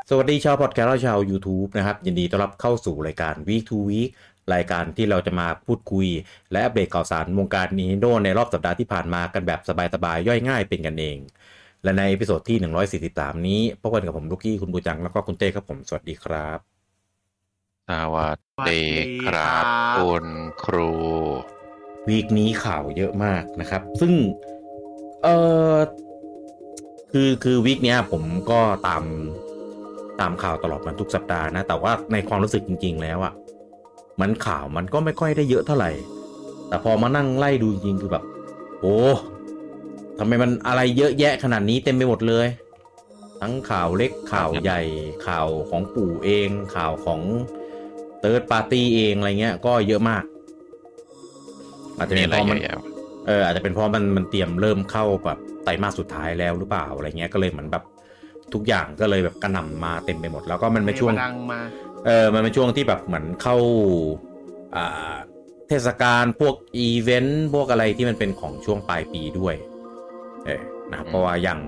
สวัสดีชาวพอดแคสต์และชาว YouTube นะครับยินดีต้อนรับเข้าสู่รายการ Week to Week รายการที่เราจะมาพูดคุยและอัปเดตข่าวสารวงการ Nintendo ในรอบสัปดาห์ที่ผ่านมากันแบบสบายๆย่อยง่ายเป็นกันเองและในเอพิโซดที่143นี้พบกันกับผมลูกกี้คุณบูจังแล้วก็คุณเต้ครับผมสวัสดีครับสวัสดีครับคุณครูวีคนี้ข่าวเยอะมากนะครับซึ่งเออคือวีคเนี้ยผมก็ตามข่าวตลอดมันทุกสัปดาห์นะแต่ว่าในความรู้สึกจริงๆแล้วอะมันข่าวมันก็ไม่ค่อยได้เยอะเท่าไหร่แต่พอมานั่งไล่ดูจริงๆคือแบบโอ้ทำไมมันอะไรเยอะแยะขนาดนี้เต็มไปหมดเลยทั้งข่าวเล็กข่าวใหญ่ข่าวของปู่เองข่าวของเติร์ดปาร์ตี้เองอะไรเงี้ยก็เยอะมากอาจจะเป็นเพราะมันอาจจะเป็นเพราะมันเตรียมเริ่มเข้าแบบไตรมาสสุดท้ายแล้วหรือเปล่าอะไรเงี้ยก็เลยเหมือนแบบทุกอย่างก็เลยแบบกระหน่ำมาเต็มไปหมดแล้วก็มันเป็นช่วงมันเป็นช่วงที่แบบเหมือนเข้าเทศกาลพวกอีเวนต์พวกอะไรที่มันเป็นของช่วงปลายปีด้วยนะครับเพราะว่าอย่าง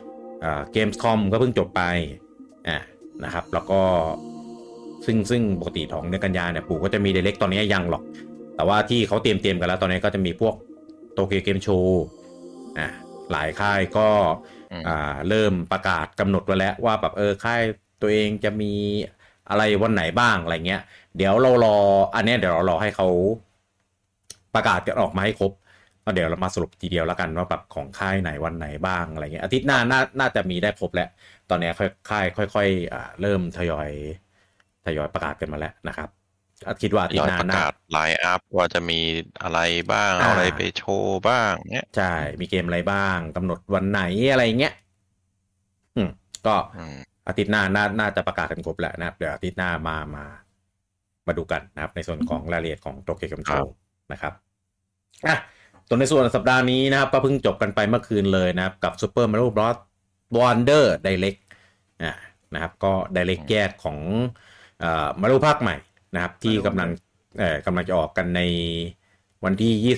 Gamescom ก็เพิ่งจบไปนะครับแล้วก็ซึ่งปกติของเดือนกันยาเนี่ยปู่ก็จะมี Direct ตอนนี้ยังหรอกแต่ว่าที่เขาเตรียมกันแล้วตอนนี้ก็จะมีพวกโตเกียวเกมโชว์หลายค่ายก็เริ่มประกาศกำหนดไว้แล้วว่าแบบค่ายตัวเองจะมีอะไรวันไหนบ้างอะไรเงี้ยเดี๋ยวเรารออันนี้เดี๋ยวเรารอให้เขาประกาศกันออกมาให้ครบแล้วเดี๋ยวเรามาสรุปทีเดียวแล้วกันว่าแบบของค่ายไหนวันไหนบ้างอะไรเงี้ยอาทิตย์หน้าน่าจะมีได้ครบแล้วตอนนี้ค่ายค่อยเริ่มทยอยประกาศกันมาแล้วนะครับคิดว่าอาทิตย์หน้าประกาศไลน์อัพว่าจะมีอะไรบ้างเอาอะไรไปโชว์บ้างเนี้ยใช่มีเกมอะไรบ้างกำหนดวันไหนอะไรเงี้ยก็อาทิตย์หน้าน่าจะประกาศกันครบแล้วนะครับเดี๋ยวอาทิตย์หน้ามาดูกันนะครับในส่วนของรายละเอียดของโตเกียวเกมโชว์นะครับตัวในส่วนสัปดาห์นี้นะครับก็เพิ่งจบกันไปเมื่อคืนเลยนะครับกับ Super Mario Bros. Wonder Direct นะครับก็ Direct แยกของMario ภาคใหม่นะครับที่กำลังจะออกกันในวันที่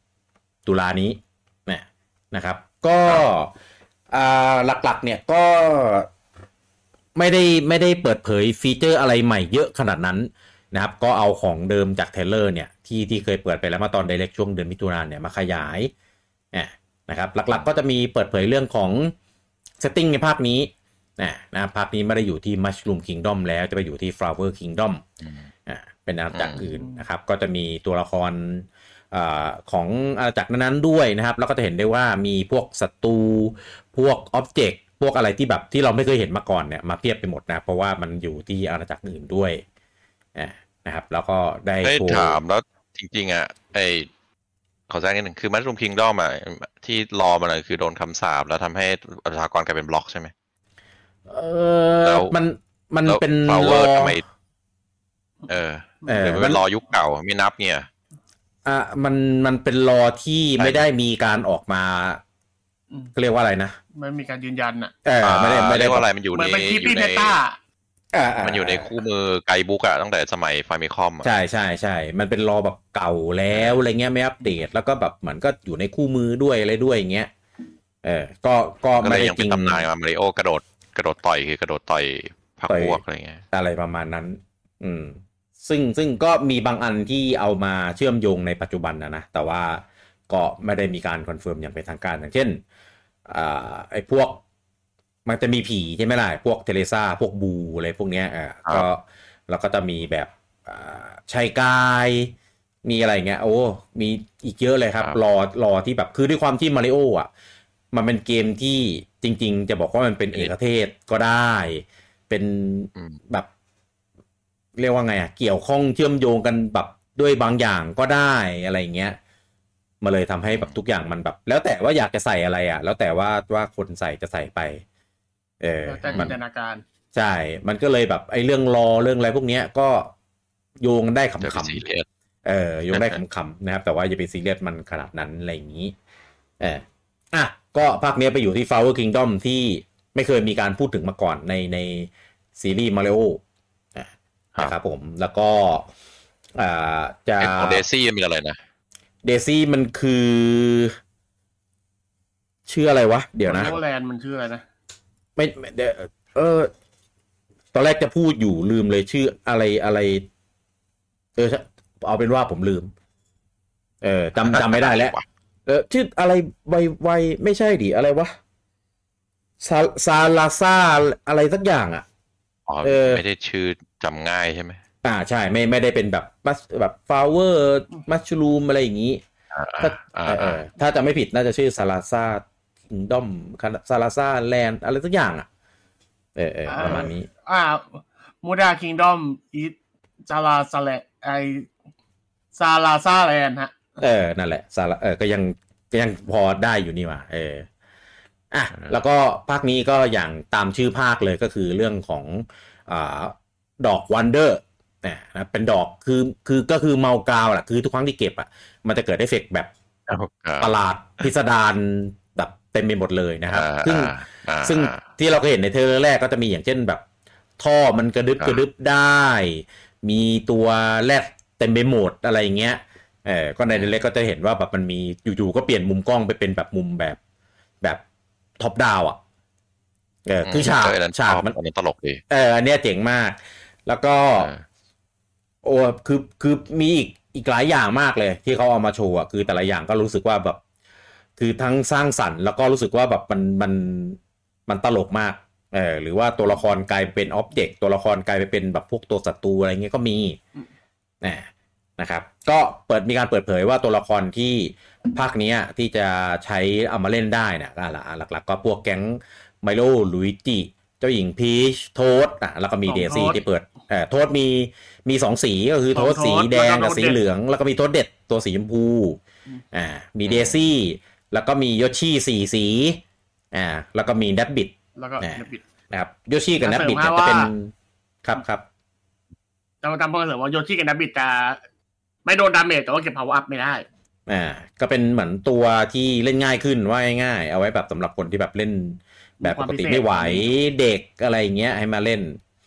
20ตุลานี้นะครับก็หลักๆเนี่ยก็ไม่ได้เปิดเผยฟีเจอร์อะไรใหม่เยอะขนาดนั้นนะครับก็เอาของเดิมจากเทรลเลอร์เนี่ยที่เคยเปิดไปแล้วมาตอน Direct ช่วงเดือนมิถุนายนเนี่ยมาขยายนะครับหลักๆก็จะมีเปิดเผยเรื่องของ setting ในภาคนี้นะภาคนี้ไม่ได้อยู่ที่ Mushroom Kingdom แล้วจะไปอยู่ที่ Flower Kingdom เป็นอาณาจักรอื่นนะครับก็จะมีตัวละครของอาณาจักรนั้นๆด้วยนะครับแล้วก็จะเห็นได้ว่ามีพวกศัตรูพวกอ็อบเจกต์พวกอะไรที่แบบที่เราไม่เคยเห็นมาก่อนเนี่ยมาเทียบไปหมดนะเพราะว่ามันอยู่ที่อาณาจักรอื่นด้วยนะครับแล้วก็ได้ถามแล้วจริงๆขอแจ้งนิดหนึ่งคือMushroom Kingdomที่รอมาเลยคือโดนคำสาปแล้วททำให้ประชากรกลายเป็นบล็อกใช่ไหมแล้วมันเป็นรอทำไมหรือมันรอยุคเก่าไม่นับเนี่ยมันเป็นรอที่ไม่ได้มีการออกมาเรียกว่าอะไรนะไม่มีการยืนยันไม่ได้ว่าอะไรมันอยู่ในมันอยู่ในคู่มือไกด์บุ๊กตั้งแต่สมัยไฟมิคอมใช่มันเป็นรอแบบเก่าแล้วอะไรเงี้ยไม่อัปเดตแล้วก็แบบเหมือนก็อยู่ในคู่มือด้วยอะไรด้วยอย่างเงี้ยก็ไม่ได้ยังเป็นตำนานมาริโอกระโดดต่อยคือกระโดดต่อยพักพวกอะไรเงี้ยอะไรประมาณนั้นซึ่งก็มีบางอันที่เอามาเชื่อมโยงในปัจจุบันนะแต่ว่าก็ไม่ได้มีการคอนเฟิร์มอย่างเป็นทางการอย่างเช่นไอ้พวกมันจะมีผีใช่ไหมล่ะพวกเทเลซ่าพวกบูอะไรพวกเนี้ยก็แล้วก็จะมีแบบชัยกายมีอะไรเงี้ยโอ้มีอีกเยอะเลยครับรอที่แบบคือด้วยความที่มาริโอมันเป็นเกมที่จริงๆจะบอกว่ามันเป็นเอกเทศก็ได้เป็นแบบเรียกว่าไงเกี่ยวข้องเชื่อมโยงกันแบบด้วยบางอย่างก็ได้อะไรเงี้ยมาเลยทำให้แบบทุกอย่างมันแบบแล้วแต่ว่าอยากจะใส่อะไรแล้วแต่ว่าคนใส่จะใส่ไปแต่จินตนาการใช่มันก็เลยแบบไอ้เรื่องเรื่องอะไรพวกเนี้ยก็โยงได้ขำๆโยงได้ขำๆนะครับแต่ว่าอย่าไปซีเรียสมันขนาดนั้นอะไรอย่างนี้ก็ภาคนี้ไปอยู่ที่ Flower Kingdom ที่ไม่เคยมีการพูดถึงมาก่อนในซีรีส์ Mario นะครับผมแล้วก็จะของเดซี่มีอะไรนะเดซี่มันคือชื่ออะไรวะเดี๋ยวนะโรแลนด์มันชื่ออะไรนะไม่ตอนแรกจะพูดอยู่ลืมเลยชื่ออะไรเอาเป็นว่าผมลืมจำไม่ได้แล้วชื่ออะไรไวไม่ใช่ดิอะไรวะซาลาซาอะไรสักอย่างอ่ะไม่ได้ชื่อจำง่ายใช่ไหมใช่ไม่ได้เป็นแบบฟลาวเวอร์มัชรูมอะไรอย่างนี้ถ้าจะไม่ผิดน่าจะชื่อซาลาซาคิงดอมซาลาซาแลนด์อะไรสักอย่างอ่ะประมาณนี้มูดาคิงดอมอีซาลาซาเลไอซาลาซาแลนด์ฮะนั่นแหละก็ยังพอได้อยู่นี่ว่ะแล้วก็ภาคนี้ก็อย่างตามชื่อภาคเลยก็คือเรื่องของดอกวันเดอร์นะเป็นดอกก็คือเมากาวแหละคือทุกครั้งที่เก็บอ่ะมันจะเกิดเอฟเฟกต์แบบประหลาดพิสดารแบบเต็มไปหมดเลยนะครับซึ่งที่เราเคยเห็นในเทรลเลอร์แรกก็จะมีอย่างเช่นแบบท่อมันกระดึบได้มีตัวแรดเต็มไปหมดอะไรอย่างเงี้ยก็ในเทรลเลอร์ก็จะเห็นว่าแบบมันมีอยู่ๆก็เปลี่ยนมุมกล้องไปเป็นแบบมุมแบบท็อปดาวอ่ะคือฉากมันตลกดีอันเนี้ยเจ๋งมากแล้วก็คือมีอีกหลายอย่างมากเลยที่เขาเอามาโชว์อ่ะคือแต่ละอย่างก็รู้สึกว่าแบบคือทั้งสร้างสรรค์แล้วก็รู้สึกว่าแบบมันตลกมากหรือว่าตัวละครกลายเป็นอ็อบเจกต์ตัวละครกลายไปเป็นแบบพวกตัวศัตรูอะไรเงี้ยก็มีนะครับก็มีการเปิดเผยว่าตัวละครที่ภาคนี้ที่จะใช้เอามาเล่นได้เนี่ยหลักๆก็พวกแก๊งไมโลลุยจิเจ้าหญิงพีชโทสแล้วก็มีเดซี่ที่เปิดโทสมี2สีก็คือโทสสีแดงกับสีเหลืองแล้วก็มีโทสเด็ดตัวสีชมพูมีเดซี่แล้วก็มีโยชิ4สีแล้วก็มีแนบบิทนะครับโยชิกับแนบบิทจะเป็นครับจำเพิ่มเสริมว่าโยชิกับแนบบิทจะไม่โดนดาเมจแต่ว่าเก็บ power up ไม่ได้ก็เป็นเหมือนตัวที่เล่นง่ายขึ้นว่าง่ายเอาไว้แบบสำหรับคนที่แบบเล่นแบบปกติไม่ไหวเด็กอะไรเงี้ยให้มาเล่น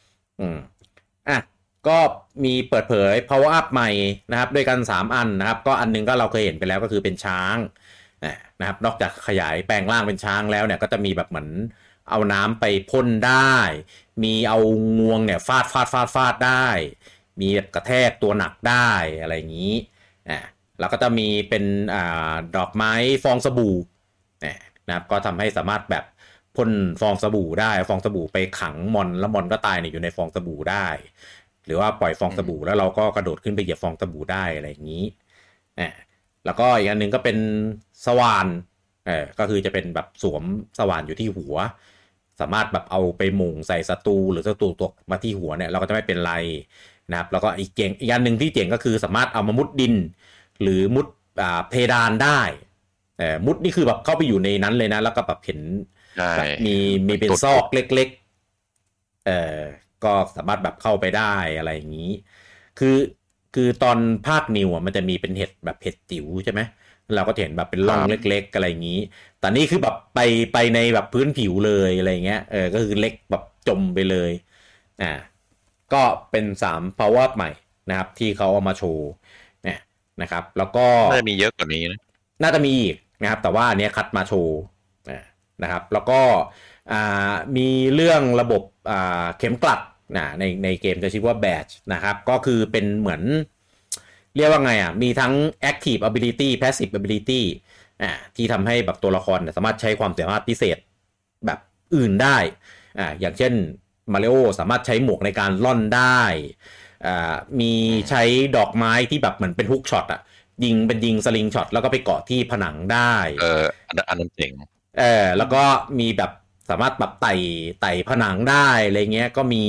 ก็มีเปิดเผย power up ใหม่นะครับด้วยกัน3อันนะครับก็อันนึงก็เราเคยเห็นไปแล้วก็คือเป็นช้างนะครับนอกจากขยายแปลงร่างเป็นช้างแล้วเนี่ยก็จะมีแบบเหมือนเอาน้ำไปพ่นได้มีเอางวงเนี่ยฟาดได้มีแบบกระแทกตัวหนักได้อะไรอย่างนี้แล้วก็จะมีเป็นดอกไม้ฟองสบู่นะครับก็ทำให้สามารถแบบพ่นฟองสบู่ได้ฟองสบู่ไปขังมอนแล้วมอนก็ตายอยู่ในฟองสบู่ได้หรือว่าปล่อยฟองสบู่แล้วเราก็กระโดดขึ้นไปเหยียบฟองสบู่ได้อะไรอย่างนี้แล้วก็อีกอันนึงก็เป็นสว่านก็คือจะเป็นแบบสวมสว่านอยู่ที่หัวสามารถแบบเอาไปหม่งใส่ศัตรูหรือศัตรูตกมาที่หัวเนี่ยเราก็จะไม่เป็นไรนะครับแล้วก็อีกอันนึงที่เจ๋งก็คือสามารถเอามามุดดินหรือมุดเพดานได้มุดนี่คือแบบเข้าไปอยู่ในนั้นเลยนะแล้วก็แบบเห็นแบบมีเป็นซอกเล็กๆก็สามารถแบบเข้าไปได้อะไรอย่างนี้คือตอนภาคนิวมันจะมีเป็นเห็ดแบบเห็ดจิ๋วใช่ไหมเราก็เห็นแบบเป็นร่องเล็กๆอะไรอย่างนี้แต่นี่คือแบบไปในแบบพื้นผิวเลยอะไรเงี้ยก็คือเล็กแบบจมไปเลยก็เป็น3 power ใหม่นะครับที่เขาเอามาโชว์เนี่ยนะครับแล้วก็น่าจะมีเยอะกว่านี้นะน่าจะมีอีกนะครับแต่ว่าอันนี้คัดมาโชว์นะครับแล้วก็มีเรื่องระบบเข็มกลัดในเกมจะชื่อว่า badge นะครับก็คือเป็นเหมือนเรียกว่าไงมีทั้ง active ability passive ability ที่ทำให้แบบตัวละครสามารถใช้ความสามารถพิเศษแบบอื่นได้อย่างเช่นมาริโอสามารถใช้หมวกในการล่อนได้มีใช้ดอกไม้ที่แบบเหมือนเป็นฮุกช็อตยิงสลิงช็อตแล้วก็ไปเกาะที่ผนังได้อันนั้นเจ๋งแล้วก็มีแบบสามารถแบบไต่ผนังได้อะไรเงี้ยก็มี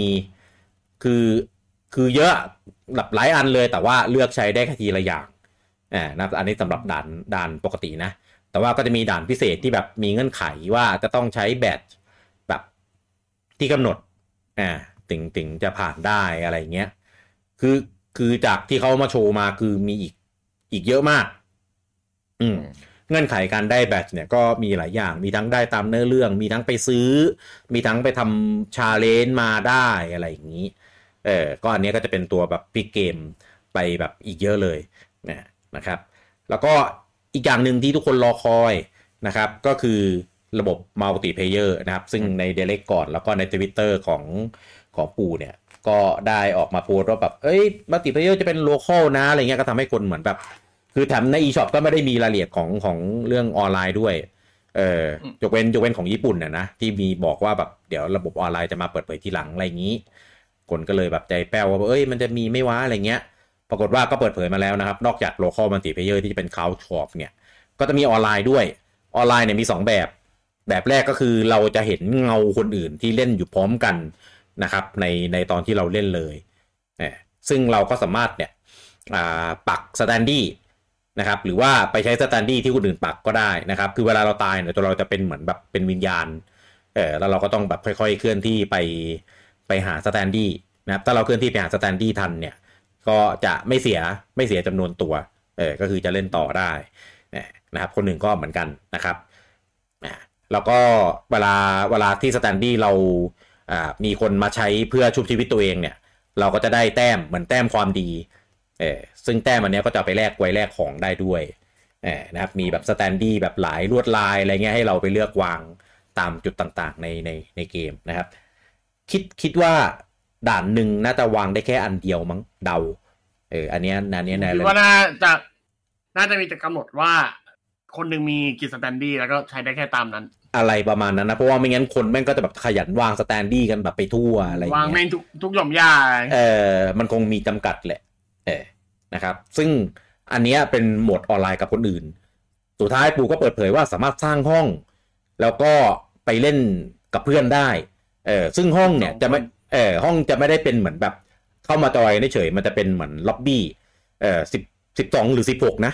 คือเยอะแบบหลายอันเลยแต่ว่าเลือกใช้ได้แค่ทีละอย่างนะอันนี้สำหรับด่านปกตินะแต่ว่าก็จะมีด่านพิเศษที่แบบมีเงื่อนไขว่าจะต้องใช้แบตแบบที่กำหนดถึงจะผ่านได้อะไรเงี้ยคือจากที่เขามาโชว์มาคือมีอีกเยอะมากเงื่อนไขการได้แบตเนี่ยก็มีหลายอย่างมีทั้งได้ตามเนื้อเรื่องมีทั้งไปซื้อมีทั้งไปทำชาเลนจ์มาได้อะไรอย่างนี้ก็อันนี้ก็จะเป็นตัวแบบพลิกเกมไปแบบอีกเยอะเลยนะครับแล้วก็อีกอย่างหนึ่งที่ทุกคนรอคอยนะครับก็คือระบบมัลติเพลเยอร์นะครับซึ่งใน Direct ก่อนแล้วก็ใน Twitter ขของปู่เนี่ยก็ได้ออกมาโพสต์ว่าแบบเอ้ยมัลติเพลเยอร์จะเป็นโลคอลนะอะไรเงี้ยก็ทำให้คนเหมือนแบบคือแถมใน eShop ก็ไม่ได้มีรายละเอียดของเรื่องออนไลน์ด้วยยกเว้นของญี่ปุ่นนะที่มีบอกว่าแบบเดี๋ยวระบบออนไลน์จะมาเปิดเผยทีหลังอะไรอย่างนี้คนก็เลยแบบใจแป้วว่าเอ้ยมันจะมีไม่ว้าอะไรเงี้ยปรากฏว่าก็เปิดเผยมาแล้วนะครับนอกจาก local multiplayer ที่จะเป็น couch co-op เนี่ยก็จะมีออนไลน์ด้วยออนไลน์เนี่ยมี2แบบแรกก็คือเราจะเห็นเงาคนอื่นที่เล่นอยู่พร้อมกันนะครับในตอนที่เราเล่นเลยซึ่งเราก็สามารถเนี่ยปักสแตนดี้นะครับหรือว่าไปใช้สแตนดี้ที่คนอื่นปักก็ได้นะครับคือเวลาเราตายเนี่ยตัวเราจะเป็นเหมือนแบบเป็นวิญญาณแล้วเราก็ต้องแบบค่อยๆเคลื่อนที่ไปหาสแตนดี้นะครับถ้าเราเคลื่อนที่ไปหาสแตนดี้ทันเนี่ยก็จะไม่เสียจำนวนตัวก็คือจะเล่นต่อได้นะครับคนหนึ่งก็เหมือนกันนะครับแล้วก็เวลาที่สแตนดี้เรามีคนมาใช้เพื่อชุบชีวิตตัวเองเนี่ยเราก็จะได้แต้มเหมือนแต้มความดีซึ่งแต้มอันนี้ก็จะไปแลกของได้ด้วยนะครับมีแบบสแตนดี้แบบหลายลวดลายอะไรเงี้ยให้เราไปเลือกวางตามจุดต่างๆในเกมนะครับคิดว่าด่านหนึ่งน่าจะวางได้แค่อันเดียวมั้งเดาอันนี้คิดว่าน่าจะมีแต่กำหนดว่าคนหนึ่งมีกี่สแตนดี้แล้วก็ใช้ได้แค่ตามนั้นอะไรประมาณนั้นนะเพราะว่าไม่งั้นคนแม่งก็จะแบบขยันวางสแตนดี้กันแบบไปทั่วอะไรอย่างเงี้ยวางในทุกหย่อมหญ้ามันคงมีจำกัดแหละนะครับซึ่งอันนี้เป็นโหมดออนไลน์กับคนอื่นสุดท้ายปู่ก็เปิดเผยว่าสามารถสร้างห้องแล้วก็ไปเล่นกับเพื่อนได้ซึ่งห้องเนี่ยจะไม่ห้องจะไม่ได้เป็นเหมือนแบบเข้ามาจอยเฉยมันจะเป็นเหมือนล็อบบี้12หรือ16นะ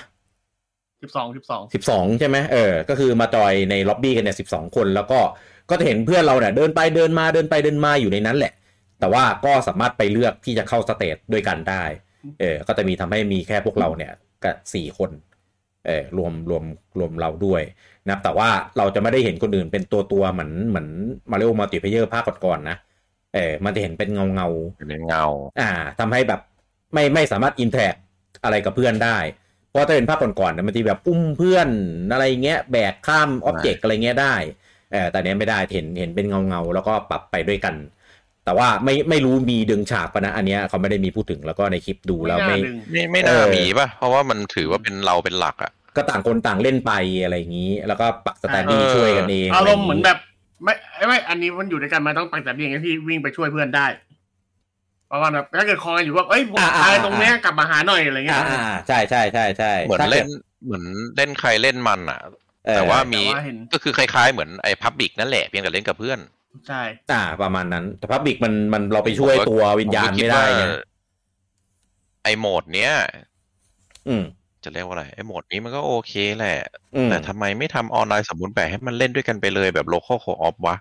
12ใช่ไหมก็คือมาจอยในล็อบบี้กันเนี่ย12คนแล้วก็จะเห็นเพื่อนเราเนี่ยเดินไปเดินมาอยู่ในนั้นแหละแต่ว่าก็สามารถไปเลือกที่จะเข้าสเตจด้วยกันได้ก็จะมีทำให้มีแค่พวกเราเนี่ยกับ4คนรวมเราด้วยนะแต่ว่าเราจะไม่ได้เห็นคนอื่นเป็นตัวเหมือนมาริโอมัลติเพลเยอร์ภาคก่อนๆนะมันจะเห็นเป็นเงาทำให้แบบไม่สามารถอินแทรคอะไรกับเพื่อนได้เพราะถ้าเป็นภาคก่อนๆมันจะแบบอุ้มเพื่อนอะไรเงี้ยแบกข้ามอ็อบเจกต์อะไรเงี้ยได้แต่เนี้ยไม่ได้เห็นเป็นเงาแล้วก็ปรับไปด้วยกันแต่ว่าไม่รู้มีดึงฉากปะนะอันเนี้ยเขาไม่ได้มีพูดถึงแล้วก็ในคลิปดูแล้วไม่น่ามีป่ะเพราะว่ามันถือว่าเป็นเราเป็นหลักอ่ะก็ต่างคนต่างเล่นไปอะไรอย่างนี้แล้วก็ปักสแตนดี้ช่วยกันเองอารมณ์เหมือนแบบไม่อันนี้มันอยู่ด้วยกันมันต้องปักสแตนดี้ไงที่วิ่งไปช่วยเพื่อนได้เพราะว่าแบบถ้าเกิดคอกันอยู่ว่าผมตายตรงเนี้ยกลับมาหาหน่อยอะไรเงี้ยใช่เหมือนเล่นใครเล่นมันอ่ะแต่ว่ามีก็คือคล้ายๆเหมือนไอ้พับบิกนั่นแหละเพียงแต่เล่นกับเพื่อนใช่ประมาณนั้นแต่พับบิกมันเราไปช่วยตัววิญญาณไม่ได้ไงไอโหมดเนี้ยจะเรียกว่าอะไรไอโหมดนี้มันก็โอเคแหละแต่ทำไมไม่ทำออนไลน์สมบูรณ์แบบให้มันเล่นด้วยกันไปเลยแบบ local co-op วะ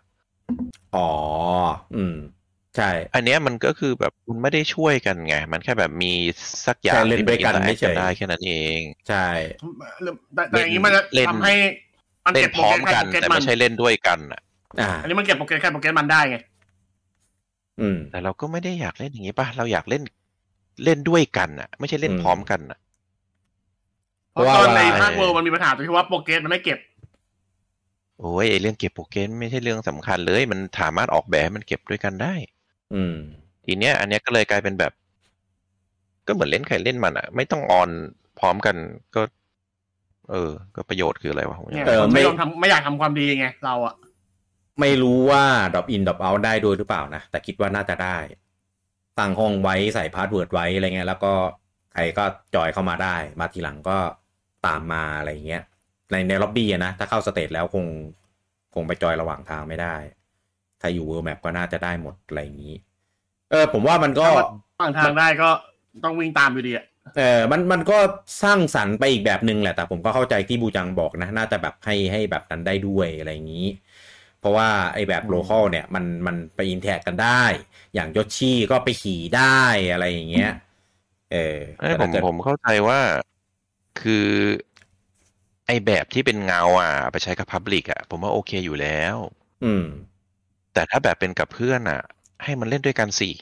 ใช่อันเนี้ยมันก็คือแบบมันไม่ได้ช่วยกันไงมันแค่แบบมีสักอย่างเล่นด้วยกันไม่ใช่ได้แค่นั้นเองใช่แต่อย่างนี้มันจะทำให้เล่นพร้อมกันแต่ไม่ใช่เล่นด้วยกันอันนี้มันเก็บโปรแกรมมันได้ไงแต่เราก็ไม่ได้อยากเล่นอย่างนี้ป่ะเราอยากเล่นด้วยกันไม่ใช่เล่นพร้อมกันเพราะตอนในภาคเวิร์มันมีปัญหาตรงที่ว่าโปรแกรมมันไม่เก็บโอ้ยเรื่องเก็บโปรแกรมไม่ใช่เรื่องสำคัญเลยมันสามารถออกแบบให้มันเก็บด้วยกันได้ทีเนี้ยอันเนี้ยก็เลยกลายเป็นแบบก็เหมือนเล่นใครเล่นมันไม่ต้องออนพร้อมกันก็ก็ประโยชน์คืออะไรวะไม่อยากทำความดีไงเราไม่รู้ว่า drop in drop out ได้ด้วยหรือเปล่านะแต่คิดว่าน่าจะได้ตั้งห้องไว้ใส่พาสเวิร์ดไว้อะไรเงี้ยแล้วก็ใครก็จอยเข้ามาได้มาทีหลังก็ตามมาอะไรเงี้ยในล็อบบี้นะถ้าเข้าสเตจแล้วคงไปจอยระหว่างทางไม่ได้ถ้าอยู่ World Map ก็น่าจะได้หมดอะไรอย่างนี้ผมว่ามันก็ระหว่างทางได้ก็ต้องวิ่งตามอยู่ดีมันก็สร้างสรรค์ไปอีกแบบนึงแหละแต่ผมก็เข้าใจที่บูจังบอกนะน่าจะแบบให้แบบนั้นได้ด้วยอะไรอย่างนี้เพราะว่าไอ้แบบโลคอลเนี่ยมันไปอินแทคกันได้อย่างยอชี่ก็ไปขี่ได้อะไรอย่างเงี้ยผมเข้าใจว่าคือไอ้แบบที่เป็นเงาไปใช้กับ Public ผมว่าโอเคอยู่แล้วแต่ถ้าแบบเป็นกับเพื่อนให้มันเล่นด้วยกันสิ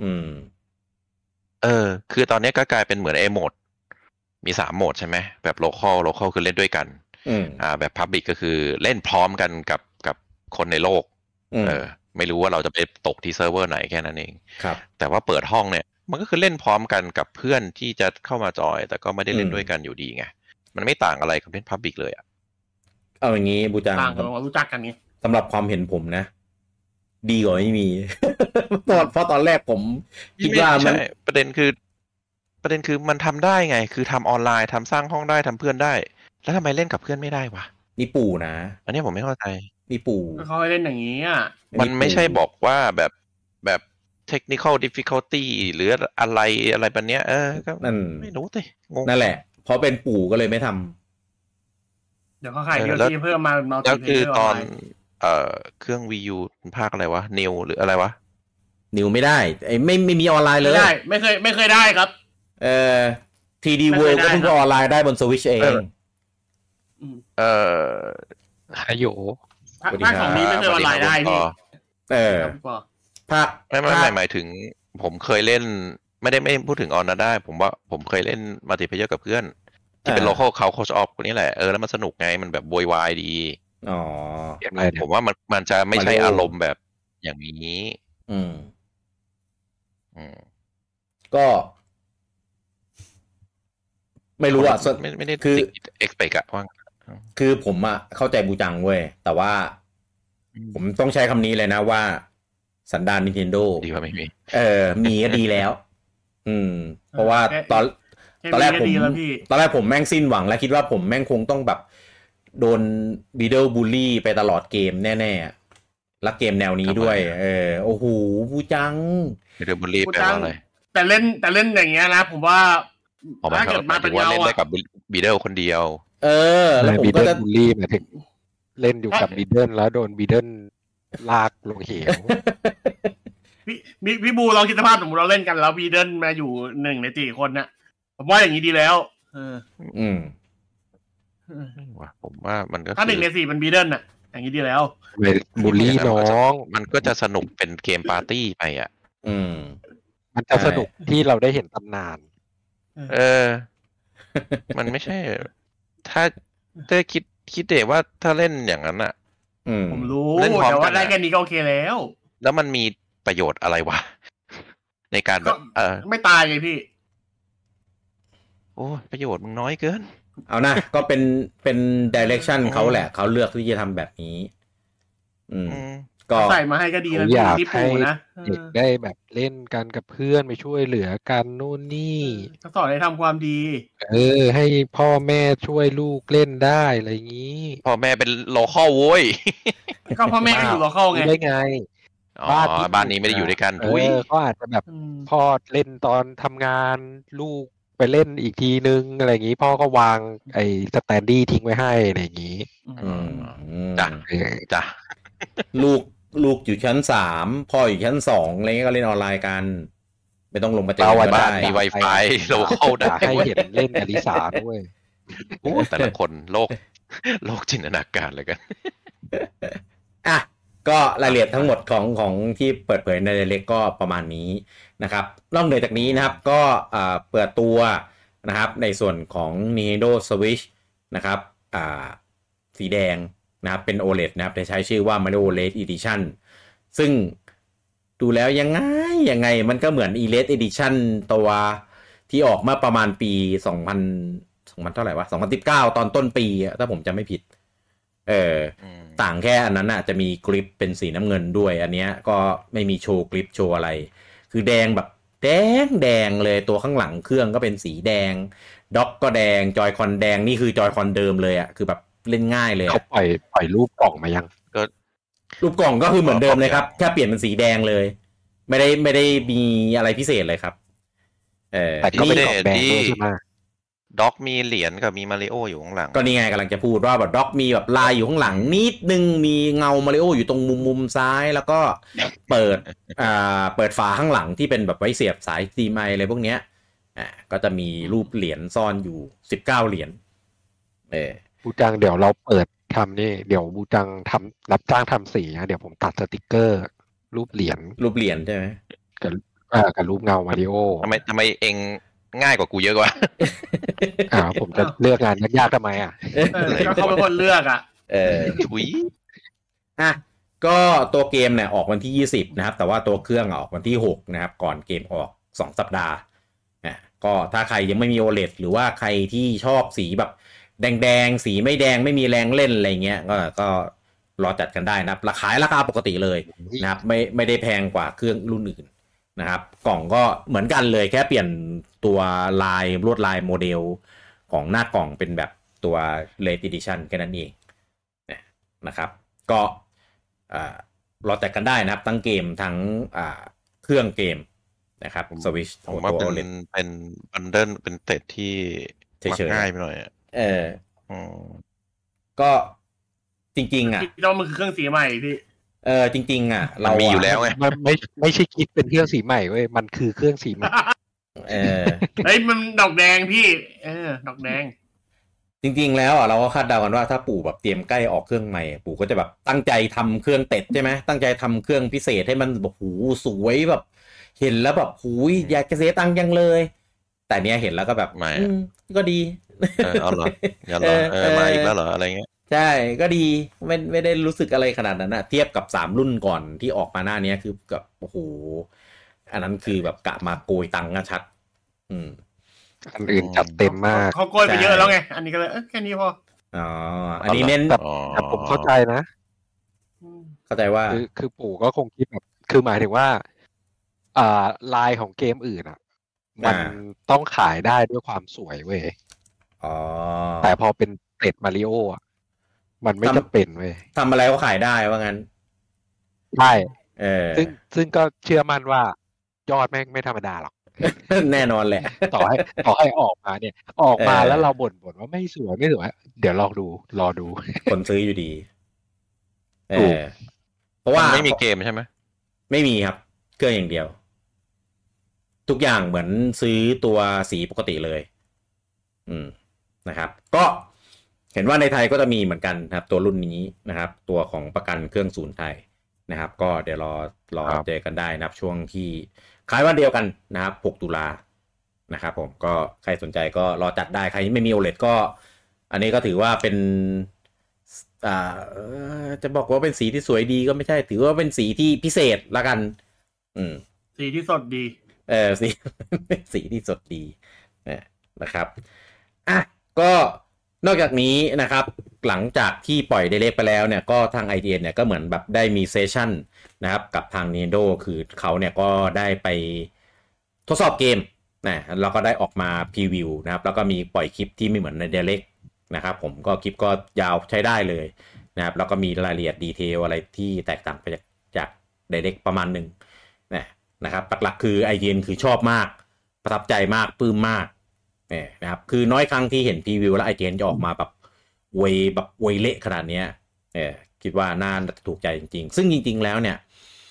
คือตอนนี้ก็กลายเป็นเหมือนไอ้โหมดมี3โหมดใช่ไหมแบบ local คือเล่นด้วยกันแบบ public ก็คือเล่นพร้อมกันกับคนในโลกไม่รู้ว่าเราจะไปตกที่เซิร์ฟเวอร์ไหนแค่นั้นเองครับแต่ว่าเปิดห้องเนี่ยมันก็คือเล่นพร้อมกันกับเพื่อนที่จะเข้ามาจอยแต่ก็ไม่ได้เล่นด้วยกันอยู่ดีไงมันไม่ต่างอะไรกับเล่นพับบิกเลยอ่ะเอาอย่างนี้บูจังต่างกันรู้จักกันนี่สำหรับความเห็นผมนะดีกว่าไม่มี เพราะตอนแรกผมคิดว่ามันประเด็นคือมันทำได้ไงคือทำออนไลน์ทำสร้างห้องได้ทำเพื่อนได้แล้วทำไมเล่นกับเพื่อนไม่ได้วะนี่ปู่นะอันนี้ผมไม่เข้าใจนี่ปู่เขาให้เล่นอย่างนี้อ่ะมันไม่ใช่บอกว่าแบบ technical difficulty หรืออะไรแบบเนี้ยก็นั่นไม่รู้สินั่นแหละเพราะเป็นปู่ก็เลยไม่ทำเดี๋ยวเขาขายDLCเพิ่มมาเป็นมัลติเพลเยอร์แล้วคือตอนเครื่อง Wii U ภาคอะไรวะ New หรืออะไรวะ New ไม่ได้ไม่มีออนไลน์เลยไม่เคยได้ครับ 3D World ก็เพิ่งออนไลน์ได้บน Switch เองฮโยภาคของนี้ไม่เคยออนไลน์ได้พี่ภาคไม่หมายถึงผมเคยเล่นไม่พูดถึงออนได้ผมว่าผมเคยเล่นมัลติเพลเยอร์กับเพื่อนที่เป็น local coach op คนนี้แหละแล้วมันสนุกไงมันแบบโวยวายดีผมว่ามันจะไม่ใช่อารมณ์แบบอย่างนี้ก็ไม่รู้อ่ะไม่ได้คือ expect อะว่าคือผมอ่ะเข้าใจบูจังเว้ยแต่ว่าผมต้องใช้คำนี้เลยนะว่าสันดาน Nintendo ดีกว่าไม่มีมีก็ดีแล้วเพราะว่าตอนแรกผมแม่งสิ้นหวังแล้วคิดว่าผมแม่งคงต้องแบบโดนบีเดิลบูลลี่ไปตลอดเกมแน่ๆแล้วเกมแนวนี้ด้วยโอ้โหบูจังบีเดิลบูลลี่แปลว่าอะไรแต่เล่นอย่างเงี้ยนะผมว่าถ้าเกิดมาเป็นเล่นได้กับบีเดิลคนเดียวแล้วผมก็จะบูลลี่หมายถึงเล่นอยู่กับบีเดิลแล้วโดนบีเดิลลากลงเหวพี่บูเราคิดสภาพสมมติเราเล่นกันแล้วบีเดิลมาอยู่1 ใน 4 คนนะผมว่าอย่างนี้ดีแล้วผมว่ามันก็ถ้า1 ใน 4เป็นบีเดิลน่ะอย่างนี้ดีแล้วบูลลี่น้องมันก็จะสนุกเป็นเกมปาร์ตี้ไปอ่ะมันจะสนุกที่เราได้เห็นตำนานมันไม่ใช่ถ้าคิดเดว่าถ้าเล่นอย่างนั้นอ่ะผมรู้แต่ว่าได้แค่นี้ก็โอเคแล้วมันมีประโยชน์อะไรวะในการแบบไม่ตายไงพี่โอ้ประโยชน์มึงน้อยเกินเอานะก็เป็น direction เขาแหละเขาเลือกที่จะทำแบบนี้ก็ใส่มาให้ก็ดีแล้วอยากให้เด็กได้แบบเล่นกันกับเพื่อนไปช่วยเหลือกันนู่นนี่ก็สอนให้ทำความดีให้พ่อแม่ช่วยลูกเล่นได้อะไรอย่างนี้พ่อแม่เป็นโลคอลโว้ยก็พ่อแม่อยู่โลคอลไงได้ไงบ้านนี้ไม่ได้อยู่ด้วยกันก็อาจจะแบบพ่อเล่นตอนทำงานลูกไปเล่นอีกทีนึงอะไรอย่างนี้พ่อก็วางไอ้สแตนดี้ทิ้งไว้ให้อะไรอย่างนี้จ้ะลูกอยู่ชั้น3พ่ออยู่ชั้น2อะไรเงี้ยก็เล่นออนไลน์กันไม่ต้องลงมาเจอกันได้มี Wi-Fi เราเข้าได้ให้เห็นเล่นอลิสาด้วยโอ้แต่ละคนโลกจินตนาการเลยกันก็รายละเอียดทั้งหมดของที่เปิดเผยในเล็กก็ประมาณนี้นะครับนอกเหนือจากนี้นะครับก็เปิดตัวนะครับในส่วนของ Nintendo Switch นะครับสีแดงนะครับเป็น OLED นะครับแต่ใช้ชื่อว่า Mario OLED Edition ซึ่งดูแล้วยังไงมันก็เหมือน OLED Edition ตัวที่ออกมาประมาณปี2000เท่าไหร่วะ2019ตอนต้นปีถ้าผมจำไม่ผิดต่างแค่อันนั้นน่ะจะมีกริปเป็นสีน้ำเงินด้วยอันเนี้ยก็ไม่มีโชว์กริปโชว์อะไรคือแดงแบบแดงเลยตัวข้างหลังเครื่องก็เป็นสีแดงด็อกก็แดงจอยคอนแดงนี่คือจอยคอนเดิมเลยอ่ะคือแบบเล่นง่ายเลยเขาปล่อยรูปกล่องมายังก็รูปกล่องก็คือเหมือนเดิมเลยครับแค่เปลี่ยนเป็นสีแดงเลยไม่ได้มีอะไรพิเศษเลยครับแต่ก็ไม่ได้แดงด้วยใช่ไหมด็อกมีเหรียญกับมีมาริโออยู่ข้างหลังก็นี่ไงกำลังจะพูดว่าแบบด็อกมีแบบลายอยู่ข้างหลังนิดนึงมีเงามาริโออยู่ตรงมุมซ้ายแล้วก็เปิดฝาข้างหลังที่เป็นแบบไว้เสียบสาย HDMI อะไรพวกเนี้ยก็จะมีรูปเหรียญซ่อนอยู่19เหรียญบูจังเดี๋ยวเราเปิดทำนี่เดี๋ยวบูจังรับจ้างทำสีนะเดี๋ยวผมตัดสติกเกอร์รูปเหรียญใช่ไหมกับรูปเงามาริโอทำไมเองง่ายกว่ากูเยอะกว่าผมจะเลือกงานยากๆทำไมก็เขาเป็นคนเลือกถุยก็ตัวเกมเนี่ยออกวันที่20นะครับแต่ว่าตัวเครื่องออกวันที่6นะครับก่อนเกมออก2สัปดาห์ก็ถ้าใครยังไม่มี OLED หรือว่าใครที่ชอบสีแบบแดงๆสีไม่แดงไม่มีแรงเล่นอะไรเงี้ยก็รอจัดกันได้นะครับราคาปกติเลยนะครับไม่ได้แพงกว่าเครื่องรุ่นอื่นนะครับกล่องก็เหมือนกันเลยแค่เปลี่ยนตัวลายลวดลายโมเดลของหน้ากล่องเป็นแบบตัว Late Edition แค่นั้นเองนะครับก็รอจัดกันได้นะครับทั้งเกมทั้งเครื่องเกมนะครับสวิชผมว่าเป็นบันเดิลเป็นเต็ดที่ง่ายไปหน่อยก็จริงๆที่ต้องมันคือเครื่องสีใหม่พี่จริงๆเรามีอยู่แล้วไงมันไม่ใช่คิดเป็นเครื่องสีใหม่เว้ยมันคือเครื่องสีใหม่เฮ้ยมันดอกแดงพี่ดอกแดงจริงๆแล้วเราก็คาดเดากันว่าถ้าปู่แบบเตรียมใกล้ออกเครื่องใหม่ปู่ก็จะแบบตั้งใจทำเครื่องเต็ดใช่ไหมตั้งใจทำเครื่องพิเศษให้มันแบบหูสวยแบบเห็นแล้วแบบหูยอยากจะเสียตังค์ยังเลยแต่เนี้ยเห็นแล้วก็แบบก็ดีเอาเหรอมาอีกแล้วเหรออะไรเงี้ยใช่ก็ดีไม่ได้รู้สึกอะไรขนาดนั้นนะเทียบกับ3รุ่นก่อนที่ออกมาหน้านี้คือกับโอ้โหอันนั้นคือแบบกะมาโกยตังค์ชัดอันอื่นจัดเต็มมากเขาโกยไปเยอะแล้วไงอันนี้ก็เลยแค่นี้พออันนี้เน้นแต่ผมเข้าใจนะเข้าใจว่าคือปู่ก็คงคิดแบบคือหมายถึงว่าลายของเกมอื่นอ่ะมันต้องขายได้ด้วยความสวยเว้ยแต่พอเป็นเต็ดมาริโออ่ะมันไม่จำเป็นเว้ยทำอะไรก็ขายได้ว่างั้นใช่ซึ่งก็เชื่อมั่นว่ายอดแม่งไม่ธรรมดาหรอกแน่นอนแหละต่อให้ออกมาเนี่ยออกมาแล้วเราบ่นว่าไม่สวยเดี๋ยวรอดูคนซื้ออยู่ดีเพราะว่าไม่มีเกมใช่ไหมไม่มีครับเครื่องอย่างเดียวทุกอย่างเหมือนซื้อตัวสีปกติเลยนะครับก็เห็นว่าในไทยก็จะมีเหมือนกันนะครับตัวรุ่นนี้นะครับตัวของประกันเครื่องศูนย์ไทยนะครับก็เดี๋ยวรอเจอกันได้นะครับช่วงที่ขายวันเดียวกันนะครับ6ตุลานะครับผมก็ใครสนใจก็รอจัดได้ใครไม่มี OLED ก็อันนี้ก็ถือว่าเป็นจะบอกว่าเป็นสีที่สวยดีก็ไม่ใช่ถือว่าเป็นสีที่พิเศษละกันสีที่สดดีสีที่สดดีนะครับก็นอกจากนี้นะครับหลังจากที่ปล่อย Direct ไปแล้วเนี่ยก็ทาง IGN เนี่ยก็เหมือนแบบได้มีเซสชั่นนะครับกับทาง Nintendo คือเขาเนี่ยก็ได้ไปทดสอบเกมแล้วก็ได้ออกมาพรีวิวนะครับแล้วก็มีปล่อยคลิปที่ไม่เหมือนใน Direct นะครับผมก็คลิปก็ยาวใช้ได้เลยนะครับแล้วก็มีรายละเอียดดีเทลอะไรที่แตกต่างไปจาก Direct ประมาณนึงนะครับหลักๆคือ IGN คือชอบมากประทับใจมากปลื้มมากนะครับคือน้อยครั้งที่เห็นพรีวิวแล้ว IGN จะออกมาแบบเวยเละขนาดนี้คิดว่าน่าจะถูกใจจริงๆซึ่งจริงๆแล้วเนี่ย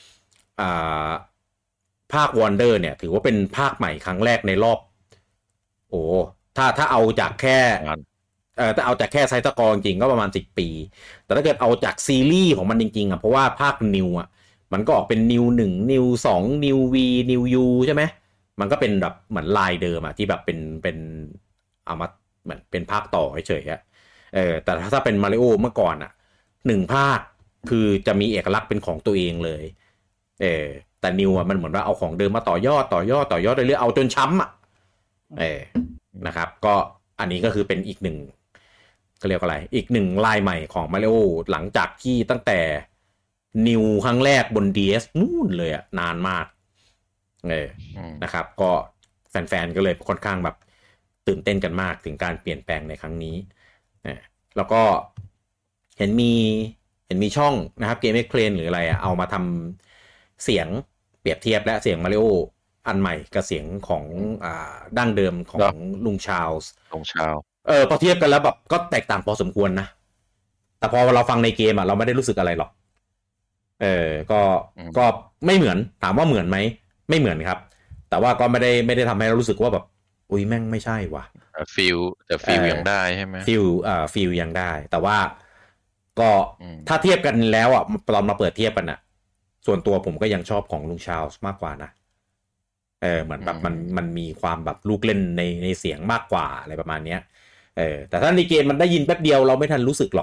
ภาค Wonder เนี่ยถือว่าเป็นภาคใหม่ครั้งแรกในรอบถ้าเอาจากแค่ถ้าเอาจากแค่ไซต์ตะกอจริงๆก็ประมาณ10 ปีแต่ถ้าเกิดเอาจากซีรีส์ของมันจริงๆเพราะว่าภาคนิวมันก็ออกเป็นนิว1นิว2นิว V นิว U ใช่ไหมมันก็เป็นแบบเหมือนลายเดิมที่แบบเป็นเอามาเหมือนเป็นภาคต่อเฉยๆแต่ถ้าเป็นมาริโอเมื่อก่อน1ภาคคือจะมีเอกลักษณ์เป็นของตัวเองเลยแต่นิวมันเหมือนว่าเอาของเดิมมาต่อยอดเรื่อยๆเอาจนช้ำนะครับก็อันนี้ก็คือเป็นอีกหนึ่งก็เรียกว่าอะไรอีกหนึ่งลายใหม่ของมาริโอหลังจากที่ตั้งแต่นิวครั้งแรกบน DS นู่นเลยนานมากนะครับก็แฟนๆก็เลยค่อนข้างแบบตื่นเต้นกันมากถึงการเปลี่ยนแปลงในครั้งนี้แล้วก็เห็นมีช่องนะครับเกมเอ็กเพลนหรืออะไรเอามาทำเสียงเปรียบเทียบและเสียงมาริโออันใหม่กับเสียงของดั้งเดิมของลุงชาลส์พอเทียบกันแล้วแบบก็แตกต่างพอสมควรนะแต่พอเราฟังในเกมเราไม่ได้รู้สึกอะไรหรอกก็ไม่เหมือนถามว่าเหมือนไหมไม่เหมือนครับแต่ว่าก็ไม่ได้ทำให้เรารู้สึกว่าแบบอุ้ยแม่งไม่ใช่ว่ะฟีลยังได้ใช่ไหมฟีลยังได้แต่ว่าก็ถ้าเทียบกันแล้วเรามาเปิดเทียบกันส่วนตัวผมก็ยังชอบของลุงชาลส์มากกว่านะเหมือนแบบมันมีความแบบลูกเล่นในเสียงมากกว่าอะไรประมาณเนี้ยแต่ถ้าในเกมมันได้ยินแป๊บเดียวเราไม่ทันรู้สึกหรอก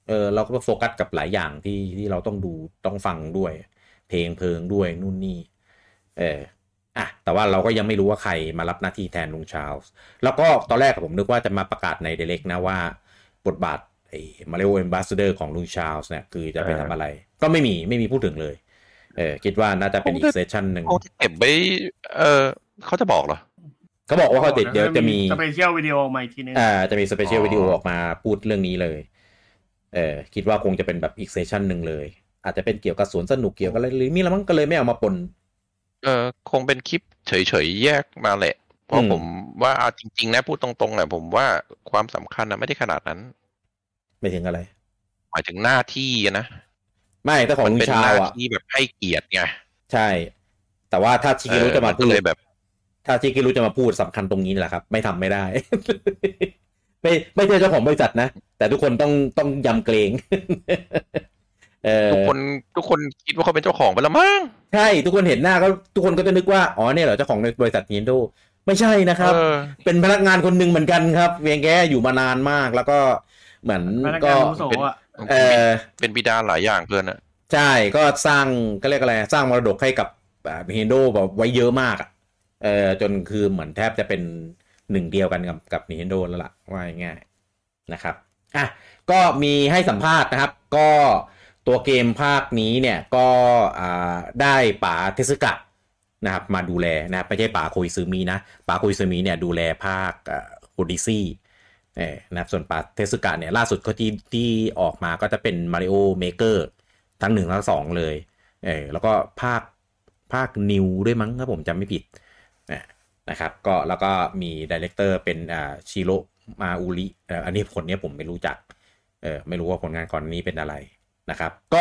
เราก็โฟกัสกับหลายอย่างที่เราต้องดูต้องฟังด้วยเพลงด้วยนู่นนี่แต่ว่าเราก็ยังไม่รู้ว่าใครมารับหน้าที่แทนลุงชาร์ลส์แล้วก็ตอนแรกผมนึกว่าจะมาประกาศใน Direct นะว่าบทบาทMario Ambassador ของลุงชาร์ลส์เนี่ยคือจะไปทำอะไรก็ไม่มีพูดถึงเลยคิดว่าน่าจะเป็นอีกเซสชั่นนึงเขาจะเก็บไว้เขาจะบอกเหรอเขาบอกว่าเขาเดี๋ยวจะมีสเปเชียลวิดีโอใหม่ทีนึงจะมีสเปเชียลวิดีโอออกมาพูดเรื่องนี้เลยคิดว่าคงจะเป็นแบบอีกเซสชั่นนึงเลยอาจจะเป็นเกี่ยวกับสวนสนุกเกี่ยวกับอะไรหรือมีแล้วมั้งก็เลยไม่เอามาปนคงเป็นคลิปเฉยๆแยกมาแหละเพราะผมว่าเอาจริงๆนะพูดตรงๆแหละผมว่าความสำคัญนะไม่ได้ขนาดนั้นไม่ถึงอะไรหมายถึงหน้าที่นะไม่แต่ของลุงชาอ่ะที่แบบให้เกียรติไงใช่แต่ว่าถ้าชิกิรุจะมาพูดแบบถ้าชิกิรุจะมาพูดสำคัญตรงนี้แหละครับไม่ทำไม่ได้ ไม่ใช่เจ้าของบริษัทนะแต่ทุกคนต้องยำเกรงทุกคนคิดว่าเขาเป็นเจ้าของไปแล้วมั้งใช่ทุกคนเห็นหน้าก็ทุกคนก็จะนึกว่าอ๋อเนี่ยเหรอเจ้าของในบริษัท Nintendo ไม่ใช่นะครับเป็นพนักงานคนหนึ่งเหมือนกันครับเพียงแค่อยู่มานานมากแล้วก็เหมือนก็เป็นบิดาหลายอย่างเกินอ่ะใช่ก็สร้างก็เรียกอะไรสร้างมรดกให้กับ Nintendo แบบไว้เยอะมากจนคือเหมือนแทบจะเป็นหนึ่งเดียวกันกับ Nintendo แล้วล่ะว่าง่ายๆนะครับก็มีให้สัมภาษณ์นะครับก็ตัวเกมภาคนี้เนี่ยก็ได้ป๋าเทสึกะนะครับมาดูแลนะครับไม่ใช่ป๋าโคอิซึมินะป๋าโคอิซึมิเนี่ยดูแลภาคโอดิซี่นะครับส่วนป๋าเทสึกะเนี่ยล่าสุดก็ที่ออกมาก็จะเป็น Mario Maker ทั้ง1ทั้ง2เลยแล้วก็ภาคนิวด้วยมั้งถ้าผมจำไม่ผิดนะครับก็แล้วก็มีไดเรคเตอร์เป็นชิโร่มาอุริอันนี้คนนี้ผมไม่รู้จักไม่รู้ว่าผลงานก่อนนี้เป็นอะไรนะครับก็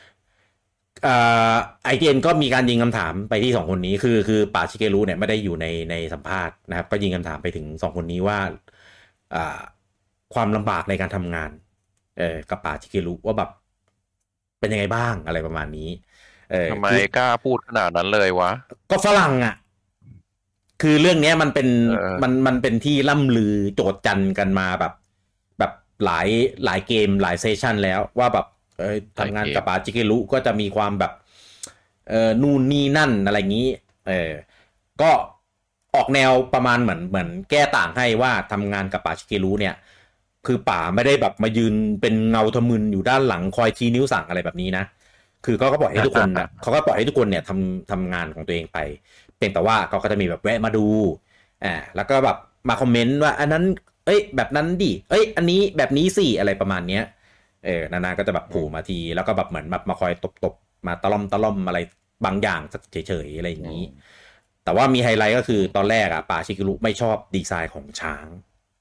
IGN ก็มีการยิงคำถามไปที่2คนนี้คือป่าชิเกรุเนี่ยไม่ได้อยู่ในสัมภาษณ์นะครับก็ยิงคำถามไปถึง2คนนี้ว่าความลำบากในการทำงานกับป่าชิเกรุว่าแบบเป็นยังไงบ้างอะไรประมาณนี้ทำไมกล้าพูดขนาดนั้นเลยวะก็ฝรั่งอ่ะคือเรื่องนี้มันเป็นที่ล่ำลือโจทย์จันกันมาแบบหลายเกมหลายเซสชั่นแล้วว่าแบบทำงานกับป่าชิเกรุก็จะมีความแบบนู่นนี่นั่นอะไรอย่างนี้ก็ออกแนวประมาณเหมือนแก้ต่างให้ว่าทำงานกับป่าชิเกรุเนี่ยคือป่าไม่ได้แบบมายืนเป็นเงาทะมึนอยู่ด้านหลังคอยชี้นิ้วสั่งอะไรแบบนี้นะคือเขาก็ปล่อยให้ทุกคนนะเขาก็ปล่อยให้ทุกคนเนี่ยทำงานของตัวเองไปเพียงแต่ว่าเขาก็จะมีแบบแวะมาดูแล้วก็แบบมาคอมเมนต์ว่าอันนั้นแบบนั้นดิอันนี้แบบนี้สิอะไรประมาณเนี้ยนานๆก็จะแบบผูมาทีแล้วก็แบบเหมือนแบบมาคอยตบมาตะล่อมอะไรบางอย่างสักเฉยๆอะไรอย่างนี้แต่ว่ามีไฮไลท์ก็คือตอนแรกป่าชิกิรุไม่ชอบดีไซน์ของช้าง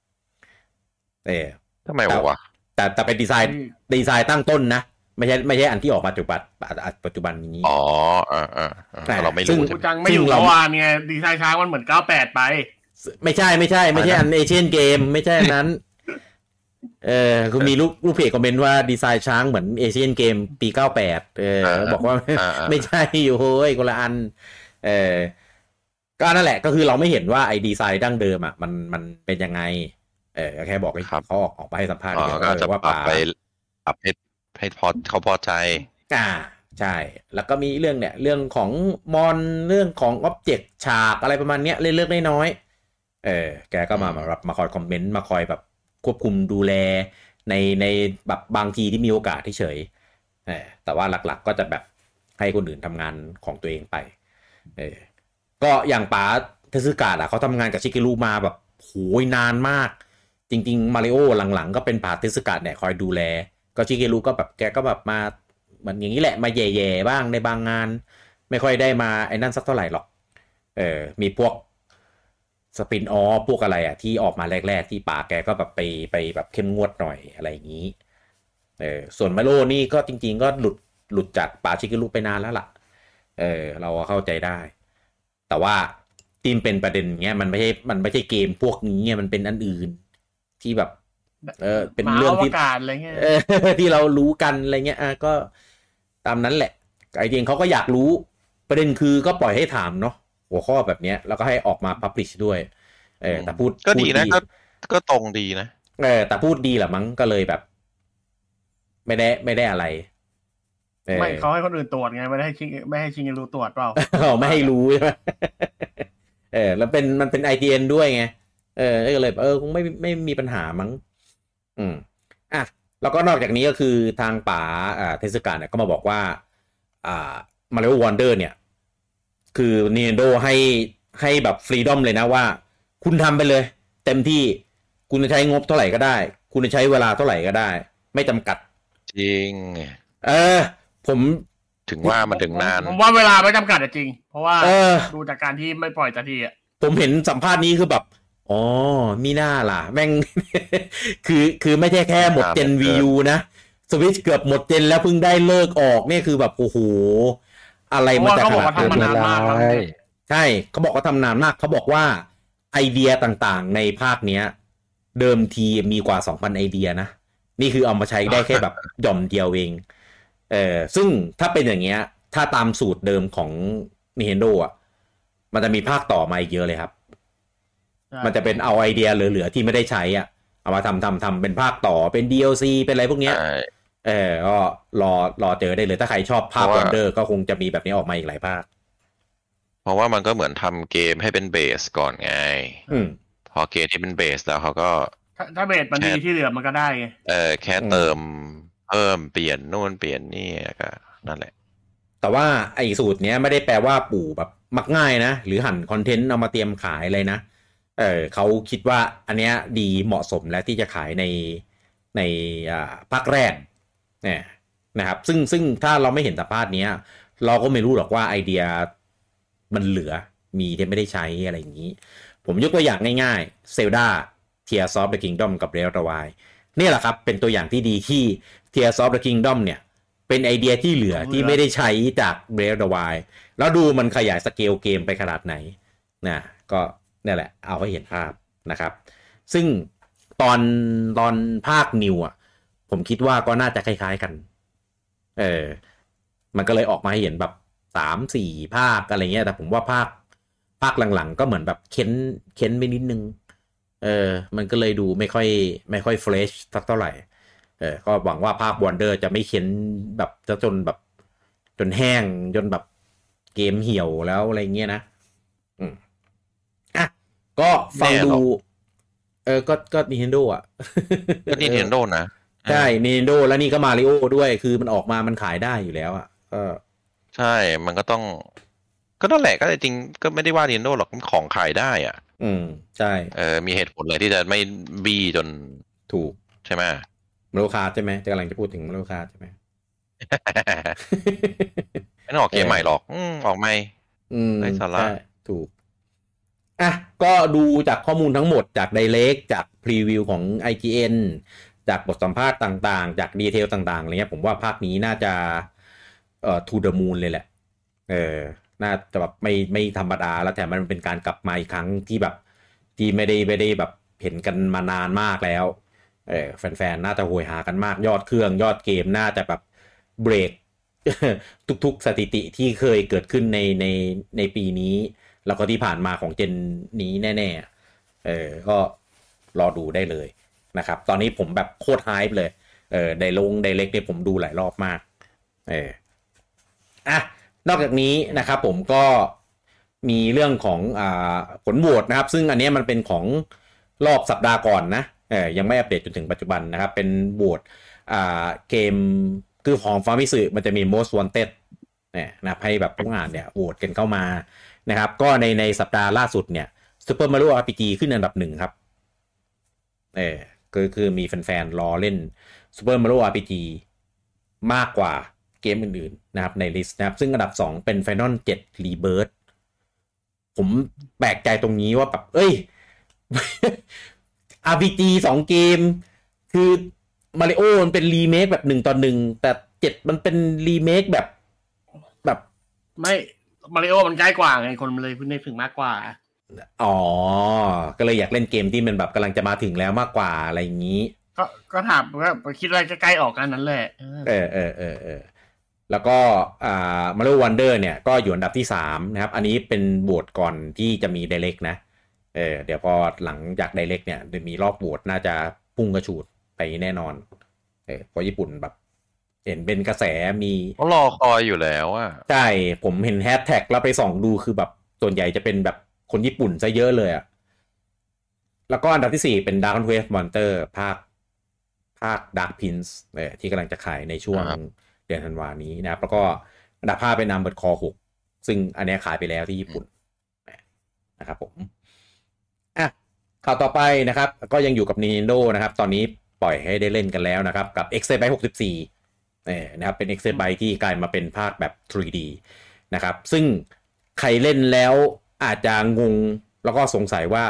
ทำไมวะแต่เป็นดีไซน์ตั้งต้นนะไม่ใช่อันที่ออกมาปัจจุบันนี้เราไม่รู้จังไม่อยู่เมื่อวานไงดีไซน์ช้างมันเหมือน98ไปไม่ใช่อันเอเชียนเกมไม่ใช่นั้นคุณมีลูกเพจคอมเมนต์ว่าดีไซน์ช้างเหมือนเอเชียนเกมปี98บอกว่าไม่ใช่อยู่เฮ้ยคนละอันก็นั่นแหละก็คือเราไม่เห็นว่าไอ้ดีไซน์ดั้งเดิมมันเป็นยังไงแค่บอกให้เขาออกไปให้สัมภาษณ์ก็จะว่าปรับให้เขาพอใจใช่แล้วก็มีเรื่องของมอนเรื่องของอ็อบเจกต์ฉากอะไรประมาณเนี้ยเล็กๆน้อยๆแกก็มาคอยคอมเมนต์มาคอยแบบควบคุมดูแลในแบบบางทีที่มีโอกาสที่เฉยแต่ว่าหลักๆก็จะแบบให้คนอื่นทำงานของตัวเองไปก็อย่างป๋าเทสึกะเขาทำงานกับชิกิรุมาแบบโหยนานมากจริงๆมาริโอหลังๆก็เป็นป๋าเทสึกะเนี่ยคอยดูแลก็ชิกิรุก็แบบแกก็แบบมาเหมือนอย่างนี้แหละมาแย่ๆบ้างในบางงานไม่ค่อยได้มาไอ้นั่นสักเท่าไหร่หรอกมีพวกสปินออฟพวกอะไรที่ออกมาแรกๆที่ป่าแกก็แบบไปแบบเข้มงวดหน่อยอะไรอย่างนี้ส่วนมาโลนี่ก็จริงๆก็หลุดจากป่าชิกิรุไปนานแล้วล่ะเราเข้าใจได้แต่ว่าทีมเป็นประเด็นเงี้ยมันไม่ใช่เกมพวกนี้มันเป็นอันอื่นที่แบบเป็นเรื่องที่อะไรเงี้ยที่เรารู้กันอะไรเงี้ยก็ตามนั้นแหละไอ้จริงเขาก็อยากรู้ประเด็นคือก็ปล่อยให้ถามเนาะหัวข้อแบบนี้แล้วก็ให้ออกมาพับลิชด้วยแต่พูดก็ดีนะก็ตรงดีนะแต่พูดดีแหละมั้งก็เลยแบบไม่ได้อะไรไม่เขาให้คนอื่นตรวจไงไม่ให้ชิงรู้ตรวจเปล่าไม่ให้รู้ใช่ไหมแล้วมันเป็น IGN ด้วยไงก็เลยคงไม่มีปัญหามั้งอ่ะแล้วก็นอกจากนี้ก็คือทางป๋าเทศกาลเนี่ยก็มาบอกว่าMario Wonder เนี่ยคือ Nintendo ให้แบบฟรีดอมเลยนะว่าคุณทำไปเลยเต็มที่คุณจะใช้งบเท่าไหร่ก็ได้คุณจะใช้เวลาเท่าไหร่ก็ได้ไม่จำกัดจริงผมถึงว่ามันถึงนานผมว่าเวลาไม่จำกัดจริงเพราะว่าดูจากการที่ไม่ปล่อยสักทีอ่ะผมเห็นสัมภาษณ์นี้คือแบบอ๋อมีหน้าล่ะแม่ง คือไม่ใช่แค่หมดเจน Wii U นะสวิตช์เกือบหมดเจนแล้วเพิ่งได้เลิกออกเนี่ยคือแบบโอ้โหอะไรมันจะขนาดนั้นใช่เขาบอกว่าทำนานมากเขาบอกว่าไอเดียต่างๆในภาคเนี้ยเดิมทีมีกว่า 2,000 ไอเดียนะนี่คือเอามาใช้ได้แค่แบบหย่อมเดียวเองซึ่งถ้าเป็นอย่างเงี้ยถ้าตามสูตรเดิมของ Nintendo อ่ะมันจะมีภาคต่อมาอีกเยอะเลยครับมันจะเป็นเอาไอเดียเหลือๆที่ไม่ได้ใช้อ่ะเอามาทำเป็นภาคต่อเป็น DLC เป็นอะไรพวกเนี้ยก็รอเจอได้เลยถ้าใครชอบภาค Wonder ก็คงจะมีแบบนี้ออกมาอีกหลายภาคเพราะว่ามันก็เหมือนทำเกมให้เป็นเบสก่อนไงพอเกมที่เป็นเบสแล้วเขาก็ถ้าเบสมันดีที่เหลือมันก็ได้ไงแค่เติมเพิ่มเปลี่ยนนู่นเปลี่ยนนี่ก็นั่นแหละแต่ว่าไอ้สูตรเนี้ยไม่ได้แปลว่าปู่แบบมักง่ายนะหรือหั่นคอนเทนต์เอามาเตรียมขายเลยนะเขาคิดว่าอันเนี้ยดีเหมาะสมแล้วที่จะขายในภาคแรกเนี่ยนะครับซึ่งถ้าเราไม่เห็นสัมภาษณ์เนี้ยเราก็ไม่รู้หรอกว่าไอเดียมันเหลือมีที่ไม่ได้ใช้อะไรอย่างนี้ผมยกตัวอย่างง่ายๆ Zelda Tears of the Kingdom กับ Breath of the Wild นี่แหละครับเป็นตัวอย่างที่ดีที่ Tears of the Kingdom เนี่ยเป็นไอเดียที่เหลือที่ไม่ได้ใช้จาก Breath of the Wild แล้วดูมันขยายสเกลเกมไปขนาดไหนนะก็นี่แหละเอาให้เห็นภาพนะครับซึ่งตอนภาคนิวอ่ะผมคิดว่าก็น่าจะคล้ายๆกันมันก็เลยออกมาให้เห็นแบบ 3-4 ภาคอะไรเงี้ยแต่ผมว่าภาคหลังๆก็เหมือนแบบเค้นไปนิดนึงมันก็เลยดูไม่ค่อยเฟรชสักเท่าไหร่ก็หวังว่าภาค Wonder จะไม่เค้นแบบจนแห้งจนแบบเกมเหี่ยวแล้วอะไรเงี้ยนะก็ฟังดูก็ Nintendo อ่ะก็ Nintendo นะใช่ Nintendo แล้วนี่ก็ Mario ด้วยคือมันออกมามันขายได้อยู่แล้วอ่ะใช่มันก็ต้องก็นั่นแหละก็จริงก็ไม่ได้ว่า Nintendo หรอกมันของขายได้อ่ะใช่มีเหตุผลเลยที่จะไม่บี้จนถูกใช่ไหม Mario Kart ใช่ไหมกำลังจะพูดถึง Mario Kart ใช่ไหมไม่ออกเกมใหม่หรอกออกใหม่ไร้สาระถูกก็ดูจากข้อมูลทั้งหมดจาก Direct จากพรีวิวของ IGN จากบทสัมภาษณ์ต่างๆจากดีเทลต่างๆอะไรเงี้ยผมว่าภาคนี้น่าจะto the moon เลยแหละน่าจะแบบไม่ธรรมดาแล้วแต่มันเป็นการกลับมาอีกครั้งที่แบบที่ไม่ได้แบบเห็นกันมานานมากแล้วแฟนๆน่าจะโหยหากันมากยอดเครื่องยอดเกมน่าจะแบบเบรก ทุกๆสถิติที่เคยเกิดขึ้นในปีนี้แล้วก็ที่ผ่านมาของเจนนี้แน่ๆก็รอดูได้เลยนะครับตอนนี้ผมแบบโคตรไฮป์เลยไดเล็กเนี่ยผมดูหลายรอบมากนอกจากนี้นะครับผมก็มีเรื่องของผลโหวตนะครับซึ่งอันนี้มันเป็นของรอบสัปดาห์ก่อนนะยังไม่อัปเดตจนถึงปัจจุบันนะครับเป็นโหวตเกมคือของฟาร์มิสึมันจะมี most wanted นะให้แบบผู้อ่านเนี่ยโหวตกันเข้ามานะครับก็ในสัปดาห์ล่าสุดเนี่ย Super Mario RPG ขึ้นอันดับ1ครับคือมีแฟนๆรอเล่น Super Mario RPG มากกว่าเกมอื่นๆนะครับในลิสต์นะครับซึ่งอันดับ2เป็น Final 7 Rebirth ผมแปลกใจตรงนี้ว่าแบบRPG 2 เกมคือ Mario มันเป็นรีเมคแบบ1:1แต่7มันเป็นรีเมคแบบไม่ Mario มันใกล้กว่าไงคนเลยพูดได้ถึงมากกว่าก็เลยอยากเล่นเกมที่มันแบบกำลังจะมาถึงแล้วมากกว่าอะไรอย่างนี้ก็ถามว่าคิดว่าจะใกล้ออกกันนั้นแหละแล้วก็Mario Wonder เนี่ยก็อยู่อันดับที่3นะครับอันนี้เป็นโหวตก่อนที่จะมี Direct นะเดี๋ยวพอหลังจาก Direct เนี่ยจะมีรอบโหวตน่าจะพุ่งกระฉูดไปแน่นอนเพราะญี่ปุ่นแบบเห็นเป็นกระแสมีรอคอยอยู่แล้วอ่ะใช่ผมเห็นแฮชแท็กแล้วไปส่องดูคือแบบส่วนใหญ่จะเป็นแบบคนญี่ปุ่นซะเยอะเลยอ่ะแล้วก็อันดับที่4เป็น Dragon Quest Monster ภาค Dark Prince ที่กำลังจะขายในช่วงเดือนธันวานี้นะครับแล้วก็อันดับ5เป็น Armored Core 6ซึ่งอันนี้ขายไปแล้วที่ญี่ปุ่นนะครับผมข่าวต่อไปนะครับก็ยังอยู่กับ Nintendo นะครับตอนนี้ปล่อยให้ได้เล่นกันแล้วนะครับกับ Excite 64นะครับเป็น Excite ที่กลายมาเป็นภาคแบบ 3D นะครับซึ่งใครเล่นแล้วอาจจะงงแล้วก็สงสัยว่า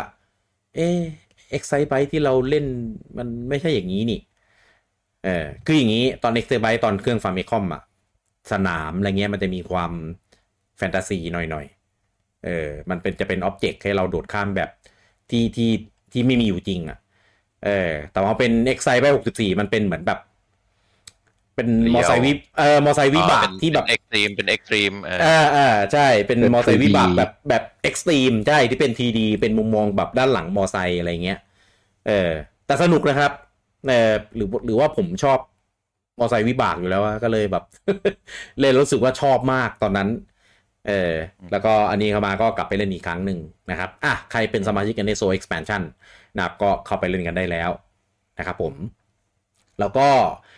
Excite ที่เราเล่นมันไม่ใช่อย่างนี้นี่คืออย่างนี้ตอน Excite ตอนเครื่อง Famicom อ่ะสนามอะไรเงี้ยมันจะมีความแฟนตาซีหน่อยๆมันเป็นจะเป็นอ็อบเจกต์ให้เราโดดข้ามแบบที่ไม่มีอยู่จริงอ่ะแต่ว่าเป็น Excite 64มันเป็นเหมือนแบบเป็นมอไซค์มอไซค์วิบากที่แบบเป็นเอ็กซ์ตรีมใช่เป็นมอไซค์วิบากแบบเอ็กซ์ตรีมใช่ที่เป็น 3D เป็นมุมมองแบบด้านหลังมอไซค์อะไรเงี้ยแต่สนุกนะครับหรือว่าผมชอบมอไซค์วิบากอยู่แล้วก็เลยแบบ เลยรู้สึกว่าชอบมากตอนนั้นแล้วก็อันนี้เข้ามาก็กลับไปเล่นอีกครั้งหนึ่งนะครับใครเป็นสมาชิกกันในโซ expansion นะครับก็เข้าไปเล่นกันได้แล้วนะครับผมแล้วก็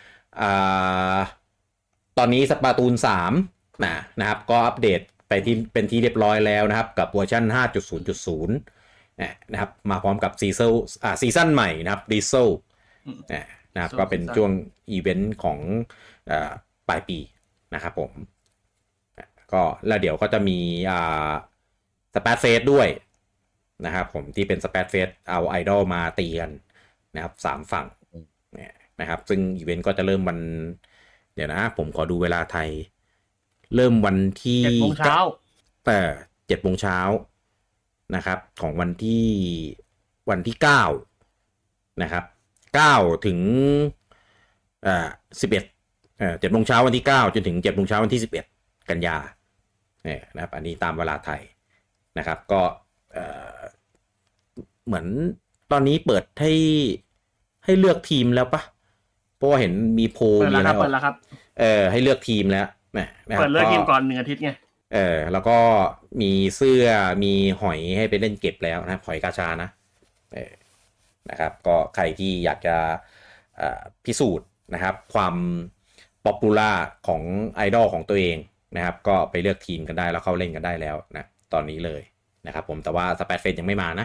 ตอนนี้สปาตูน3นะครับก็อัปเดตไปที่เป็นที่เรียบร้อยแล้วนะครับกับเวอร์ชัน 5.0.0 นะครับมาพร้อมกับซีซั่นใหม่นะครับดีเซลนะครับก็เป็นช่วงอีเวนต์ของปลายปีนะครับผมก็แล้วเดี๋ยวก็จะมีสเปซเฟสด้วยนะครับผมที่เป็นสเปซเฟสเอาไอดอลมาตีกันนะครับ3ฝั่งนะครับซึ่งอีเวนต์ก็จะเริ่มวันเดี๋ยวนะผมขอดูเวลาไทยเริ่มวันที่ 7 โมงเช้า 7 โมงเช้านะครับของวันที่9นะครับ9ถึง117 โมงเช้าวันที่9จนถึง7 โมงเช้าวันที่11กันยานะครับอันนี้ตามเวลาไทยนะครับก็เหมือนตอนนี้เปิดให้เลือกทีมแล้วปะเพราะว่าเห็นมีโพลมีแล้วเปิดแล้วครับให้เลือกทีมแล้วเปิดเลือกทีมก่อน1 อาทิตย์ไงแล้วก็มีเสื้อมีหอยให้ไปเล่นเก็บแล้วนะหอยกาชานะนะครับก็ใครที่อยากจะพิสูจน์นะครับความป๊อปปูล่าของไอดอลของตัวเองนะครับก็ไปเลือกทีมกันได้แล้วเข้าเล่นกันได้แล้วนะตอนนี้เลยนะครับผมแต่ว่าสเปซเฟสยังไม่มานะ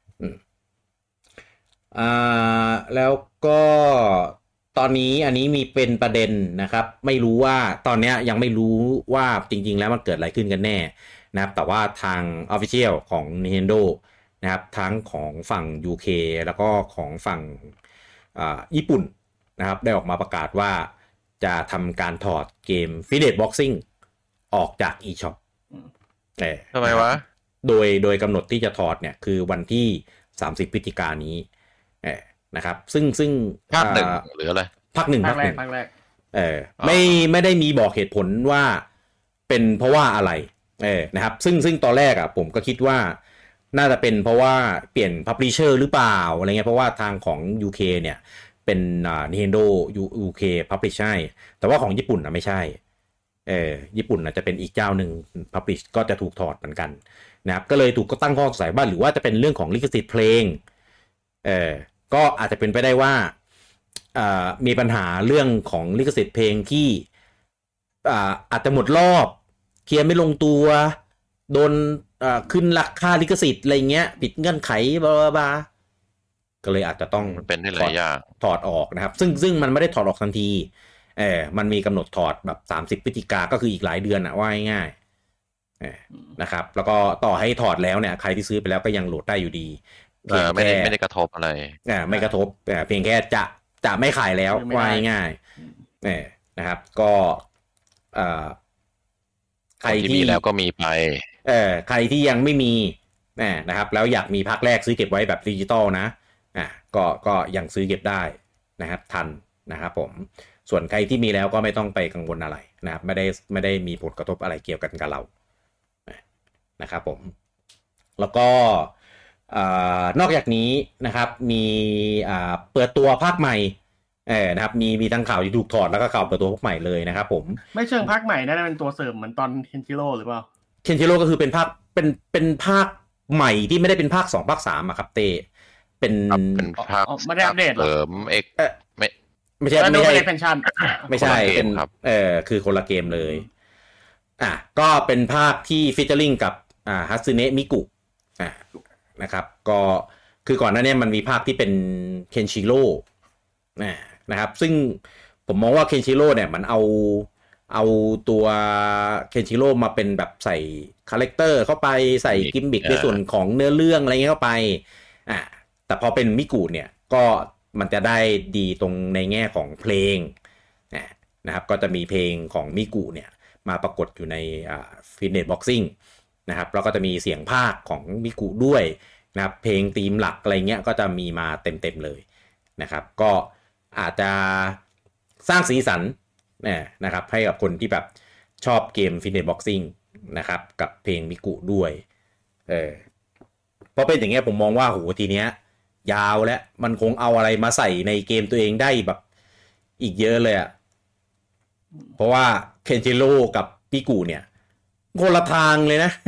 แล้วก็ตอนนี้อันนี้มีเป็นประเด็นนะครับไม่รู้ว่าตอนนี้ยังไม่รู้ว่าจริงๆแล้วมันเกิดอะไรขึ้นกันแน่นะครับแต่ว่าทาง Official ของ Nintendo นะครับทั้งของฝั่ง UK แล้วก็ของฝั่งญี่ปุ่นนะครับได้ออกมาประกาศว่าจะทำการถอดเกม Fitness Boxing ออกจาก eShop ทำไมวะโดยกำหนดที่จะถอดเนี่ยคือวันที่30 พฤศจิกายนนี้นะครับซึ่งภาค1หรืออะไรภาค1 ภาคแรกไม่ได้มีบอกเหตุผลว่าเป็นเพราะว่าอะไรนะครับซึ่งตอนแรกผมก็คิดว่าน่าจะเป็นเพราะว่าเปลี่ยน publisher หรือเปล่าอะไรเงี้ยเพราะว่าทางของ UK เนี่ยเป็นNintendo UK publish แต่ว่าของญี่ปุ่นไม่ใช่ญี่ปุ่นจะเป็นอีกเจ้าหนึ่ง publish ก็จะถูกถอดเหมือนกันนะครับก็เลยถูกก็ตั้งข้อสงสัยว่าหรือว่าจะเป็นเรื่องของลิขสิทธิ์เพลงก็อาจจะเป็นไปได้ว่ามีปัญหาเรื่องของลิขสิทธิ์เพลงที่อาจจะหมดรอบเคลียร์ไม่ลงตัวโดนขึ้นราคาลิขสิทธิ์อะไรเงี้ยผิดเงื่อนไขบลาบลาก็เลยอาจจะต้องเป็นได้หลายอย่างถอดออกนะครับซึ่งมันไม่ได้ถอดออกทันทีมันมีกำหนดถอดแบบ30 พฤศจิกาก็คืออีกหลายเดือนว่าง่ายนะครับแล้วก็ต่อให้ถอดแล้วเนี่ยใครที่ซื้อไปแล้วก็ยังโหลดได้อยู่ดีไม่ได้กระทบอะไรไม่กระทบเพียงแค่จะไม่ขายแล้วว่าง่ายนะครับก็ใครที่มีแล้วก็มีไปใครที่ยังไม่มีนะครับแล้วอยากมีภาคแรกซื้อเก็บไว้แบบดิจิตอลนะก็ยังซื้อเก็บได้นะครับทันนะครับผมส่วนใครที่มีแล้วก็ไม่ต้องไปกังวลอะไรนะครับไม่ได้มีผลกระทบอะไรเกี่ยวกันกับเรานะครับผมแล้วก็นอกจากนี้นะครับมีเปิดตัวภาคใหม่นะครับมีทั้งข่าวที่ถูกถอดแล้วก็ข่าวเปิดตัวพวกใหม่เลยนะครับผมไม่เชิงภาคใหม่น่าจะเป็นตัวเสริมเหมือนตอนเคนชิโร่หรือเปล่าเคนชิโร่ก็คือเป็นภาคเป็นภาคใหม่ที่ไม่ได้เป็นภาค2ภาค3อ่ะครับเต้เป็นภาคไม่ได้อัปเดตเสริมไม่ใช่ไม่ใช่เป็นคือคนละเกมเลยก็เป็นภาคที่ฟีเจอริ่งกับฮัตสึเนะมิกุนะครับก็คือก่อนหน้านี้มันมีภาคที่เป็นเคนชิโร่นะครับซึ่งผมมองว่าเคนชิโร่เนี่ยมันเอาตัวเคนชิโร่มาเป็นแบบใส่คาแรคเตอร์เข้าไปใส่กิมมิคในส่วนของเนื้อเรื่องอะไรเงี้ยเข้าไปแต่พอเป็นมิกุเนี่ยก็มันจะได้ดีตรงในแง่ของเพลงนะครับก็จะมีเพลงของมิกุเนี่ยมาปรากฏอยู่ในฟิตเนสบ็อกซิ่งนะครับแล้วก็จะมีเสียงภาคของมิกุด้วยนะครับเพลงธีมหลักอะไรเงี้ยก็จะมีมาเต็มเลยนะครับก็อาจจะสร้างสีสันนะครับให้กับคนที่แบบชอบเกมฟิตเนสบ็อกซิ่งนะครับกับเพลงมิกุด้วยเพราะเป็นอย่างเงี้ยผมมองว่าโหทีเนี้ยยาวแล้วมันคงเอาอะไรมาใส่ในเกมตัวเองได้แบบอีกเยอะเลยอ่ะเพราะว่าเคนจิโร่กับมิกุเนี่ยคนละทางเลยนะ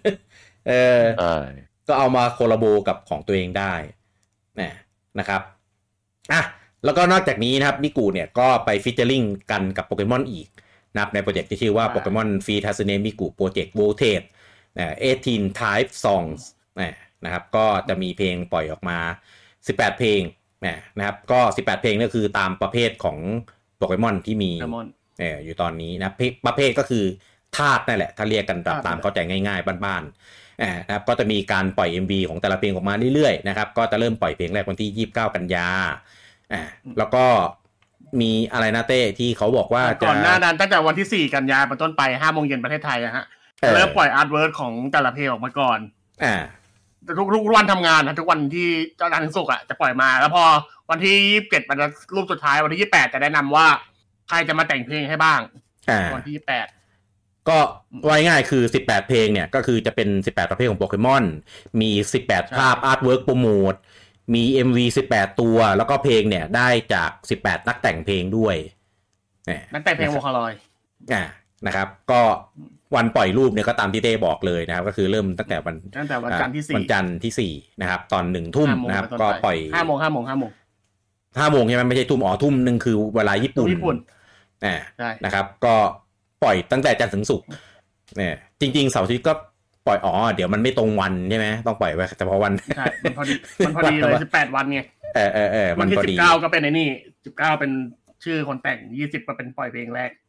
ก็เอามาโคลาโบกับของตัวเองได้นะครับแล้วก็นอกจากนี้นะครับมิกุเนี่ยก็ไปฟีเจอริ่งกันกับโปเกมอนอีกนะครับในโปรเจกต์ที่ชื่อว่าโปเกมอนฟีทัสเนมิกุโปรเจกต์โวเทส18 Type Songs นะครับก็จะมีเพลงปล่อยออกมา18เพลงนะครับก็18เพลงนี่คือตามประเภทของโปเกมอนที่มีอยู่ตอนนี้นะประเภทก็คือธาตุนั่นแหละถ้าเรียกกันตามเข้าใจง่ายๆบ้านๆนะครับก็จะมีการปล่อย MV ของแต่ละเพลงออกมาเรื่อยๆนะครับก็จะเริ่มปล่อยเพลงแรกวันที่29กันยาแล้วก็มีอะไรนะเต้ที่เขาบอกว่าก่อนหน้านั้นตั้งแต่วันที่4กันยาเป็นต้นไป 5 โมงเย็นประเทศไทยฮะเริ่มปล่อยอาร์ตเวิร์คของแต่ละเพลงออกมาก่อนทุกวันทำงานนะทุกวันที่จันทร์ถึงศุกร์จะปล่อยมาแล้วพอวันที่27มันจะรูปสุดท้ายวันที่28จะแนะนำว่าใครจะมาแต่งเพลงให้บ้างวันที่28 ก็ว่าง่ายคือ18เพลงเนี่ยก็คือจะเป็น18ประเภทของโปเกมอนมี18ภาพอาร์ตเวิร์คโปรโมทมี MV 18ตัวแล้วก็เพลงเนี่ยได้จาก18นักแต่งเพลงด้วยนักแต่งเพลงโวคาลอยนะครับก็วันปล่อยรูปเนี่ยก็ตามที่เต้บอกเลยนะครับก็คือเริ่มตั้งแต่วันจันทร์ที่4 วันจันทร์ที่4นะครับตอน 1 ทุ่มนะครับก็ปล่อย 5 โมงใช่มั้ยไม่ใช่ทุ่มทุ่มนึงคือเวลาญี่ปุ่นนะครับก็ปล่อยตั้งแต่จันทร์ถึงศุกร์จริงๆเสาร์อาทิตย์ก็ปล่อยเดี๋ยวมันไม่ตรงวันใช่ไหมต้องปล่อยไว้แต่พอวันใช่มันพอดีเลย18วันไงมันพอดี 19ก็เป็นไอ้นี่19เป็นชื่อคนแต่ง20ก็เป็นปล่อยเพลงแรก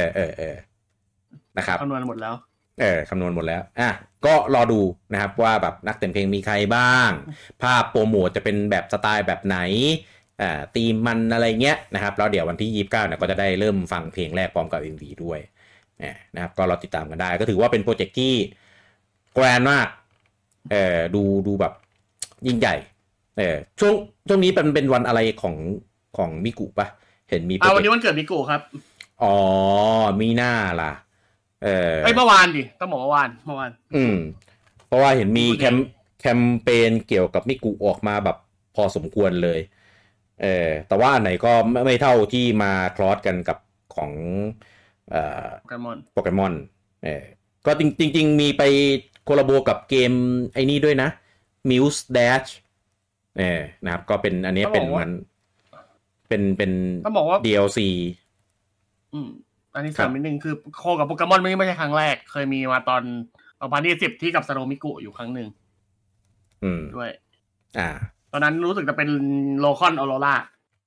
นะครับคำนวณหมดแล้วคำนวณหมดแล้วก็รอดูนะครับว่าแบบนักแต่งเพลงมีใครบ้างภาพโปรโมทจะเป็นแบบสไตล์แบบไหนธีมมันอะไรเงี้ยนะครับแล้วเดี๋ยววันที่29เนี่ยก็จะได้เริ่มฟังเพลงแรกพร้อมกับ MV ด้วยนะครับก็รอติดตามกันได้ก็ถือว่าเป็นโปรเจกต์ที่แกรนด์มากดูแบบยิ่งใหญ่ช่วงนี้เป็นวันอะไรของมิกุปะเห็นมีวันนี้วันเกิดมิกุครับมีหน้าล่ะเมื่อวานดิต้องบอกเมื่อวานเพราะว่าเห็นมีแคมเปญเกี่ยวกับมิกุออกมาแบบพอสมควรเลยแต่ว่าไหนก็ไม่เท่าที่มาคลอสกันกับของโปเกมอนก็จริงมีไปโคลาโบกับเกมไอ้นี่ด้วยนะ Muse Dash นะครับก็เป็นอันนี้เป็นมันเป็น DLC อันนี้3นิดนึงคือโคกับโปเกมอนไม่ใช่ครั้งแรกเคยมีมาตอน2010ที่กับซาโรมิกุอยู่ครั้งนึงด้วยตอนนั้นรู้สึกจะเป็นโลคอนออโรรา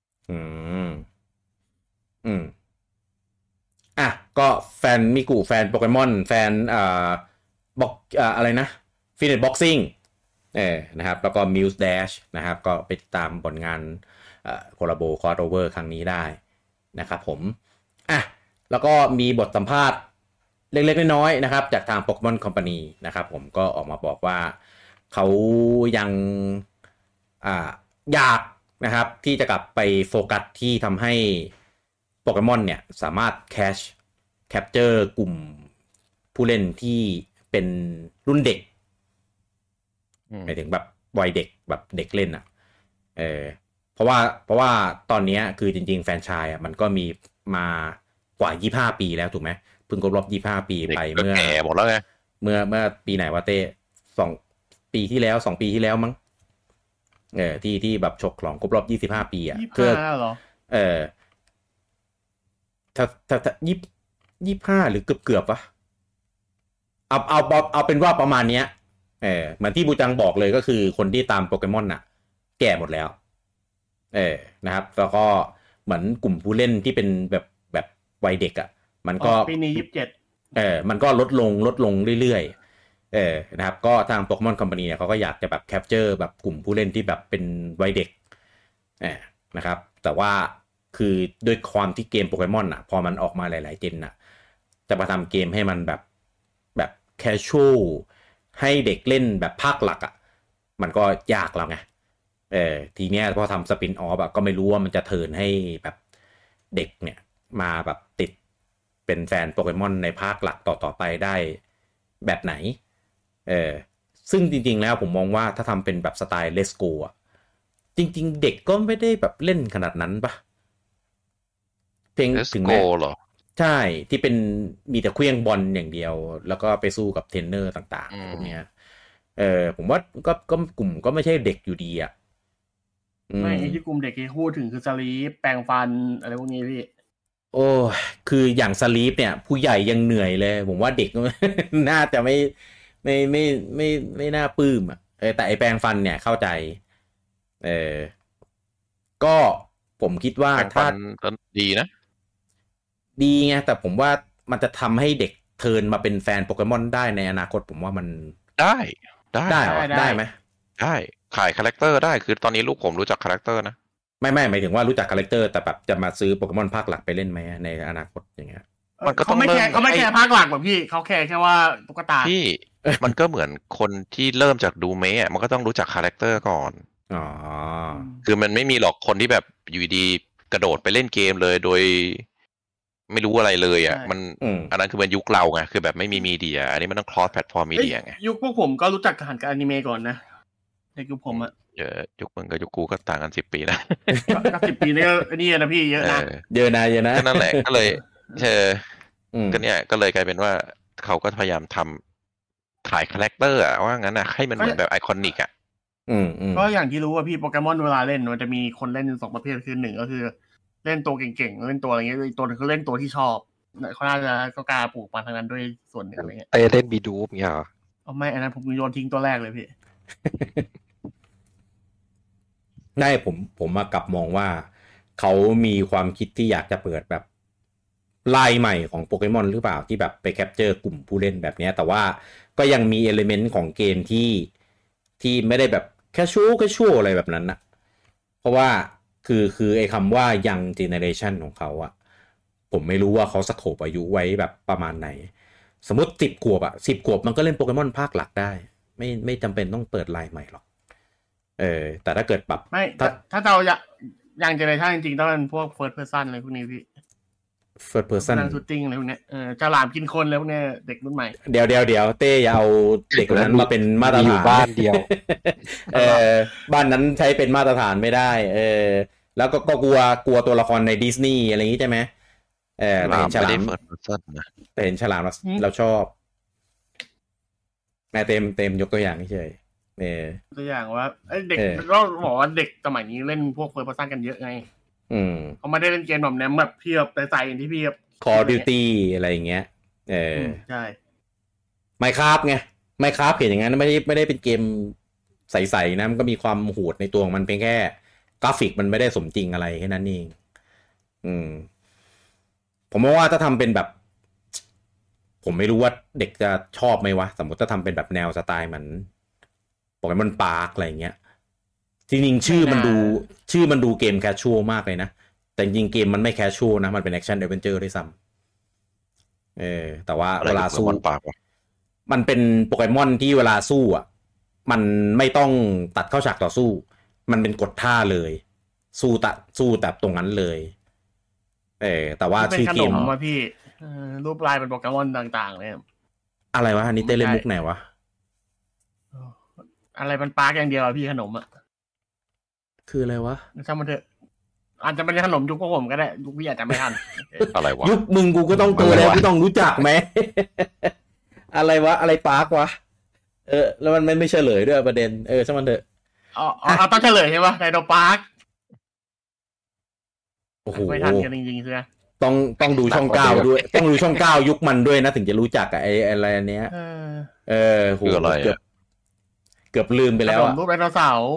ก็แฟนมิกุแฟนโปเกมอนแฟนบอกอะไรนะฟิตเนสบ็อกซิ่งนะครับแล้วก็ Muse Dash นะครับก็ไปตามผลงานโคลาโบคอร์สโอเวอร์ครั้งนี้ได้นะครับผมแล้วก็มีบทสัมภาษณ์เล็กๆน้อยๆนะครับจากทาง Pokemon Company นะครับผมก็ออกมาบอกว่าเขายังอยากนะครับที่จะกลับไปโฟกัสที่ทำให้โปเกมอนเนี่ยสามารถแคปเจอร์กลุ่มผู้เล่นที่เป็นรุ่นเด็กหมายถึงแบบวัยเด็กแบบเด็กเล่นราะว่าตอนนี้คือจริงๆแฟรนไชส์มันก็มีมากว่า25ปีแล้วถูกไหมเพิ่งครบรอบ25ปีไปเมื่อแก่หมดแล้วไงเมื่อปีไหนวะเต้2 ปีที่แล้ว2 ปีที่แล้วมั้งที่แบบฉกฉลองครบรอบ25ปีอ่ะเพื่อเหรอถ้า25หรือเกือบวะเอาเป็นว่าประมาณเนี้ยเหมือนที่บูจังบอกเลยก็คือคนที่ตามโปเกมอนน่ะแก่หมดแล้วนะครับแล้วก็เหมือนกลุ่มผู้เล่นที่เป็นแบบวัยเด็กอ่ะมันก็ปีนี้27 มันก็ลดลงเรื่อยๆนะครับก็ทางโปเกมอนคอมพานีเนี่ยเขาก็อยากจะแบบแคปเจอร์แบบกลุ่มผู้เล่นที่แบบเป็นวัยเด็กนะครับแต่ว่าคือด้วยความที่เกมโปเกมอนอ่ะพอมันออกมาหลายๆเจนน่ะจะมาทำเกมให้มันแบบแคชชวลให้เด็กเล่นแบบภาคหลักอ่ะมันก็ยากแล้วไงทีเนี้ยพอทำสปินออฟก็ไม่รู้ว่ามันจะเทิร์นให้แบบเด็กเนี่ยมาแบบติดเป็นแฟนโปเกมอนในภาคหลักต่อไปได้แบบไหนซึ่งจริงๆแล้วผมมองว่าถ้าทำเป็นแบบสไตล์เลสโกอ่ะจริงๆเด็กก็ไม่ได้แบบเล่นขนาดนั้นปะเพียงถึงแม้เหรอใช่ที่เป็นมีแต่เคลื่องบอลอย่างเดียวแล้วก็ไปสู้กับเทรนเนอร์ต่างๆพวกเนี้ยผมว่าก็กลุ่มก็ไม่ใช่เด็กอยู่ดีอ่ะไม่ที่กลุ่มเด็กที่พูดถึงคือสลีปแปรงฟันอะไรพวกนี้พี่โอ้คืออย่างสลีปเนี่ยผู้ใหญ่ยังเหนื่อยเลยผมว่าเด็กน่าจะไม่น่าปลื้มอ่ะแต่ไอแปรงฟันเนี่ยเข้าใจก็ผมคิดว่าถ้าดีนะดีไงแต่ผมว่ามันจะทำให้เด็กเทิร์นมาเป็นแฟนโปเกมอนได้ในอนาคตผมว่ามันได้ไหมได้ขายคาแรคเตอร์ได้คือตอนนี้ลูกผมรู้จักคาแรคเตอร์นะไม่หมายถึงว่ารู้จักคาแรคเตอร์แต่แบบจะมาซื้อโปเกมอนภาคหลักไปเล่นไหมในอนาคตอย่างเงี้ยมันก็ต้องเขาไม่แค่ภาคหลักแบบพี่เขาแค่ว่าตุ๊กตาพี่มันก็เหมือนคนที่เริ่มจากดูเมะมันก็ต้องรู้จักคาแรคเตอร์ก่อนคือมันไม่มีหรอกคนที่แบบอยู่ดีกระโดดไปเล่นเกมเลยโดยไม่รู้อะไรเลยอ่ะมันอันนั้นคือเป็นยุคเราไงคือแบบไม่มีมีเดียอันนี้มันต้องครอสแพลตฟอร์มมีเดียไงยุคพวกผมก็รู้จักหันกับอนิเมะก่อนนะในยุคผมอะยุคมึงกับยุคกูก็ต่างกัน10 ปีนะก็10 ปีนี่นะพี่เยอะนะก็นั่นแหละก็เลยก็เนี่ยก็เลยกลายเป็นว่าเขาก็พยายามทำถ่ายคาแรคเตอร์อะว่างั้นอะให้มันเหมือนแบบไอคอนิกอะก็อย่างที่รู้ว่าพี่โปเกมอนเวลาเล่นมันจะมีคนเล่น2ประเภทคือ1ก็คือเล่นตัวเก่งๆเล่นตัวอะไรเงี้ยอีกตัวนึงคือเล่นตัวที่ชอบเขาน่าจะก็กล้าปลูกมาทางนั้นด้วยส่วนหนึ่งอะไรเงี้ยเล่นบีดูฟเงี้ยเหรอไม่อันนั้นผมโยนทิ้งตัวแรกเลยพี่ได้ผมมากลับมองว่าเขามีความคิดที่อยากจะเปิดแบบลายใหม่ของโปเกมอนหรือเปล่าที่แบบไปแคปเจอร์กลุ่มผู้เล่นแบบนี้แต่ว่าก็ยังมีเอลิเมนต์ของเกมที่ไม่ได้แบบแค่ชั่วอะไรแบบนั้นนะเพราะว่าคือไอ้คำว่า young generation ของเขาอะผมไม่รู้ว่าเขาสโคปอายุไว้แบบประมาณไหนสมมติ10 ขวบอะ10 ขวบมันก็เล่นโปเกมอนภาคหลักได้ไม่จำเป็นต้องเปิดลายใหม่หรอกแต่ถ้าเกิดปรับไม่ถ้าเราอย่างเจเนอเรชั่นจริงๆต้องเป็นพวก first person อะไรพวกนี้พี่ first person ชูตติ้งอะไรพวกนี้ฉลามกินคนแล้วพวกนี้เด็กรุ่นใหม่เดี๋ยวเต้อย่าเอาเด็กนั้นมาเป็นมาตรฐานอยู่บ้านเดียวบ้านนั้นใช้เป็นมาตรฐานไม่ได้แล้วก็กลัวตัวละครในดิสนีย์อะไรอย่างนี้ใช่ไหมแต่เห็นฉลามแต่เห็นฉลามเราชอบแม่เต็มยกตัวอย่างเฉยตัวอย่างว่าเด็กก็บอกว่าเด็กสมัยนี้เล่นพวกเฟิร์สเพอร์ซันกันเยอะไงเขาไม่ได้เล่นเกมแบบนั้นแบบพี่แบบใส่ๆที่พี่แบบ Call of Duty อะไรอย่างเงี้ยใช่ Minecraft ไง Minecraft เห็นอย่างนั้นไม่ได้เป็นเกมใสๆนะมันก็มีความโหดในตัวของมันเพียงแค่กราฟิกมันไม่ได้สมจริงอะไรแค่นั้นเองผมว่าถ้าทำเป็นแบบผมไม่รู้ว่าเด็กจะชอบไหมวะสมมติถ้าทำเป็นแบบแนวสไตล์เหมือนโปเกมอนปาร์คอะไรเงี้ยจริงๆชื่อมันดูเกมแคชชวลมากเลยนะแต่จริงเกมมันไม่แคชชวลนะมันเป็นแอคชั่นแอดเวนเจอร์ด้วยซ้ำแต่ว่าเวลาสู้มันเป็นโปเกมอนที่เวลาสู้อ่ะมันไม่ต้องตัดเข้าฉากต่อสู้มันเป็นกดท่าเลยสู้แต่ตรงนั้นเลยแต่ว่าชื่อเกมว่าพี่รูปลายเป็นโปเกมอนต่างๆเลยอะไรวะอันนี้เต้เล่นมุกไหนวะอะไรมันปาร์กอย่างเดียวอะพี่ขนมอะคืออะไรวะช่างมันเถอะอาจจะไม่ได้ขนมยุคพวกผมก็ได้ยุคพี่อาจจะไม่ทันอะไรวะยุคมึงกูก็ต้องตัวแล้วกูต้องรู้จักไหม อะไรวะอะไรปาร์ควะแล้วมันไม่เฉลยด้วยประเด็นช่างมันเถอะเอาต้องเฉลยใช่ปะไดโนปาร์คโอ้โหไม่ทันกันจริงๆใช่ไหมต้องดูช่อง9ด้วยต้องดูช่อง9ยุคมันด้วยนะถึงจะรู้จักไอ้อะไรเนี้ยโหเกือบลืมไปแล้วอ่ะรูปไดโนเสาร์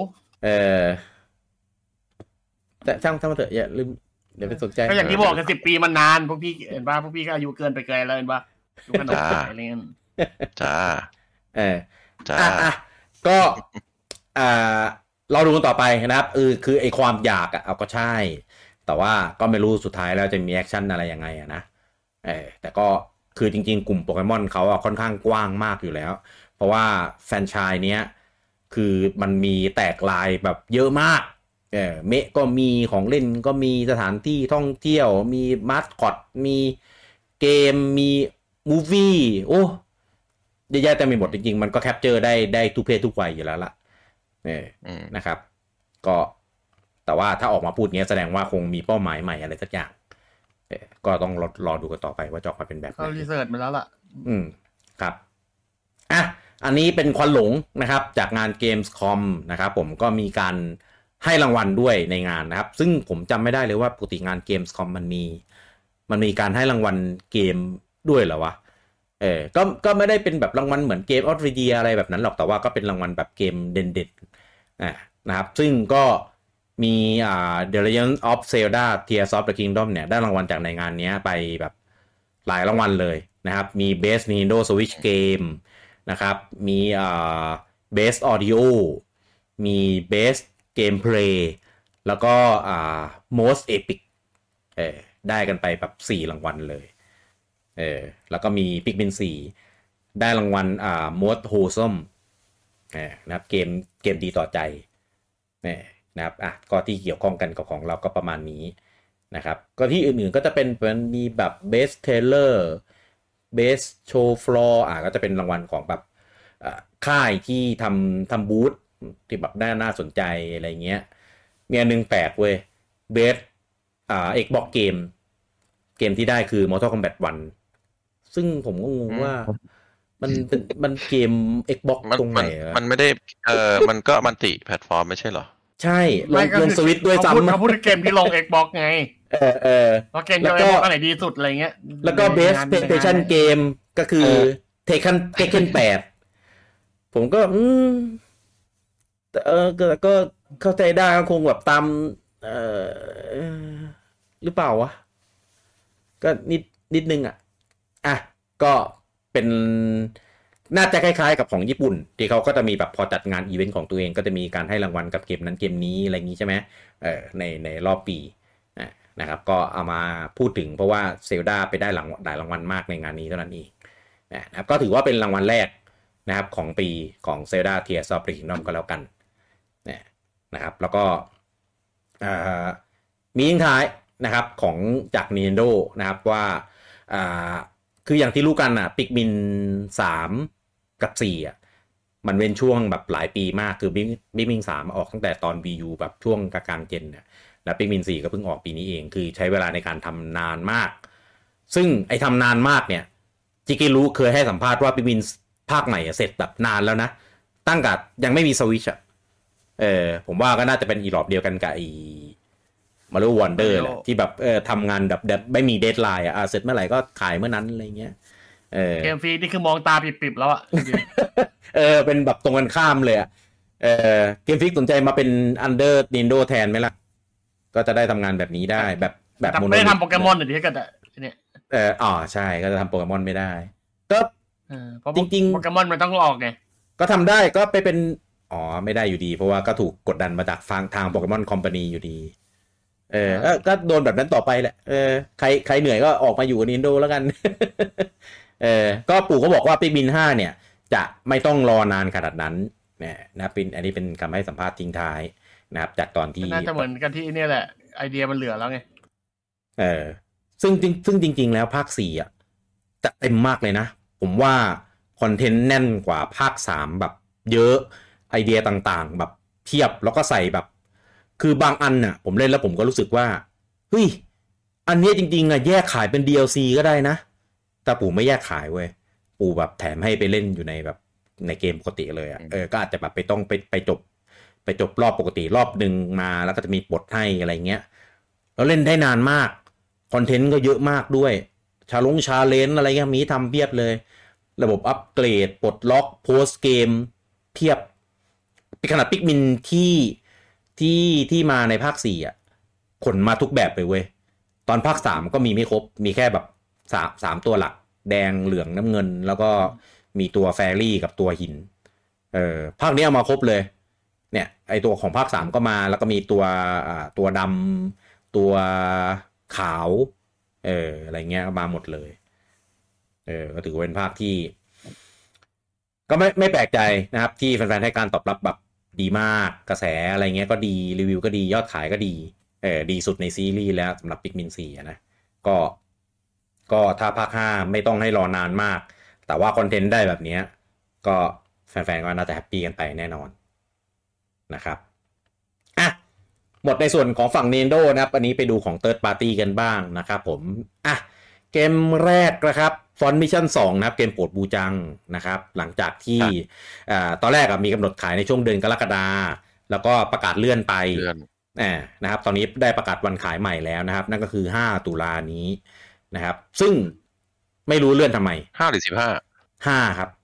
แต่ช่างมันเถอะอย่าลืมเดี๋ยวไปสนใจก็อย่างที่บอกกัน10 ปีมันนานพวกพี่เห็นป่ะพวกพี่ก็อายุเกินไปไกลแล้วเห็นป่ะยุคขนมอะไรเงี้ยจ้าจ้าก็เราดูกันต่อไปนะครับคือไอ้ความอยากเอาก็ใช่แต่ว่าก็ไม่รู้สุดท้ายแล้วจะมีแอคชั่นอะไรยังไงนะแต่ก็คือจริงๆกลุ่มโปเกมอนเขาค่อนข้างกว้างมากอยู่แล้วเพราะว่าแฟรนไชส์เนี้ยคือมันมีแตกลายแบบเยอะมากเมะก็มีของเล่นก็มีสถานที่ท่องเที่ยวมีมาสคอตมีเกมมีมูฟวี่โอ้เยอะแยะแต่มีหมดจริงๆมันก็แคปเจอร์ได้ทุกเพศทุกวัยอยู่แล้วล่ะนะครับก็แต่ว่าถ้าออกมาพูดเงี้ยแสดงว่าคงมีเป้าหมายใหม่อะไรสักอย่างก็ต้องรอดูกันต่อไปว่าจะออกมาเป็นแบบไหนก็รีเสิร์ชมาแล้วล่ะครับอันนี้เป็นควันหลงนะครับจากงาน Gamescom นะครับผมก็มีการให้รางวัลด้วยในงานนะครับซึ่งผมจำไม่ได้เลยว่าปกติงาน Gamescom มันมีการให้รางวัลเกมด้วยเหรอวะก็ไม่ได้เป็นแบบรางวัลเหมือนเกมออฟเดียอะไรแบบนั้นหรอกแต่ว่าก็เป็นรางวัลแบบเกมเด่นๆนะครับซึ่งก็มีThe Legend of Zelda Tears of the Kingdom เนี่ยได้รางวัลจากในงานนี้ไปแบบหลายรางวัลเลยนะครับมี Best Nintendo Switch Game นะครับมีBest Audio มี Best Gameplay แล้วก็Most Epic ได้กันไปแบบ4รางวัลเลยแล้วก็มี Pikmin 4ได้รางวัลMost Wholesome นะครับเกมดีต่อใจนะครับก็ที่เกี่ยวข้องกันกับของเราก็ประมาณนี้นะครับก็ที่อื่นๆก็จะเป็นมีแบบ Best Trailer Best Show Floor ก็จะเป็นรางวัลของแบบค่ายที่ทำบูธที่แบบน่าสนใจอะไรเงี้ยมีอันนึงแปลกเว้ย Best Xbox Game เกมที่ได้คือ Mortal Kombat 1ซึ่งผมก็งงว่ามันเกม Xbox ตรงไหนมันไม่ได้มันก็มัลติแพลตฟอร์มไม่ใช่เหรอใช่ลงสวิตช์ด้วยซ้ำเขาพูดเกมที่ลง Xbox ไงเพราะเกมที่ Xbox อันไหนดีสุดอะไรเงี้ยแล้วก็ Best PlayStation Game ก็คือ Tekken 8ผมก็ก็เข้าใจได้ก็คงแบบตามหรือเปล่าวะก็นิดนึงก็เป็นน่าจะคล้ายๆกับของญี่ปุ่นที่เขาก็จะมีแบบพอจัดงานอีเวนต์ของตัวเองก็จะมีการให้รางวัลกับเกมนั้นเกมนี้อะไรอย่างนี้ใช่ไหมในรอบปีนะครับก็เอามาพูดถึงเพราะว่าเซลดาไปได้หลายรางวัลมากในงานนี้เท่านั้นเองนะครับก็ถือว่าเป็นรางวัลแรกนะครับของปีของ Zelda Tears of the Kingdom ก็แล้วกันนะครับแล้วก็มีทิ้งท้ายนะครับของจาก Nintendo นะครับว่าคืออย่างที่รู้กันPikmin 3 กับ 4มันเว้นช่วงแบบหลายปีมากคือ Pikmin 3 ออกตั้งแต่ตอน Wii U แบบช่วงกลางเจนแล้ว Pikmin 4 ก็เพิ่งออกปีนี้เองคือใช้เวลาในการทำนานมากซึ่งไอ้ทำนานมากเนี่ยจิกิรุเคยให้สัมภาษณ์ว่า Pikmin ภาคใหม่เสร็จแบบนานแล้วนะตั้งแต่ยังไม่มีสวิตช์ผมว่าก็น่าจะเป็นอีหลอบเดียวกันกับMario Wonder แหละที่แบบทำงานแบบไม่มีเดดไลน์เสร็จเมื่อไหร่ก็ขายเมื่อนั้นอะไรเงี้ยเกมฟรีนี่คือมองตาปิบๆแล้วเป็นแบบตรงกันข้ามเลยเกมฟรีสนใจมาเป็น Under Nintendo แทนไหมล่ะก็จะได้ทำงานแบบนี้ได้แบบไม่ได้ทำโปเกมอนอย่างที่กันเนี่ยใช่ก็จะทำโปเกมอนไม่ได้ก็จริงๆโปเกมอนมันต้องออกไงก็ทำได้ก็ไปเป็นไม่ได้อยู่ดีเพราะว่าก็ถูกกดดันมาจากทางโปเกมอนคอมพานีอยู่ดีก็โดนแบบนั้นต่อไปแหละใครเหนื่อยก็ออกมาอยู่กับ Nintendo แล้วกันก็ปู่ก็บอกว่าPikmin 5เนี่ยจะไม่ต้องรอนานขนาดนั้นนะเป็นอันนี้เป็นคำให้สัมภาษณ์ทิ้งท้ายนะครับจากตอนที่น่าจะเหมือนกันที่นี่แหละไอเดียมันเหลือแล้วไงซึ่งจริงๆแล้วภาค4จะเต็มมากเลยนะผมว่าคอนเทนต์แน่นกว่าภาค3แบบเยอะไอเดียต่างๆแบบเทียบแล้วก็ใส่แบบคือบางอันน่ะผมเล่นแล้วผมก็รู้สึกว่าเฮ้ยอันนี้จริงๆอ่ะแยกขายเป็น DLC ก็ได้นะแต่ปู่ไม่แยกขายเว้ยปู่แบบแถมให้ไปเล่นอยู่ในแบบในเกมปกติเลยอ่ะก็อาจจะแบบไปจบรอบปกติรอบนึงมาแล้วก็จะมีบทให้อะไรเงี้ยแล้วเล่นได้นานมากคอนเทนต์ก็เยอะมากด้วยชาเลนจ์อะไรเงี้ยมีทำเพียบเลยระบบอัปเกรดปลดล็อกโพสเกมเพียบขนาดปิกมินที่มาในภาค4อ่ะขนมาทุกแบบเลยเว้ยตอนภาค3ก็มีไม่ครบมีแค่แบบ3ตัวหลักแดงเหลืองน้ำเงินแล้วก็มีตัวแฟรี่กับตัวหินภาคนี้เอามาครบเลยเนี่ยไอตัวของภาค3ก็มาแล้วก็มีตัวดำตัวขาวอะไรเงี้ยมาหมดเลยก็ถือว่าเป็นภาคที่ก็ไม่แปลกใจนะครับที่แฟนๆให้การตอบรับแบบดีมากกระแสอะไรเงี้ยก็ดีรีวิวก็ดียอดขายก็ดีดีสุดในซีรีส์แล้วสำหรับปิกมิน4นะก็ถ้าภาค5ไม่ต้องให้รอนานมากแต่ว่าคอนเทนต์ได้แบบนี้ก็แฟนๆก็น่าจะแฮปปี้กันไปแน่นอนนะครับอ่ะหมดในส่วนของฝั่ง Nintendo นะครับอันนี้ไปดูของ Third Party กันบ้างนะครับผมอ่ะเกมแรกนะครับFront Mission 2นะครับเกมโปรดบูจังนะครับหลังจากที่ตอนแรกมีกำหนดขายในช่วงเดือนกรกฎาคมแล้วก็ประกาศเลื่อนไปนะครับตอนนี้ได้ประกาศวันขายใหม่แล้วนะครับนั่นก็คือ5ตุลานี้นะครับซึ่งไม่รู้เลื่อนทำไม 5หรือ 5ครับ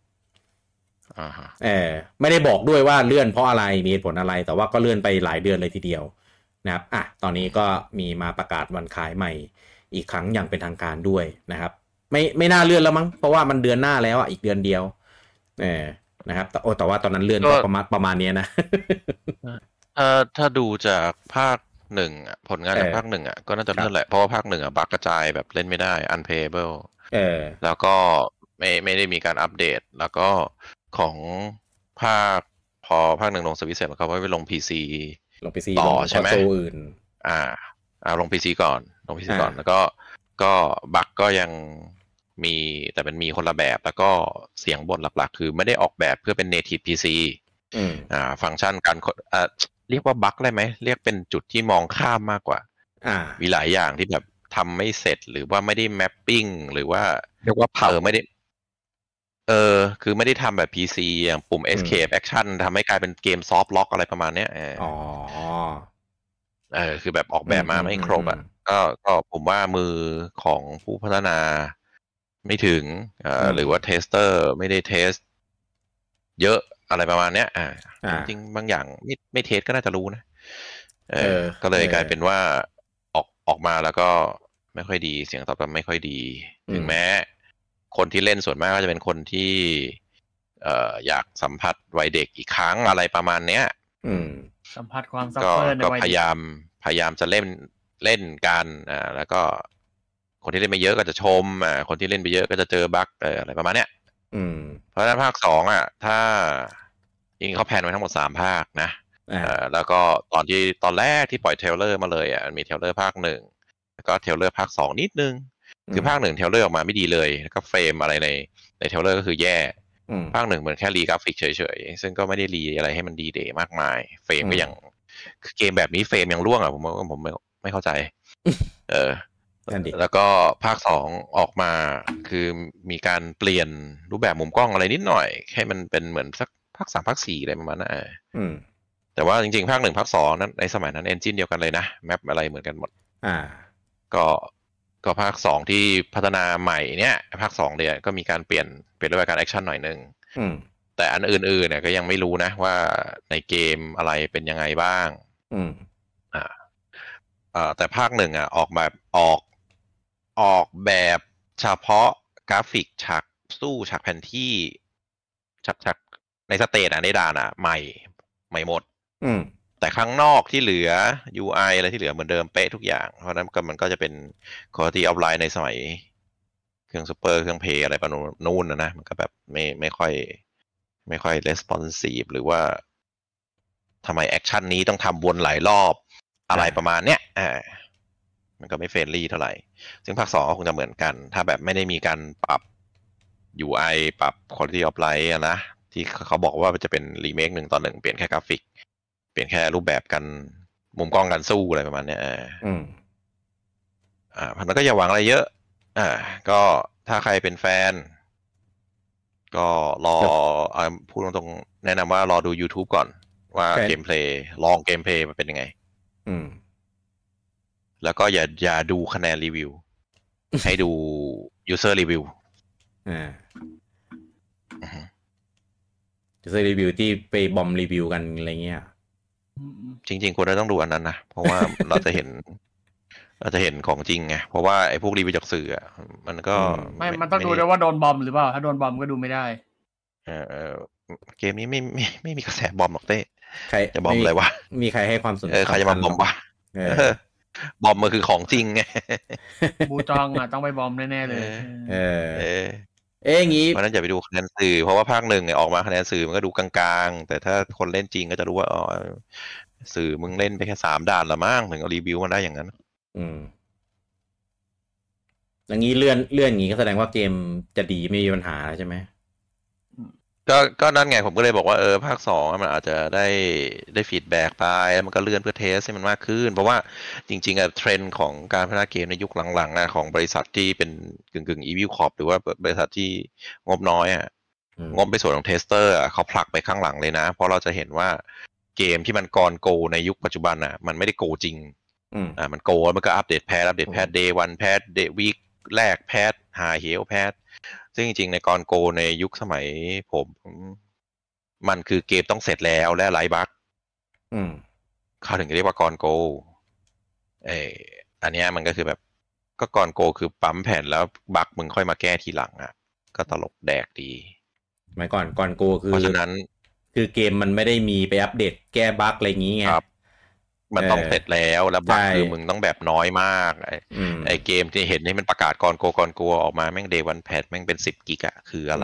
ไม่ได้บอกด้วยว่าเลื่อนเพราะอะไรมีเหตุผลอะไรแต่ว่าก็เลื่อนไปหลายเดือนเลยทีเดียวนะครับตอนนี้ก็มีมาประกาศวันขายใหม่อีกครั้งอย่างเป็นทางการด้วยนะครับไม่น่าเลื่อนแล้วมั้งเพราะว่ามันเดือนหน้าแล้วอีกเดือนเดียวนะครับแต่ว่าตอนนั้นเลื่อนก็ประมาณนี้นะถ้าดูจากภาค1ผลงานจากภาค1ก็น่าจะเลื่อนแหละเพราะว่าภาค1บั๊กกระจายแบบเล่นไม่ได้ unplayable แล้วก็ไม่ได้มีการอัปเดตแล้วก็ของพอภาค1ลงสวิตช์เสร็จแล้วก็ไปลง PC ต่อใช่ไหมอื่นลง PC ก่อนแล้วก็บั๊กก็ยังมีแต่เป็นมีคนละแบบแล้วก็เสียงบนหลักๆคือไม่ได้ออกแบบเพื่อเป็น native PC ฟังก์ชันการเรียกว่าบั๊กได้ไหมเรียกเป็นจุดที่มองข้ามมากกว่ามีหลายอย่างที่แบบทำไม่เสร็จหรือว่าไม่ได้แมปปิ้งหรือว่าเรียกว่าไม่ได้คือไม่ได้ทำแบบ PC อย่างปุ่ม Escape Action ทำให้กลายเป็นเกมซอฟต์ล็อกอะไรประมาณเนี้ยคือแบบออกแบบมาไม่ครบก็ผมว่ามือของผู้พัฒนาไม่ถึงหรือว่าเทสเตอร์ไม่ได้เทสเยอะอะไรประมาณเนี้ยจริงๆบางอย่างไม่เทสก็น่าจะรู้นะก็เลยกลายเป็นว่าออกมาแล้วก็ไม่ค่อยดีเสียงตอบรับไม่ค่อยดีถึงแม้คนที่เล่นส่วนมากก็จะเป็นคนที่อยากสัมผัสวัยเด็กอีกครั้งอะไรประมาณเนี้ยสัมผัสความซัฟเฟอร์ในวัยเด็กก็พยายามจะเล่นกันแล้วก็คนที่เล่นไม่เยอะก็จะชมคนที่เล่นไปเยอะก็จะเจอบั๊กอะไรประมาณเนี้ยเพราะฉะนั้นภาค2ถ้าจริงเขาแพลนไว้ทั้งหมด3ภาคนะแล้วก็ตอนแรกที่ปล่อยเทรลเลอร์มาเลยมีเทรลเลอร์ภาค1แล้วก็เทรลเลอร์ภาค2นิดนึงคือภาค1เทรลเลอร์ออกมาไม่ดีเลยแล้วก็เฟรมอะไรในเทรลเลอร์ก็คือแย่ภาค1เหมือนแค่รีกราฟิกเฉยๆซึ่งก็ไม่ได้รีอะไรให้มันดีเดย์มากมายเฟรมก็ยังคือเกมแบบนี้เฟรมยังร่วงผมไม่เข้าใจแล้วก็ภาค2ออกมาคือมีการเปลี่ยนรูปแบบมุมกล้องอะไรนิดหน่อยให้มันเป็นเหมือนสักภาค3ภาค4อะไรประมาณนั้นแต่ว่าจริงๆภาค1ภาค2นั้นในสมัยนั้นเอนจินเดียวกันเลยนะแมปอะไรเหมือนกันหมดก็ภาค2ที่พัฒนาใหม่เนี่ยภาค2เนี่ยก็มีการเปลี่ยนรูปแบบการแอคชั่นหน่อยนึงแต่อันอื่นๆเนี่ยก็ยังไม่รู้นะว่าในเกมอะไรเป็นยังไงบ้างแต่ภาค1ออกแบบเฉพาะกราฟิกฉากสู้ฉากแผนที่ฉากในสเตจในด่านใหม่หมดแต่ข้างนอกที่เหลือ UI อะไรที่เหลือเหมือนเดิมเป๊ะทุกอย่างเพราะนั้นมันก็จะเป็น quality of life ในสมัยเครื่องซูเปอร์เครื่องเพย์อะไรประมาณนู้นนะมันก็แบบไม่ค่อย responsive หรือว่าทำไมแอคชั่นนี้ต้องทำวนหลายรอบอะไรประมาณเนี้ยมันก็ไม่เฟรนลี่เท่าไหร่ซึ่งภาค2ก็คงจะเหมือนกันถ้าแบบไม่ได้มีการปรับ UI ปรับ quality of life นะที่เขาบอกว่าจะเป็นรีเมค1:1เปลี่ยนแค่กราฟิกเปลี่ยนแค่รูปแบบการมุมกล้องการสู้อะไรประมาณเนี้ยมันก็อย่าหวังอะไรเยอะก็ถ้าใครเป็นแฟนก็รอพูดตรงๆแนะนำว่ารอดู YouTube ก่อนว่าเกมเพลย์ลองเกมเพลย์มันเป็นยังไงแล้วก็อย่าดูคะแนนรีวิว ให้ดู user review user review ที่ไปบอมรีวิวกันอะไรเงี้ยจริงๆควรจะต้องดูอันนั้นนะเพราะว่าเราจะเห็นของจริงไงเพราะว่าไอ้พวกรีวิวจากสื่อมันก็มันต้องดูด้วยว่าโดนบอมหรือเปล่าถ้าโดนบอมก็ดูไม่ได้เกมนี้ไม่มีกระแสบอมหรอกเต้ใครจะบอมอะไรวะมีใครให้ความสนใจใครจะมาบอมวะบอมมันคือของจริงไงบูจองต้องไปบอมแน่ๆเลยงี้เพราะนั้นอย่าไปดูคะแนนสื่อเพราะว่าภาค 1เนี่ยออกมาคะแนนสื่อมันก็ดูกลางๆแต่ถ้าคนเล่นจริงก็จะรู้ว่าสื่อมึงเล่นไปแค่3ด่านละมั้งถึงรีวิวมันได้อย่างนั้นอย่างนี้เลื่อนอย่างนี้ก็แสดงว่าเกมจะดีไม่มีปัญหาใช่ไหมก็นั่นไงผมก็เลยบอกว่าภาค2มันอาจจะได้ฟีดแบ็กไปแล้วมันก็เลื่อนเพื่อเทสให้มันมากขึ้นเพราะว่าจริงๆเทรนด์ของการพัฒนาเกมในยุคหลังๆของบริษัทที่เป็นกึ่ง Evil Corp หรือว่าบริษัทที่งบน้อยงบไปส่วนของเทสเตอร์เขาผลักไปข้างหลังเลยนะเพราะเราจะเห็นว่าเกมที่มันกรโกในยุคปัจจุบันมันไม่ได้โกจริงมันโกมันก็อัปเดตแพทเดย์วันแพทเดย์วีคแรกแพทหาเฮลแพทซึ่งจริงๆในกรโกในยุคสมัยผมมันคือเกมต้องเสร็จแล้วและไร้บั๊กเขาถึงเรียกว่ากรโกอันนี้มันก็คือแบบก็กรโกคือปั๊มแผ่นแล้วบั๊กมึงค่อยมาแก้ทีหลังก็ตลกแดกดีหมายก่อนกรโกคือเพราะฉะนั้นคือเกมมันไม่ได้มีไปอัปเดตแก้บั๊กอะไรอย่างงี้ไงมันต้องเสร็จแล้วบั๊กคือมึงต้องแบบน้อยมากไอเกมที่เห็นนี่มันประกาศกรโกออกมาแม่งเดย์วันแพทแม่งเป็น10 กิกะคืออะไร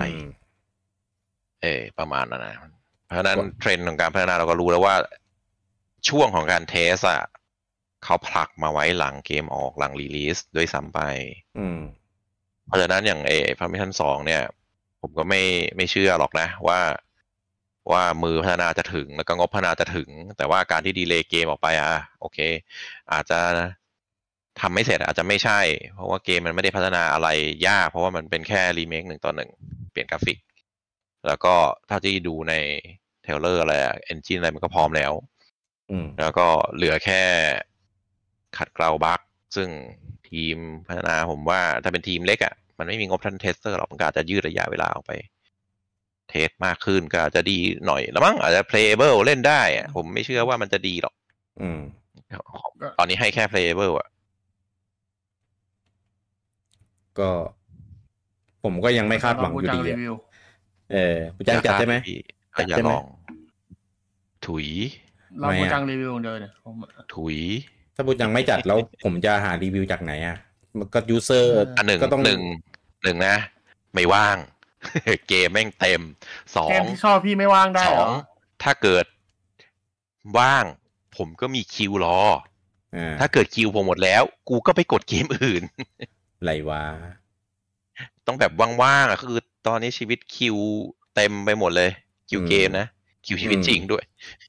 ประมาณนั้นนะเพราะนั้นเทรนด์ของการพัฒนาเราก็รู้แล้วว่าช่วงของการเทสเขาผลักมาไว้หลังเกมออกหลังรีลีสด้วยซ้ำไปเพราะฉะนั้นอย่างPermission 2เนี่ยผมก็ไม่เชื่อหรอกนะว่ามือพัฒนาจะถึงแล้วก็งบพัฒนาจะถึงแต่ว่าการที่ดีเลย์เกมออกไปโอเคอาจจะทำไม่เสร็จอาจจะไม่ใช่เพราะว่าเกมมันไม่ได้พัฒนาอะไรยากเพราะว่ามันเป็นแค่รีเมค1:1เปลี่ยนกราฟิกแล้วก็ถ้าที่ดูในเทเลอร์อะไรเอนจินอะไรมันก็พร้อมแล้วแล้วก็เหลือแค่ขัดเกลาบั๊กซึ่งทีมพัฒนาผมว่าถ้าเป็นทีมเล็กมันไม่มีงบทันเทสเตอร์หรอกมันก็อาจจะยืดระยะเวลาออกไปเทสมากขึ้นก็อาจจะดีหน่อยแล้วมั้งอาจจะ playable เล่นได้ผมไม่เชื่อว่ามันจะดีหรอกตอนนี้ให้แค่ playable ก็ผมก็ยังไม่คาดหวังอยู่ดีปูจังจัดได้ไหมอย่าลองถุยเราปูจังรีวิวเดินถุยถ้าปูจังไม่จัดแล้วผมจะหารีวิวจากไหนมันก็ยูเซอร์ก็ต้องหนึ่งนะไม่ว่างเกมแม่งเต็ม2 เกมที่ชอบพี่ไม่ว่างได้หรอถ้าเกิดว่างผมก็มีคิวรอถ้าเกิดคิวผมหมดแล้วกูก็ไปกดเกมอื่นไรวะต้องแบบว่างๆคือตอนนี้ชีวิตคิวเต็มไปหมดเลยคิวเกมนะคิวชีวิตจริงด้วย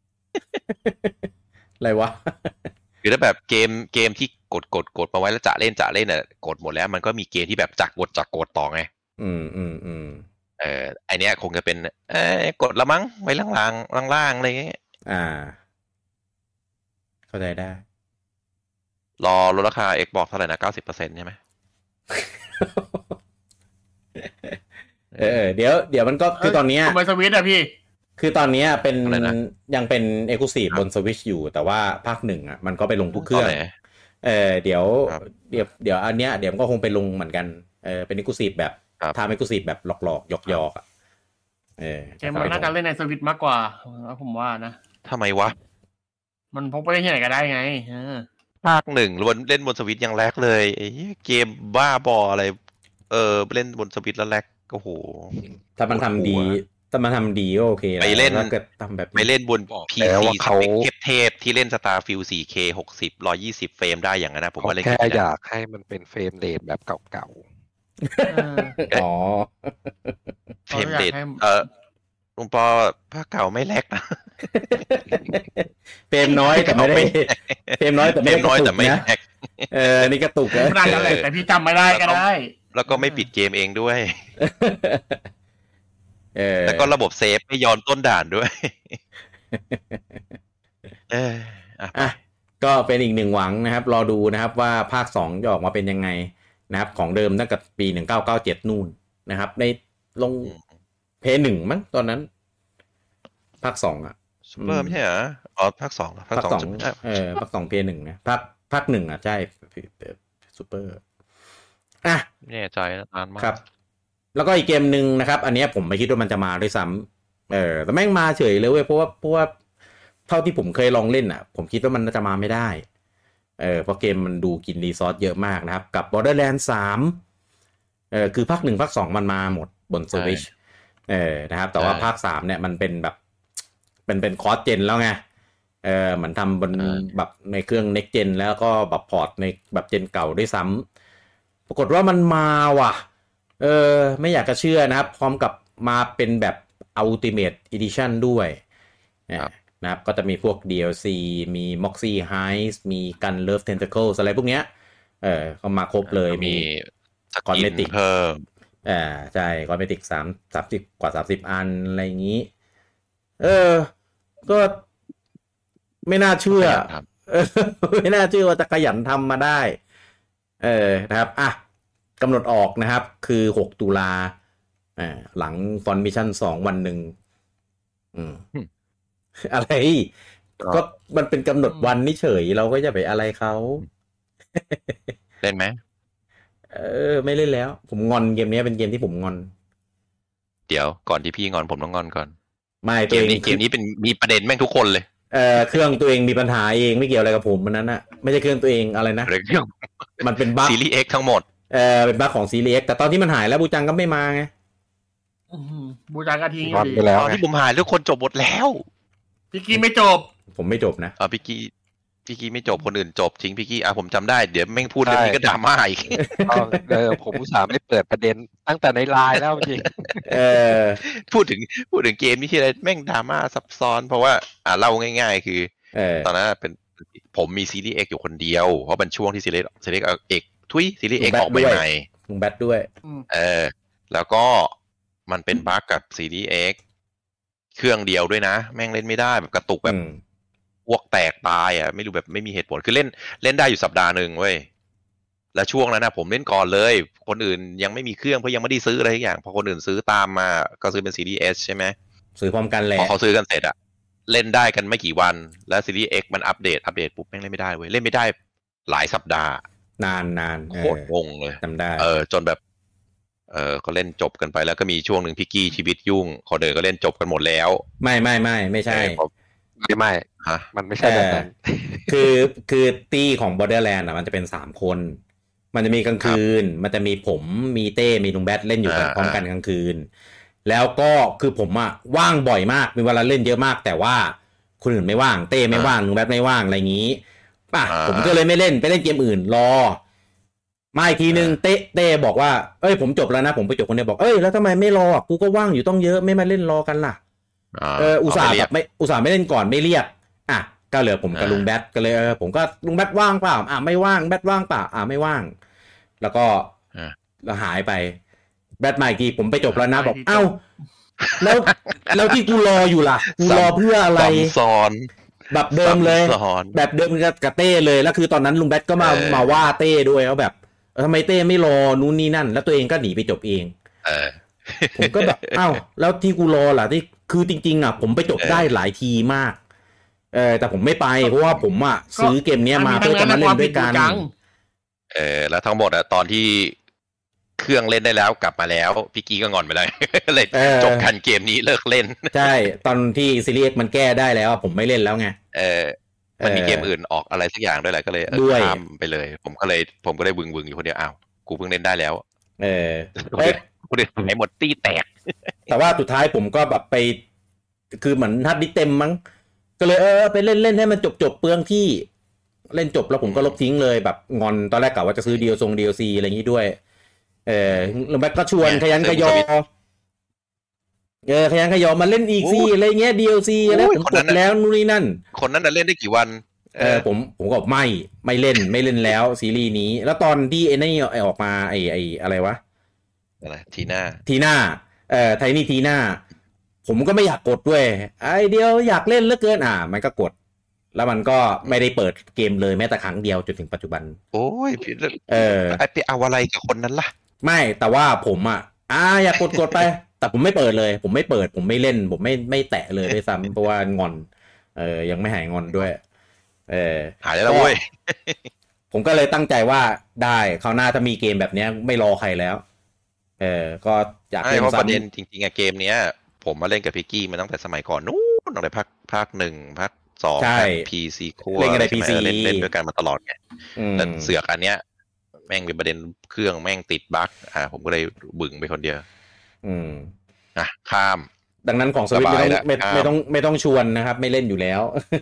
ไรวะคือถ้าแบบเกมที่กดมาไว้แล้วจะเล่นกดหมดแล้วมันก็มีเกมที่แบบจักกดต่อไงไอเนี้ยคงจะเป็นกดละมั้งไว้ล่างอะไรเงี้ยเข้าใจได้รอลดราคา Xbox เท่าไหร่นะ 90% ใช่ไหมเดี๋ยวมันก็คือตอนนี้ทำไมสวิตช์พี่คือตอนนี้เป็นยังเป็น Exclusive บน Switch อยู่แต่ว่าภาค1มันก็ไปลงทุกเครื่องเดี๋ยวอันเนี้ยเดี๋ยวมันก็คงไปลงเหมือนกันเป็น Exclusive แบบทำ Exclusive แบบหลอกๆหยอกเกมมันน่าจะเล่นในสวิตช์มากกว่าผมว่านะทำไมวะมันพกไปที่ไหนก็ได้ไงภาค1ล้วนเล่นบนสวิตช์ยังแรกเลยไอ้เกมบ้าบออะไรเล่นบนสวิตช์แล้วแรกโอ้โหถ้ามันทำดีก็โอเคไปเล่นถ้าเกิดทำแบบไปเล่นบน PC สเปคเทพที่เล่น Starfield 4K 60 120เฟรมได้อย่างนั้นนะผมว่าเล่นแค่อยากให้มันเป็นเฟรมเรทแบบเก่าๆอ๋อเฟรมเรทลุงปอภาคเก่าไม่แลกนะเฟรมน้อยแต่ไม่ได้เฟรมน้อยแต่ไม่แลกนี่กระตุกไม่ได้อะไรแต่พี่จำไม่ได้ก็ได้แล้วก็ไม่ปิดเกมเองด้วยแล้วก็ระบบเซฟไม่ย้อนต้นด่านด้วยก็เป็นอีกหนึ่งหวังนะครับรอดูนะครับว่าภาค2จะออกมาเป็นยังไงนะครับของเดิมตั้งแต่ปี1997นู่นนะครับในลงเพย์1มั้งตอนนั้นภาค2อ่ะซุปเปอร์ไม่ใช่เหรออ๋อภาค2ภาค2 ภาค2เพย์1นะภาค1อ่ะใช่ซุปเปอร์แน่ใจนานมากครับแล้วก็อีกเกมนึงนะครับอันนี้ผมไม่คิดว่ามันจะมาด้วยซ้ำแต่แม่งมาเฉยเลยเว้ยเพราะว่าเท่าที่ผมเคยลองเล่นอ่ะผมคิดว่ามันจะมาไม่ได้เพราะเกมมันดูกินรีซอสเยอะมากนะครับกับ Borderlands 3คือภาค1ภาค2มันมาหมดบน Switch นะครับแต่ว่าภาค3เนี่ยมันเป็นแบบเป็นคอร์สเจนแล้วไงเหมือนทำบนแบบในเครื่อง Next Gen แล้วก็แบบพอร์ตในแบบเจนเก่าด้วยซ้ำปรากฏว่ามันมาว่ะไม่อยากจะเชื่อนะครับพร้อมกับมาเป็นแบบ Ultimate Edition ด้วยนะครับก็จะมีพวก DLC มี Moxie Heist มี Gun Love Tentacles อะไรพวกเนี้ยเข้ามาครบเลยมี Cosmetic เพิ่มใช่ Cosmetic 30กว่า30อันอะไรอย่างนี้ก็ไม่น่าเชื่อไม่น่าเชื่อว่าจะขยันทำมาได้นะครับกำหนดออกนะครับคือ6ตุลาหลังฟอนมิชชั่น2วันหนึ่งอะไรก็มันเป็นกำหนดวันนี่เฉยเราก็จะไปอะไรเขาเล่นไหมไม่เล่นแล้วผมงอนเกมนี้เป็นเกมที่ผมงอนเดี๋ยวก่อนที่พี่งอนผมต้องงอนก่อนไม่เกมนี้เป็นมีประเด็นแม่งทุกคนเลยเครื่องตัวเองมีปัญหาเองไม่เกี่ยวอะไรกับผมมันนั้นน่ะไม่ใช่เครื่องตัวเองอะไรนะมันเป็นบั๊กซีรีส์ X ทั้งหมดเป็นบั๊กของซีรีส์ X แต่ตอนที่มันหายแล้วบูจังก็ไม่มาไงบูจังก็ทิ้งไปแล้วตอนที่ผมหายทุกคนจบหมดแล้วพี่กี้ไม่จบผมไม่จบนะพี่กี้ไม่จบคนอื่นจบทิ้งพี่กี้ผมจำได้เดี๋ยวแม่งพูดเรื่องนี้ก็ดราม่าอีกผมอุตส่าห์ไม่เปิดประเด็นตั้งแต่ในไลน์แล้วจริงพูดถึงเกมนี้ที่อะไรแม่งดราม่าซับซ้อนเพราะว่าเล่าง่ายๆคือตอนนั้นเป็นผมมีซีรีส์ X อยู่คนเดียวเพราะเป็นช่วงที่ซีรีส์ X ซีรีส์ X ออกใหม่ๆลุงแบทด้วยแล้วก็มันเป็นบั๊กกับซีรีส์ X เครื่องเดียวด้วยนะแม่งเล่นไม่ได้แบบกระตุกแบบพวกแตกตายไม่รู้แบบไม่มีเหตุผลคือเล่นได้อยู่สัปดาห์นึงเว้ยแล้วช่วงนั้นนะผมเล่นก่อนเลยคนอื่นยังไม่มีเครื่องเพราะยังไม่ได้ซื้ออะไรทุกอย่างพอคนอื่นซื้อตามมาก็ซื้อเป็นซีรีส์ S ใช่ไหมซื้อพร้อมกันเลยพอเขาซื้อกันเสร็จเล่นได้กันไม่กี่วันแล้วซีรีส์ X มันอัปเดตปุ๊บแม่งเล่นไม่ได้เว้ยเล่นไม่ได้หลายสัปดาห์นานโคตรงงเลยจำได้จนแบบเขาเล่นจบกันไปแล้วก็มีช่วงหนึ่งพี่กี้ชีวิตยุ่งคนอื่นก็เล่นจบกันหมดแล้วไม่ใช่ไม่มันไม่ใช่แบบนั้นคือตี้ของ Borderlands มันจะเป็น3คนมันจะมีกลางคืนมันจะมีผมมีเต้มีลุงแบทเล่นอยู่กันพร้อมกันกลางคืนแล้วก็คือผมว่างบ่อยมากมีเวลาเล่นเยอะมากแต่ว่าคนอื่นไม่ว่างเต้ไม่ว่างลุงแบทไม่ว่างอะไรอย่างนี้ผมก็เลยไม่เล่นไปเล่นเกมอื่นรอมาอีกทีนึงเต้บอกว่าผมจบแล้วนะผมไปจบคนเดียวบอกแล้วทำไมไม่รอกูก็ว่างอยู่ต้องเยอะไม่มาเล่นรอกันล่ะอุตส่าห์แบบไม่เล่นก่อนไม่เรียกก็เหลือผมกับลุงแบทก็เลยผมก็ลุงแบทว่างเปล่าไม่ว่างแบทว่างเปล่าไม่ว่างแล้วก็หายไปแบทมาอีกทีผมไปจบแล้วนะบอกแล้วที่กูรออยู่ล่ะกูรอเพื่ออะไรซ้อนแบบเดิมเลยแบบเดิมกับเต้เลยแล้วคือตอนนั้นลุงแบทก็มาว่าเต้ด้วยเขาแบบทำไมเต้ไม่รอนู่นนี่นั่นแล้วตัวเองก็หนีไปจบเองผมก็แบบแล้วที่กูรอล่ะที่คือจริงๆผมไปจบได้หลายทีมากแต่ผมไม่ไปเพราะว่าผมซื้อเกมนี้มาเพื่อจะมาเล่นด้วยกันแล้วทั้งหมดตอนที่เครื่องเล่นได้แล้วกลับมาแล้วพี่กี้ก็งอนไปเลยเลยจบกันเกมนี้เลิกเล่นใช่ตอนที่ซีรีส์ X มันแก้ได้แล้วผมไม่เล่นแล้วไงมันมีเกมอื่นออกอะไรสักอย่างด้วยแหละก็เลยข้ามไปเลยผมก็เลยบึงอยู่คนเดียวกูเพิ่งเล่นได้แล้วกูเล่นไหนหมดตี้แตกแต่ว่าสุดท้ายผมก็แบบไปคือเหมือนฮัดดิเต็มมั้งก็เลยไปเล่นให้มันจบเปลืองที่เล่นจบแล้วผมก็ลบทิ้งเลยแบบงอนตอนแรกกะว่าจะซื้อDLC อะไรอย่างนี้ด้วยลุงแบทก็ชวนขยันขยอขยันขยอมาเล่นอีกซีอะไรเงี้ย DLC แล้วผมกดแล้วนู่นนี่นั่นคนนั้นน่ะเล่นได้กี่วันผมก็ไม่เล่นแล้วซีรีส์นี้แล้วตอนที่ไอ้นี่ออกมาไอ้อะไรวะอะไรทีน่าไทนี่ทีน่าผมก็ไม่อยากกดด้วยไอเดียวอยากเล่นเหลือเกินมันก็กดแล้วมันก็ไม่ได้เปิดเกมเลยแม้แต่ครั้งเดียวจนถึงปัจจุบันโอ้ยไปเอาอะไรกับคนนั้นล่ะไม่แต่ว่าผมอยากกดไปแต่ผมไม่เปิดเลยผมไม่เปิดผมไม่เล่นผมไม่แตะเลยด้วยซ้ำเพราะว่างอนยังไม่หายงอนด้วยหายแล้วเว้ยผมก็เลยตั้งใจว่าได้คราวหน้าถ้ามีเกมแบบนี้ไม่รอใครแล้วก็อยากเล่นซ้ำประเด็นจริงๆเกมเนี้ยผมมาเล่นกับพี่กี้มาตั้งแต่สมัยก่อนนู้นตั้งแต่ภาค1ภาค2ภาค PC คั่วเล่นกันใน PC เล่นด้วยกันมาตลอดไงแต่เสือกอันเนี้ยแม่งเป็นประเด็นเครื่องแม่งติดบั๊กผมก็เลยบึ่งไปคนเดียวข้ามดังนั้นของสวิตไม่ต้องชวนนะครับไม่เล่นอยู่แล้ว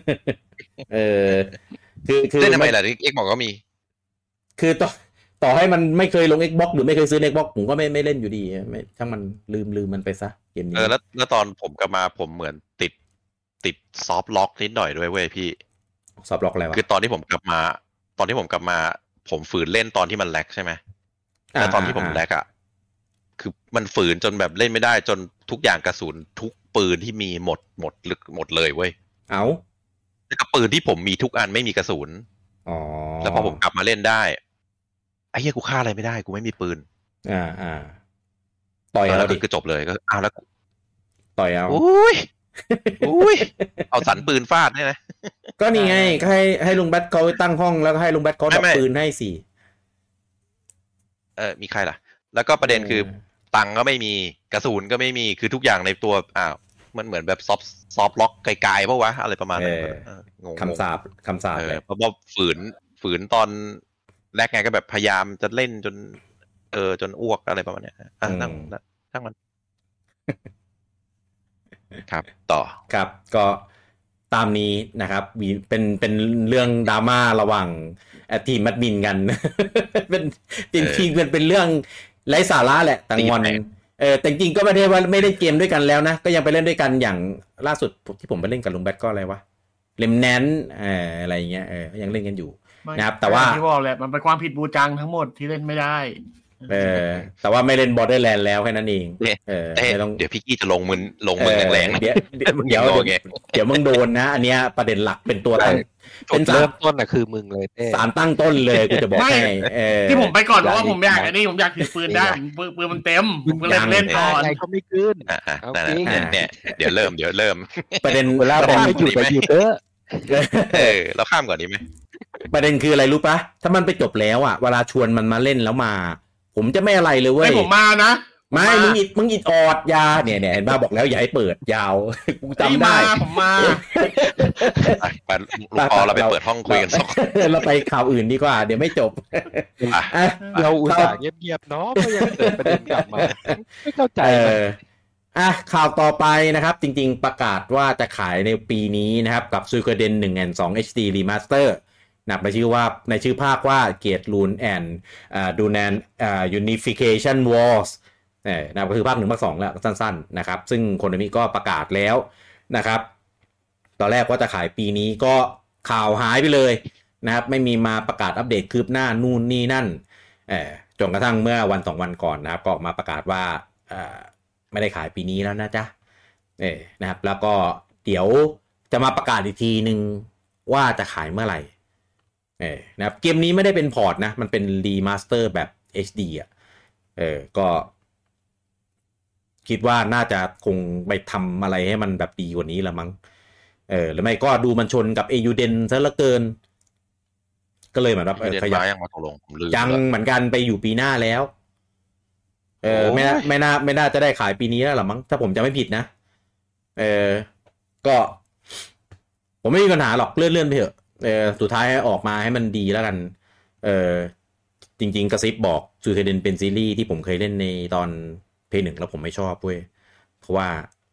คือเล่นทำไมล่ะXboxบอกก็มีคือต่อให้มันไม่เคยลง Xbox หรือไม่เคยซื้อ Xbox ผมก็ไม่เล่นอยู่ดีไม่ช่างมันลืมมันไปซะเกมนี้แล้วตอนผมกลับมาผมเหมือนติดซอฟต์ล็อกนิดหน่อยด้วยเว้ยพี่ซอฟต์ล็อกอะไรวะคือตอนที่ผมกลับมาผมฝืนเล่นตอนที่มันแลกใช่ไหมแต่ตอนที่ผมแลกคือมันฝืนจนแบบเล่นไม่ได้จนทุกอย่างกระสุนทุกปืนที่มีหมดเลยเว้ยแล้วก็ปืนที่ผมมีทุกอันไม่มีกระสุนแล้วพอผมกลับมาเล่นได้ไอ้เหี้ยกูฆ่าอะไรไม่ได้กูไม่มีปืนต่อยแล้วคือจบเลยก็แล้วต่อยเอาอุ้ยเอาสันปืนฟาดเนี่ยนะก็นี่ไงให้ลุงแบทเขาตั้งห้องแล้วก็ให้ลุงแบทเขาดับปืนให้สิมีใครล่ะแล้วก็ประเด็นคือตังก็ไม่มีกระสุนก็ไม่มีคือทุกอย่างในตัวมันเหมือนแบบซอฟล็อกไกลๆป่ะวะอะไรประมาณนั้นงงคำสาปเพราะว่าฝืนตอนแรกไงก็แบบพยายามจะเล่นจนจนอ้วกอะไรประมาณนี้ตั้งมันครับต่อครับก็ตามนี้นะครับเป็นเรื่องดราม่าระหว่างทีมแอดมินกันเป็นจริงๆเป็นเรื่องไร้สาระแหละต่างวันแต่จริงๆก็ไม่ได้ว่าไม่ได้เกมด้วยกันแล้วนะก็ยังไปเล่นด้วยกันอย่างล่าสุดที่ผมไปเล่นกับลุงแบทก็อะไรวะเลมแนนอะไรอย่างเงี้ยยังเล่นกันอยู่นะครับแต่ว่าที่บอกแหละมันเป็นความผิดบูจังทั้งหมดที่เล่นไม่ได้แต่ว่าไม่เล่น Borderland แล้วแค่นั้นเองเดี๋ยวพี่กี้จะลงมือแรงๆเดี๋ยวมึงโดนนะอันเนี้ยประเด็นหลักเป็นตัวเป็นเริ่มต้นคือมึงเลยสารตั้งต้นเลยกูจะบอกให้ที่ผมไปก่อนเพราะว่าผมอยากผมอยากถือปืนได้ปืนมันเต็มผมก็เล่นก่อนอะไรก็ไม่ขึ้นเนี่ยเดี๋ยวเริ่มประเด็นเวลาบอกให้หยุดไปหยุดเราข้ามก่อนดีไหมประเด็นคืออะไรรู้ปะถ้ามันไปจบแล้วเวลาชวนมันมาเล่นแล้วมาผมจะไม่อะไรเลยเว้ยผมมานะไม่มึงอิดออดยาเนี่ยเห็นป่ะบอกแล้วอย่าให้เปิดยาวกูจำได้ผมมาไปเราไปเปิดห้องคุยกันสองเราไปข่าวอื่นดีกว่าเดี๋ยวไม่จบเราอุตส่าห์เงียบๆเนาะก็ยังเกิดประเด็นกลับมาไม่เข้าใจข่าวต่อไปนะครับจริงๆประกาศว่าจะขายในปีนี้นะครับกับ Suikoden 1/2 HD Remaster นับในชื่อภาคว่า Gate Rune and Dunan Unification Wars นะครับก็คือภาค1ภาค2แล้วสั้นๆนะครับซึ่งโคนามิก็ประกาศแล้วนะครับตอนแรกว่าจะขายปีนี้ก็ข่าวหายไปเลยนะครับไม่มีมาประกาศอัปเดตคืบหน้านู่นนี่นั่นจนกระทั่งเมื่อวัน2วันก่อนนะครับก็ออกมาประกาศว่าไม่ได้ขายปีนี้แล้วนะจ๊ะนะครับแล้วก็เดี๋ยวจะมาประกาศอีกทีนึงว่าจะขายเมื่อไหร่นะครับเกมนี้ไม่ได้เป็นพอร์ตนะมันเป็นรีมาสเตอร์แบบ HD ก็คิดว่าน่าจะคงไปทำอะไรให้มันแบบดีกว่านี้ละมั้งหรือไม่ก็ดูมันชนกับEiyudenซะเหลือเกินก็เลยเหมือนแบบขยับยังมาตกลงยังเหมือนกันไปอยู่ปีหน้าแล้วไม่น่าจะได้ขายปีนี้แล้วหรอมั้งถ้าผมจะไม่ผิดนะก็ผมไม่มีปัญหาหรอกเลื่อนไปเถอะสุดท้ายออกมาให้มันดีแล้วกันจริงๆกระซิบบอกซูเคเดนเป็นซีรีส์ที่ผมเคยเล่นในตอนเพย์1แล้วผมไม่ชอบเว้ยเพราะว่า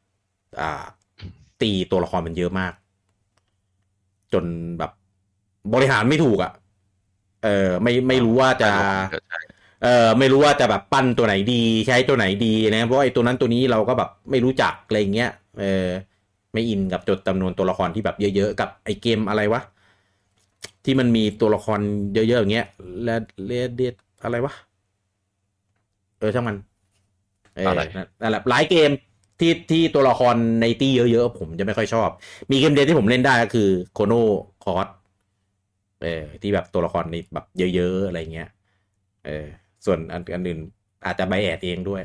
ตีตัวละครมันเยอะมากจนแบบบริหารไม่ถูกไม่รู้ว่าจะไม่รู้ว่าจะแบบปั้นตัวไหนดีใช้ตัวไหนดีนะเพราะไอ้ตัวนั้นตัวนี้เราก็แบบไม่รู้จักอะไรเงี้ยไม่อินกับจำนวนตัวละครที่แบบเยอะๆกับไอ้เกมอะไรวะที่มันมีตัวละครเยอะๆอย่างเงี้ยและเรียดอะไรวะช่างมันอะไรนั่นแหละหลายเกมที่ตัวละครในตี้เยอะๆผมจะไม่ค่อยชอบมีเกมเดียวที่ผมเล่นได้ก็คือโคโนคอร์สที่แบบตัวละครในแบบเยอะๆอะไรเงี้ยส่วนอันอื่นอาจจะไบแอดเองด้วย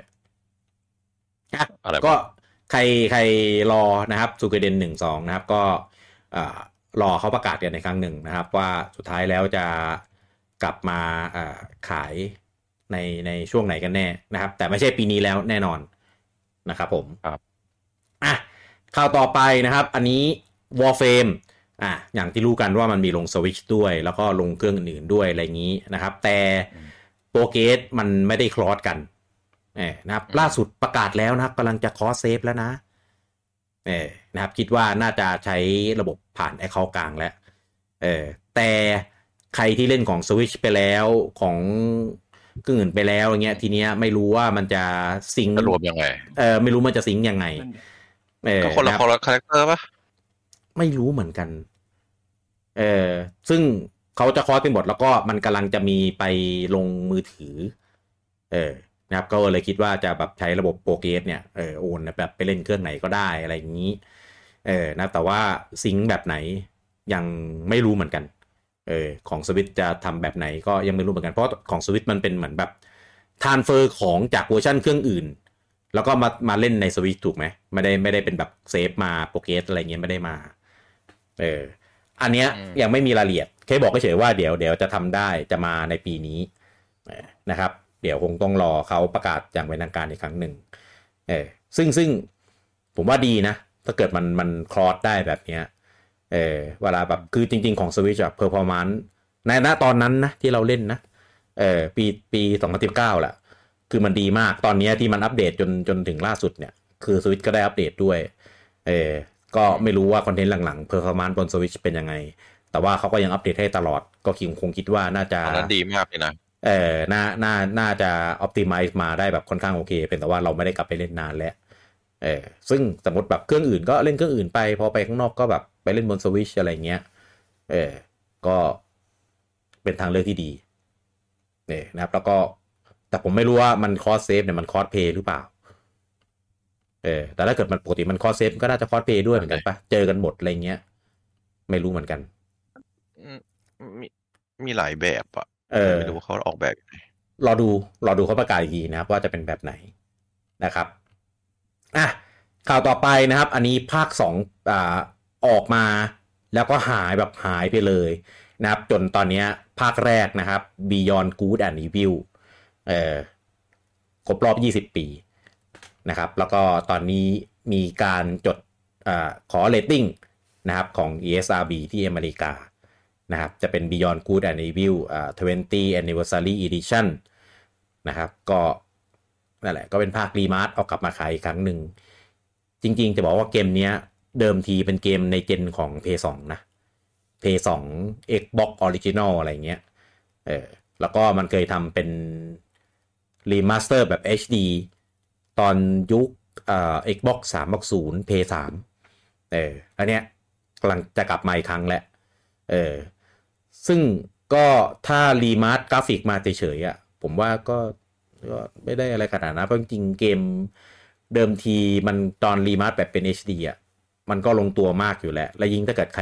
ก็ใครรอนะครับซูเกเดน1-2นะครับก็รอเขาประกาศกันในครั้งหนึ่งนะครับว่าสุดท้ายแล้วจะกลับมาขายในช่วงไหนกันแน่นะครับแต่ไม่ใช่ปีนี้แล้วแน่นอนนะครับผมครับข่าวต่อไปนะครับอันนี้ Warframe อย่างที่รู้กันว่ามันมีลง Switch ด้วยแล้วก็ลงเครื่องอื่นๆด้วยอะไรอย่างนี้นะครับแต่โปรเกสมันไม่ได้คลอสกันนะครับล่าสุดประกาศแล้วนะครับกำลังจะคอสเซฟแล้วนะนะครับคิดว่าน่าจะใช้ระบบผ่าน Account กลางแล้วแต่ใครที่เล่นของ Switch ไปแล้วของเครื่องอื่นไปแล้วอย่างเงี้ยทีเนี้ยไม่รู้ว่ามันจะซิงค์รวมยังไงไม่รู้มันจะซิงค์ยังไงก็คนละคาแรคเตอร์ป่ะไม่รู้เหมือนกันซึ่งเขาจะคอสกันหมดแล้วก็มันกำลังจะมีไปลงมือถือนะครับก็เลยคิดว่าจะแบบใช้ระบบโปรเกรสเนี่ยโอนแบบไปเล่นเครื่องไหนก็ได้อะไรอย่างนี้นะแต่ว่าซิงค์แบบไหนยังไม่รู้เหมือนกันของสวิตจะทำแบบไหนก็ยังไม่รู้เหมือนกันเพราะของสวิตมันเป็นเหมือนแบบทรานเฟอร์ของจากเวอร์ชันเครื่องอื่นแล้วก็มาเล่นในสวิตถูกไหมไม่ได้เป็นแบบเซฟมาโปรเกรสอะไรเงี้ยไม่ได้มาอันเนี้ยยังไม่มีรายละเอียดแค่บอกเฉยๆว่าเดี๋ยวจะทำได้จะมาในปีนี้นะครับเดี๋ยวคงต้องรอเขาประกาศอย่างเป็นทางการอีกครั้งหนึ่งซึ่งผมว่าดีนะถ้าเกิดมันคลอสได้แบบเนี้ยเวลาแบบคือจริงๆของ Switch อะ performance ในณตอนนั้นนะที่เราเล่นนะปี2019แหละคือมันดีมากตอนนี้ที่มันอัปเดตจนถึงล่าสุดเนี่ยคือ Switch ก็ได้อัปเดตด้วยก็ไม่รู้ว่าคอนเทนต์หลังๆ performance บน Switch เป็นยังไงแต่ว่าเขาก็ยังอัปเดตให้ตลอดก็คงคิดว่าน่าจะตอนนั้นดีมากเลยนะน่าจะ optimize มาได้แบบค่อนข้างโอเคเป็นแต่ว่าเราไม่ได้กลับไปเล่นนานแล้วซึ่งสมมติแบบเครื่องอื่นก็เล่นเครื่องอื่นไปพอไปข้างนอกก็แบบไปเล่นบน Switch อะไรเงี้ยก็เป็นทางเลือกที่ดีนะครับแล้วก็แต่ผมไม่รู้ว่ามันคอสเซฟเนี่ยมันคอสเพย์หรือเปล่าแต่ถ้าเกิดมันปกติมันคอสเซฟก็น่าจะคอสเพย์ด้วยเหมือนกันปะเจอกันหมดอะไรเงี้ยไม่รู้เหมือนกันมีหลายแบบอะไม่รู้ว่าเขาออกแบบยังไงรอดูเขาประกาศอีกทีนะครับว่าจะเป็นแบบไหนนะครับข่าวต่อไปนะครับอันนี้ภาค2ออกมาแล้วก็หายไปเลยนะครับจนตอนนี้ภาคแรกนะครับ Beyond Good and Evil ครบรอบ20 ปีนะครับแล้วก็ตอนนี้มีการจดขอเรตติ้งนะครับของ ESRB ที่อเมริกานะครับจะเป็น Beyond Good and Evil 20 Anniversary Edition นะครับก็นั่นแหละก็เป็นภาครีมาสเอากลับมาขายอีกครั้งหนึ่งจริงๆจะบอกว่าเกมนี้เดิมทีเป็นเกมในเจนของ PS2 นะ PS2 Xbox Original อะไรเงี้ยแล้วก็มันเคยทำเป็นรีมาสเตอร์แบบ HD ตอนยุคXbox 360 PS3 อันเนี้ยกำลังจะกลับมาอีกครั้งแหละซึ่งก็ถ้ารีมาสกราฟิกมาเฉยๆอ่ะผมว่าก็ไม่ได้อะไรขนาดนั้นเพราะจริงๆเกมเดิมทีมันตอนรีมาสแบบเป็น HD อ่ะมันก็ลงตัวมากอยู่แหละและยิ่งถ้าเกิดใคร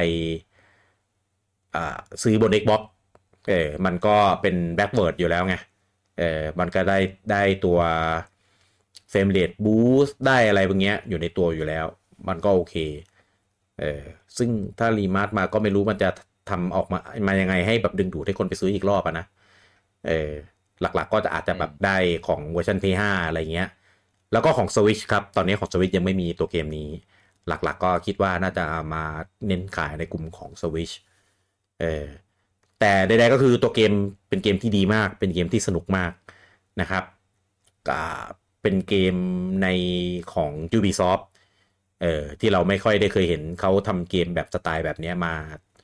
ซื้อบน Xbox มันก็เป็นแบ็คเวิร์ดอยู่แล้วไงมันก็ได้ตัวเฟรมเรทบูสต์ได้อะไรพวกเนี้ยอยู่ในตัวอยู่แล้วมันก็โอเคซึ่งถ้ารีมาสมาก็ไม่รู้มันจะทำออกมายังไงให้แบบดึงดูดให้คนไปซื้ออีกรอบนะหลักๆก็จะอาจจะแบบได้ของเวอร์ชัน PS5 อะไรเงี้ยแล้วก็ของ Switch ครับตอนนี้ของ Switch ยังไม่มีตัวเกมนี้หลักๆก็คิดว่าน่าจะมาเน้นขายในกลุ่มของ Switch แต่ใดๆก็คือตัวเกมเป็นเกมที่ดีมากเป็นเกมที่สนุกมากนะครับเป็นเกมในของ Ubisoft ที่เราไม่ค่อยได้เคยเห็นเขาทำเกมแบบสไตล์แบบนี้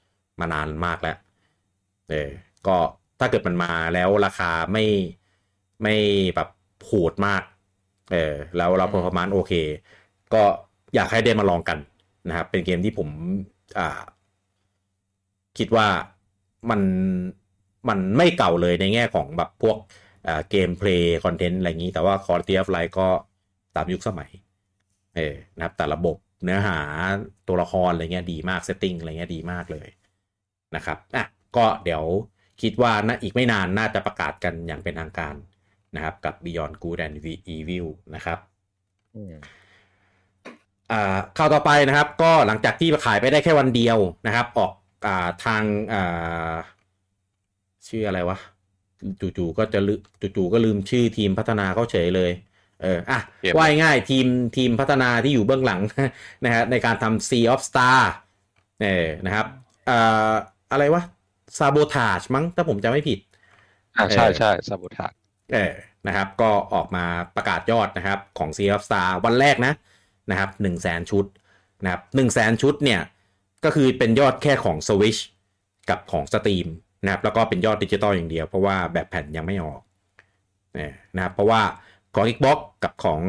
มานานมากแล้วก็ถ้าเกิดมันมาแล้วราคาไม่แบบโหดมากแล้วเรา performance โอเคก็อยากให้ได้มาลองกันนะครับเป็นเกมที่ผมคิดว่ามันไม่เก่าเลยในแง่ของแบบพวกเกมเพลย์คอนเทนต์อะไรอย่างนี้แต่ว่า Quality of Life ก็ตามยุคสมัยนะครับแต่ระบบเนื้อหาตัวละครอะไรเงี้ยดีมากเซตติ้งอะไรเงี้ยดีมากเลยนะครับก็เดี๋ยวคิดว่าอีกไม่นานน่าจะประกาศกันอย่างเป็นทางการนะครับกับ Beyond Good and Evil นะครับข่าวต่อไปนะครับก็หลังจากที่ขายไปได้แค่วันเดียวนะครับออกทางชื่ออะไรวะจู่ๆก็ลืมชื่อทีมพัฒนาเขาเฉยเลยว่าง่ายทีมพัฒนาที่อยู่เบื้องหลังนะฮะในการทำ Sea of Star นะครับอะไรวะ Sabotage มั้งถ้าผมจำไม่ผิดใช่ Sabotage นะครับก็ออกมาประกาศยอดนะครับของ Sea of Star วันแรกนะครับ 100,000 ชุดนะครับ 100,000 ชุดเนี่ยก็คือเป็นยอดแค่ของ Switch กับของ Steam นะครับแล้วก็เป็นยอดดิจิตอลอย่างเดียวเพราะว่าแบบแผ่นยังไม่ออกนะครับเพราะว่าของ Xbox กับของ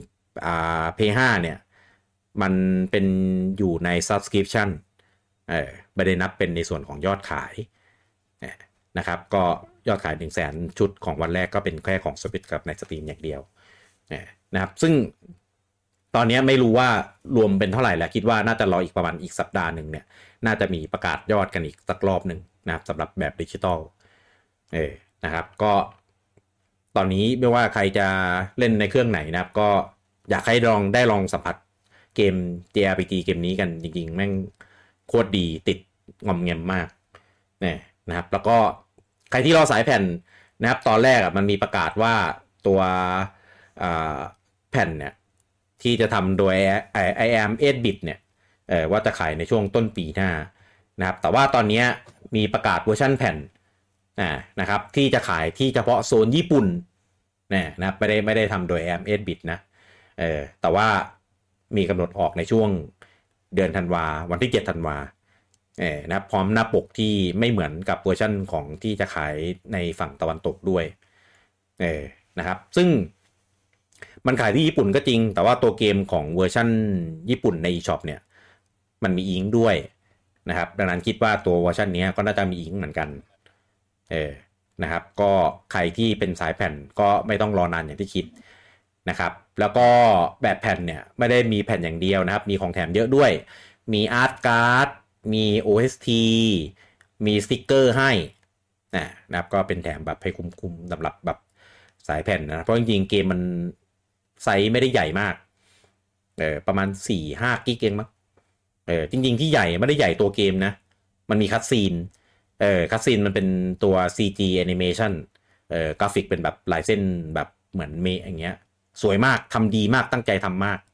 PS5 เนี่ยมันเป็นอยู่ใน Subscription ไม่ได้นับเป็นในส่วนของยอดขายนะครับก็ยอดขาย 100,000 ชุดของวันแรกก็เป็นแค่ของ Switch กับใน Steam อย่างเดียวนะครับซึ่งตอนนี้ไม่รู้ว่ารวมเป็นเท่าไหร่แล้วคิดว่าน่าจะรออีกประมาณอีกสัปดาห์หนึ่งเนี่ยน่าจะมีประกาศยอดกันอีกสักรอบหนึ่งนะครับสำหรับแบบดิจิตอลนะครับก็ตอนนี้ไม่ว่าใครจะเล่นในเครื่องไหนนะครับก็อยากให้ได้ลองสัมผัสเกม JRPG เกมนี้กันจริงๆแม่งโคตรดีติดงอมแงมมากนะครับแล้วก็ใครที่รอสายแผ่นนะครับตอนแรกมันมีประกาศว่าตัวแผ่นเนี่ยที่จะทำโดย IAM 8-bit เนี่ยว่าจะขายในช่วงต้นปีหน้านะครับแต่ว่าตอนนี้มีประกาศเวอร์ชันแผ่นนะครับที่จะขายที่เฉพาะโซนญี่ปุ่นนะครับไม่ได้ทำโดย IAM 8-bit นะแต่ว่ามีกำหนดออกในช่วงเดือนธันวาวันที่7ธันวานะครับพร้อมหน้าปกที่ไม่เหมือนกับเวอร์ชันของที่จะขายในฝั่งตะวันตกด้วยนะครับซึ่งมันขายที่ญี่ปุ่นก็จริงแต่ว่าตัวเกมของเวอร์ชันญี่ปุ่นใน eShop เนี่ยมันมีอิงด้วยนะครับดังนั้นคิดว่าตัวเวอร์ชันนี้ก็น่าจะมีอิงเหมือนกันนะครับก็ใครที่เป็นสายแผ่นก็ไม่ต้องรอนานอย่างที่คิดนะครับแล้วก็แบบแผ่นเนี่ยไม่ได้มีแผ่นอย่างเดียวนะครับมีของแถมเยอะด้วยมีอาร์ตการ์ดมี OST มีสติ๊กเกอร์ให้นะครับก็เป็นแถมแบบให้คุ้มๆสำหรับแบบสายแผ่นนะเพราะจริงๆเกมมันไซส์ไม่ได้ใหญ่มากประมาณ 4-5 กิกเองมั้งจริงๆที่ใหญ่ไม่ได้ใหญ่ตัวเกมนะมันมีคัตซีนคัตซีนมันเป็นตัว CG animation กราฟิกเป็นแบบลายเส้นแบบเหมือนเมอย่างเงี้ยสวยมากทำดีมากตั้งใจทำมาก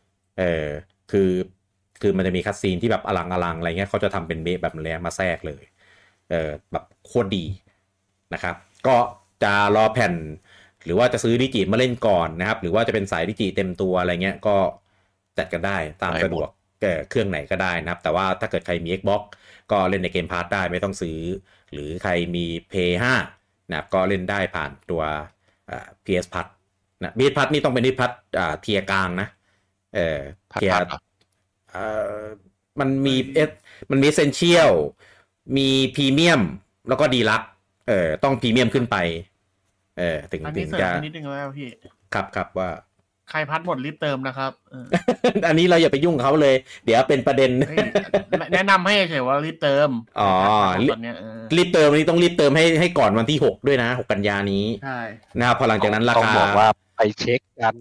คือมันจะมีคัตซีนที่แบบอลังอะไรเงี้ยเขาจะทำเป็นเมแบบแรงมาแทรกเลยแบบโคตรดีนะครับก็จะรอแผ่นหรือว่าจะซื้อดิจิมาเล่นก่อนนะครับหรือว่าจะเป็นสายดิจิเต็มตัวอะไรเงี้ยก็จัดกันได้ตามสะดวกเครื่องไหนก็ได้นะครับแต่ว่าถ้าเกิดใครมี Xbox ก็เล่นในเกมพาสได้ไม่ต้องซื้อหรือใครมี PS5 นะครับก็เล่นได้ผ่านตัวPS Plus นะ PS Plus นี่ต้องเป็น PS Plus เทียร์กลางนะเทียร์มันมีEssential มีพรีเมียมแล้วก็ดีลักซ์ต้องพรีเมียมขึ้นไปถึงจะนิดนึงแล้วพี่ครับว่าใครพัดหมดรีบเติมนะครับอันนี้เราอย่าไปยุ่งเขาเลยเดี๋ยวเป็นประเด็นแนะนำให้เฉยว่ารีบเติมตอนนี้รีบเติมนี่ต้องรีบเติมให้ก่อนวันที่6ด้วยนะ6กันยานี้ใช่นะครับพอหลังจากนั้นราคาบอกว่าไปเช็คกัน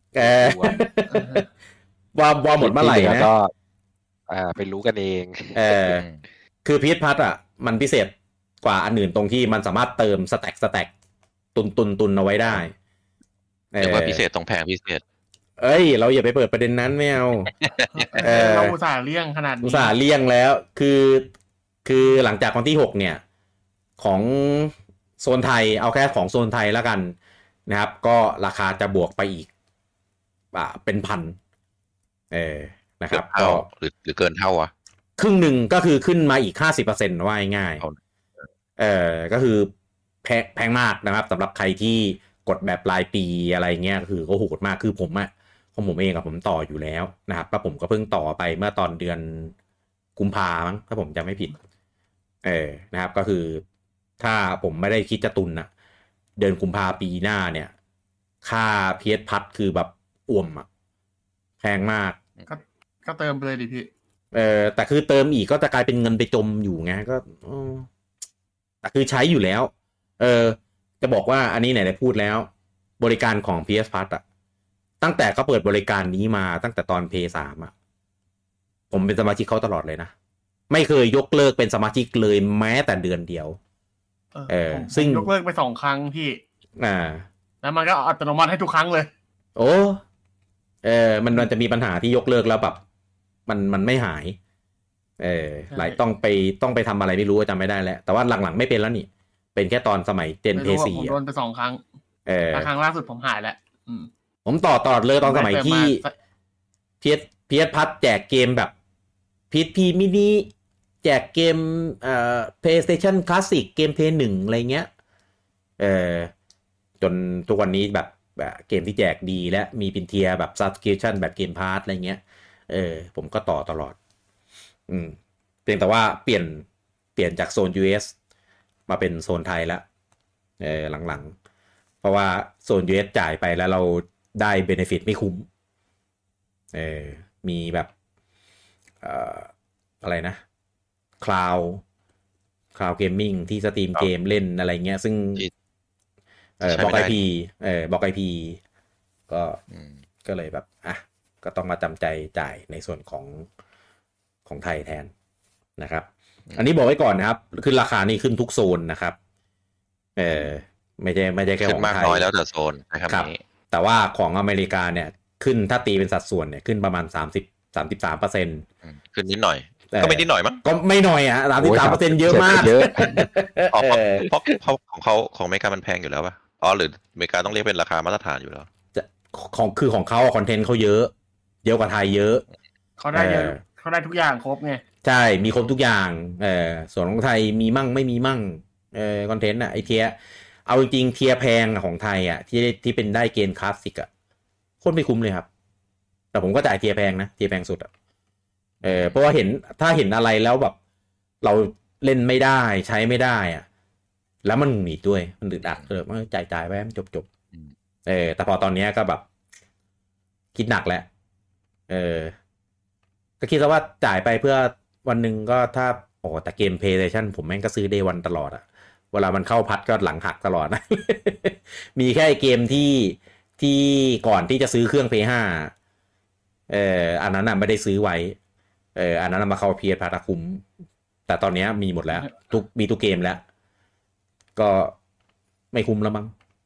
ว่าหมดเมื่อไหร่นะก็ไปรู้กันเองคือพีชพัทมันพิเศษกว่าอันอื่นตรงที่มันสามารถเติมสแต็กตุนเอาไว้ได้แต่ว่าพิเศษตรงแผงพิเศษเราอย่าไปเปิดประเด็นนั้นไม่เอาเราอุตส่าห์เลี่ยงขนาดนี้อุตส่าห์เลี่ยงแล้วคือหลังจากวันที่6เนี่ยของโซนไทยเอาแค่ของโซนไทยแล้วกันนะครับก็ราคาจะบวกไปอีกเป็นพันนะครับก็หรือเกินเท่าครึ่งหนึ่งก็คือขึ้นมาอีก 50% ว่าง่ายก็คือแพงมากนะครับสำหรับใครที่กดแบบรายปีอะไรเงี้ยคือก็โหดมากคือผมของผมเองผมต่ออยู่แล้วนะครับแล้วผมก็เพิ่งต่อไปเมื่อตอนเดือนกุมภาพันธ์ถ้าผมจำไม่ผิดนะครับก็คือถ้าผมไม่ได้คิดจะตุนนะเดือนกุมภาปีหน้าเนี่ยค่า PS พัดคือแบบอ่วมแพงมากก็เติมไปเลยดิพี่แต่คือเติมอีกก็จะกลายเป็นเงินไปจมอยู่ไงก็แต่คือใช้อยู่แล้วจะบอกว่าอันนี้ไหนได้พูดแล้วบริการของ PS Plus ตั้งแต่เขาเปิดบริการนี้มาตั้งแต่ตอน PS3 ผมเป็นสมาชิกเขาตลอดเลยนะไม่เคยยกเลิกเป็นสมาชิกเลยแม้แต่เดือนเดียวซึ่งยกเลิกไป2 ครั้งพี่แล้วมันก็อัตโนมัติให้ทุกครั้งเลยโอ้มันจะมีปัญหาที่ยกเลิกแล้วแบบมันไม่หายหลายต้องไปทำอะไรไม่รู้จำไม่ได้แล้วแต่ว่าหลังๆไม่เป็นแล้วนี่เป็นแค่ตอนสมัยเจน PS4 ผมโดนไป2 ครั้งครั้งล่าสุดผมหายแล้วผมต่อเลยตอนสมัยที่PS Plus แจกเกมแบบ PSP Mini แจกเกมPlayStation Classic เกม Play 1อะไรเงี้ยจนทุกวันนี้แบบเกมที่แจกดีและมีเป็นเทียร์แบบ Subscription แบบ Game Pass อะไรเงี้ยผมก็ต่อตลอดเพียงแต่ว่าเปลี่ยนจากโซน US มาเป็นโซนไทยแล้วหลังๆเพราะว่าโซน US จ่ายไปแล้วเราได้ benefit ไม่คุ้มมีแบบอะไรนะ Cloud Gaming ที่สตรีมเกมเล่นอะไรเงี้ยซึ่งบล็อก IP บล็อก IP ก็เลยแบบก็ต้องมาจำใจจ่ายในส่วนของไทยแทนนะครับอันนี้บอกไว้ก่อนนะครับขึ้นราคานี่ขึ้นทุกโซนนะครับไม่ใช่แค่ของไทยขึ้นมากน้อยแล้วแต่โซนนะครับแต่ว่าของอเมริกาเนี่ยขึ้นถ้าตีเป็นสัดส่วนเนี่ยขึ้นประมาณ33% ขึ้นนิดหน่อยก็ไม่นิดหน่อยมั้งก็ไม่หน่อย33%เยอะมากเยอะเพราะของเขาของอเมริกามันแพงอยู่แล้วป่ะหรืออเมริกาต้องเรียกเป็นราคามาตรฐานอยู่แล้วของเขาคอนเทนต์เขาเยอะกว่าไทยเยอะเขาได้เยอะเขาได้ทุกอย่างครบไงใช่มีครบทุกอย่างส่วนของไทยมีมั่งไม่มีมั่งคอนเทนต์ไอเทียเอาจริงๆเทียแพงของไทยที่เป็นได้เกณฑ์คลาสสิกโคตรไม่คุ้มเลยครับแต่ผมก็จ่ายเทียแพงนะเทียแพงสุดเพราะว่าถ้าเห็นอะไรแล้วแบบเราเล่นไม่ได้ใช้ไม่ได้แล้วมันหนีด้วยมันอึดอัดมันจ่ายไว้มันจบแต่พอตอนนี้ก็แบบคิดหนักแล้วก็คิดว่าจ่ายไปเพื่อวันหนึ่งก็ถ้าแต่เกม PlayStation ผมแม่งก็ซื้อ Day 1 ตลอดเวลามันเข้าพัดก็หลังหักตลอดนะ มีแค่เกมที่ก่อนที่จะซื้อเครื่อง PS5 อันนั้นไม่ได้ซื้อไว้อันนั้นมาเข้า PS พัดคุ้มแต่ตอนนี้มีหมดแล้วมีทุกเกมแล้วก็ไม่คุ้มแล้วมั้ง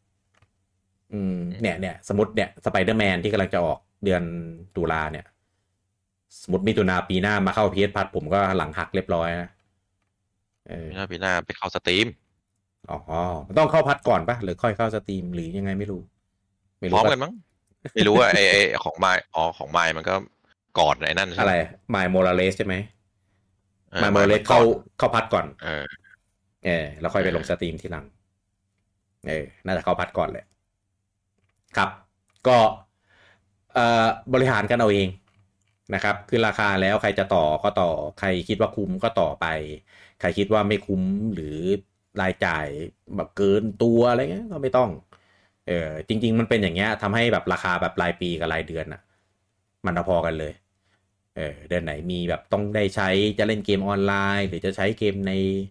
เนี่ยสมมติเนี่ย Spider-Man ที่กำลังจะออกเดือนตุลาเนี่ยสมมติมิถุนาปีหน้ามาเข้า PS พัดผมก็หลังหักเรียบร้อยนะปีหน้าไปเข้าสตรีมต้องเข้าพัดก่อนปะหรือค่อยเข้าสตรีมหรือยังไงไม่รู้พร้อมกันมั้งไม่รู้ว่าไอของไมค์ของไมค์มันก็ก่อนไอ้นั่นใช่อะไร My Morales ใช่ไหม My Morales เข้าพัดก่อนแล้วค่อยไปลงสตรีมทีหลังน่าจะเข้าพัดก่อนเลยครับก็บริหารกันเอาเองนะครับคือราคาแล้วใครจะต่อก็ต่อใครคิดว่าคุ้มก็ต่อไปใครคิดว่าไม่คุ้มหรือรายจ่ายแบบเกินตัวอะไรเงี้ยก็ไม่ต้องจริงๆมันเป็นอย่างเงี้ยทำให้แบบราคาแบบรายปีกับรายเดือนมันพอกันเลยเดือนไหนมีแบบต้องได้ใช้จะเล่นเกมออนไลน์หรือจะใช้เกมใน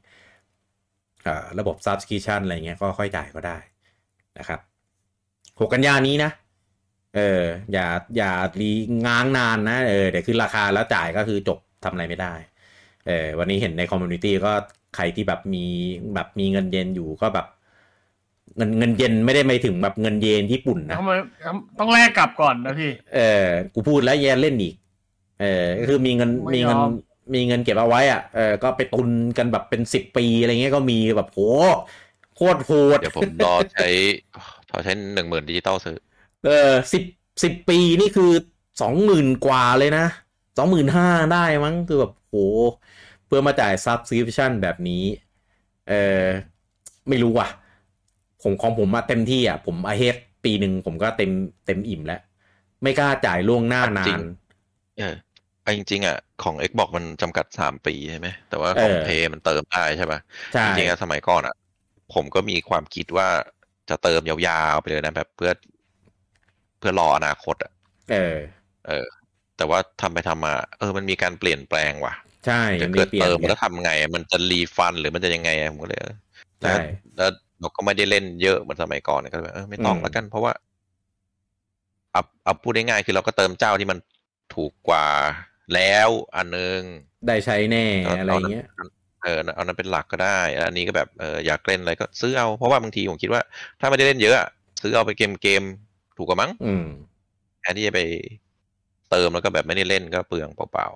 ระบบ Subscription อะไรเงี้ยก็ค่อยจ่ายก็ได้นะครับ6 กันยายนนี้นะอย่ารีง้างนานนะเดี๋ยวขึ้นราคาแล้วจ่ายก็คือจบทำอะไรไม่ได้วันนี้เห็นในคอมมูนิตี้ก็ใครที่แบบมีเงินเยนอยู่ก็แบบเงินเยนไม่ได้หมายถึงแบบเงินเยนญี่ปุ่นนะต้องแลกกลับก่อนนะพี่กูพูดแล้วแย่เล่นอีกก็คือมีเงินเก็บเอาไว้ก็ไปตุนกันแบบเป็น10 ปีอะไรเงี้ยก็มีแบบโหโคตรโหดเดี๋ยวผมรอใช้ 10,000ดิจิตอลซื้อ 10 ปีนี่คือ 20,000 กว่าเลยนะ 25,000 ได้มั้งคือแบบโหเพื่อมาจ่าย Subscription แบบนี้ไม่รู้ว่ะผมมาเต็มที่อ่ะผมอาเฮดปีนึงผมก็เต็มอิ่มแล้วไม่กล้าจ่ายล่วงหน้านานจริงๆอ่ะของ Xbox มันจำกัด3 ปีใช่ไหมแต่ว่าของ Play มันเติมได้ใช่ป่ะจริงๆสมัยก่อนอ่ะผมก็มีความคิดว่าจะเติมยาวๆไปเลยนะแบบเพื่อรออนาคตอ่ะแต่ว่าทำไปทำมามันมีการเปลี่ยนแปลงว่ะใช่จะเกิดเติมแล้วทำไงมันจะรีฟันหรือมันจะยังไงผมก็เลยแล้วเราก็ไม่ได้เล่นเยอะเหมือนสมัยก่อนก็เลยไม่ต้องแล้วกันเพราะว่าเอาพูดง่ายๆคือเราก็เติมเจ้าที่มันถูกกว่าแล้วอันนึงได้ใช้แน่อะไรเงี้ยเอานั้นเป็นหลักก็ได้อันนี้ก็แบบอยากเล่นอะไรก็ซื้อเอาเพราะว่าบางทีผมคิดว่าถ้าไม่ได้เล่นเยอะซื้อเอาไปเกมถูกกว่ามั้งแทนที่จะไปเติมแล้วก็แบบไม่ได้เล่นก็เปลืองเปล่า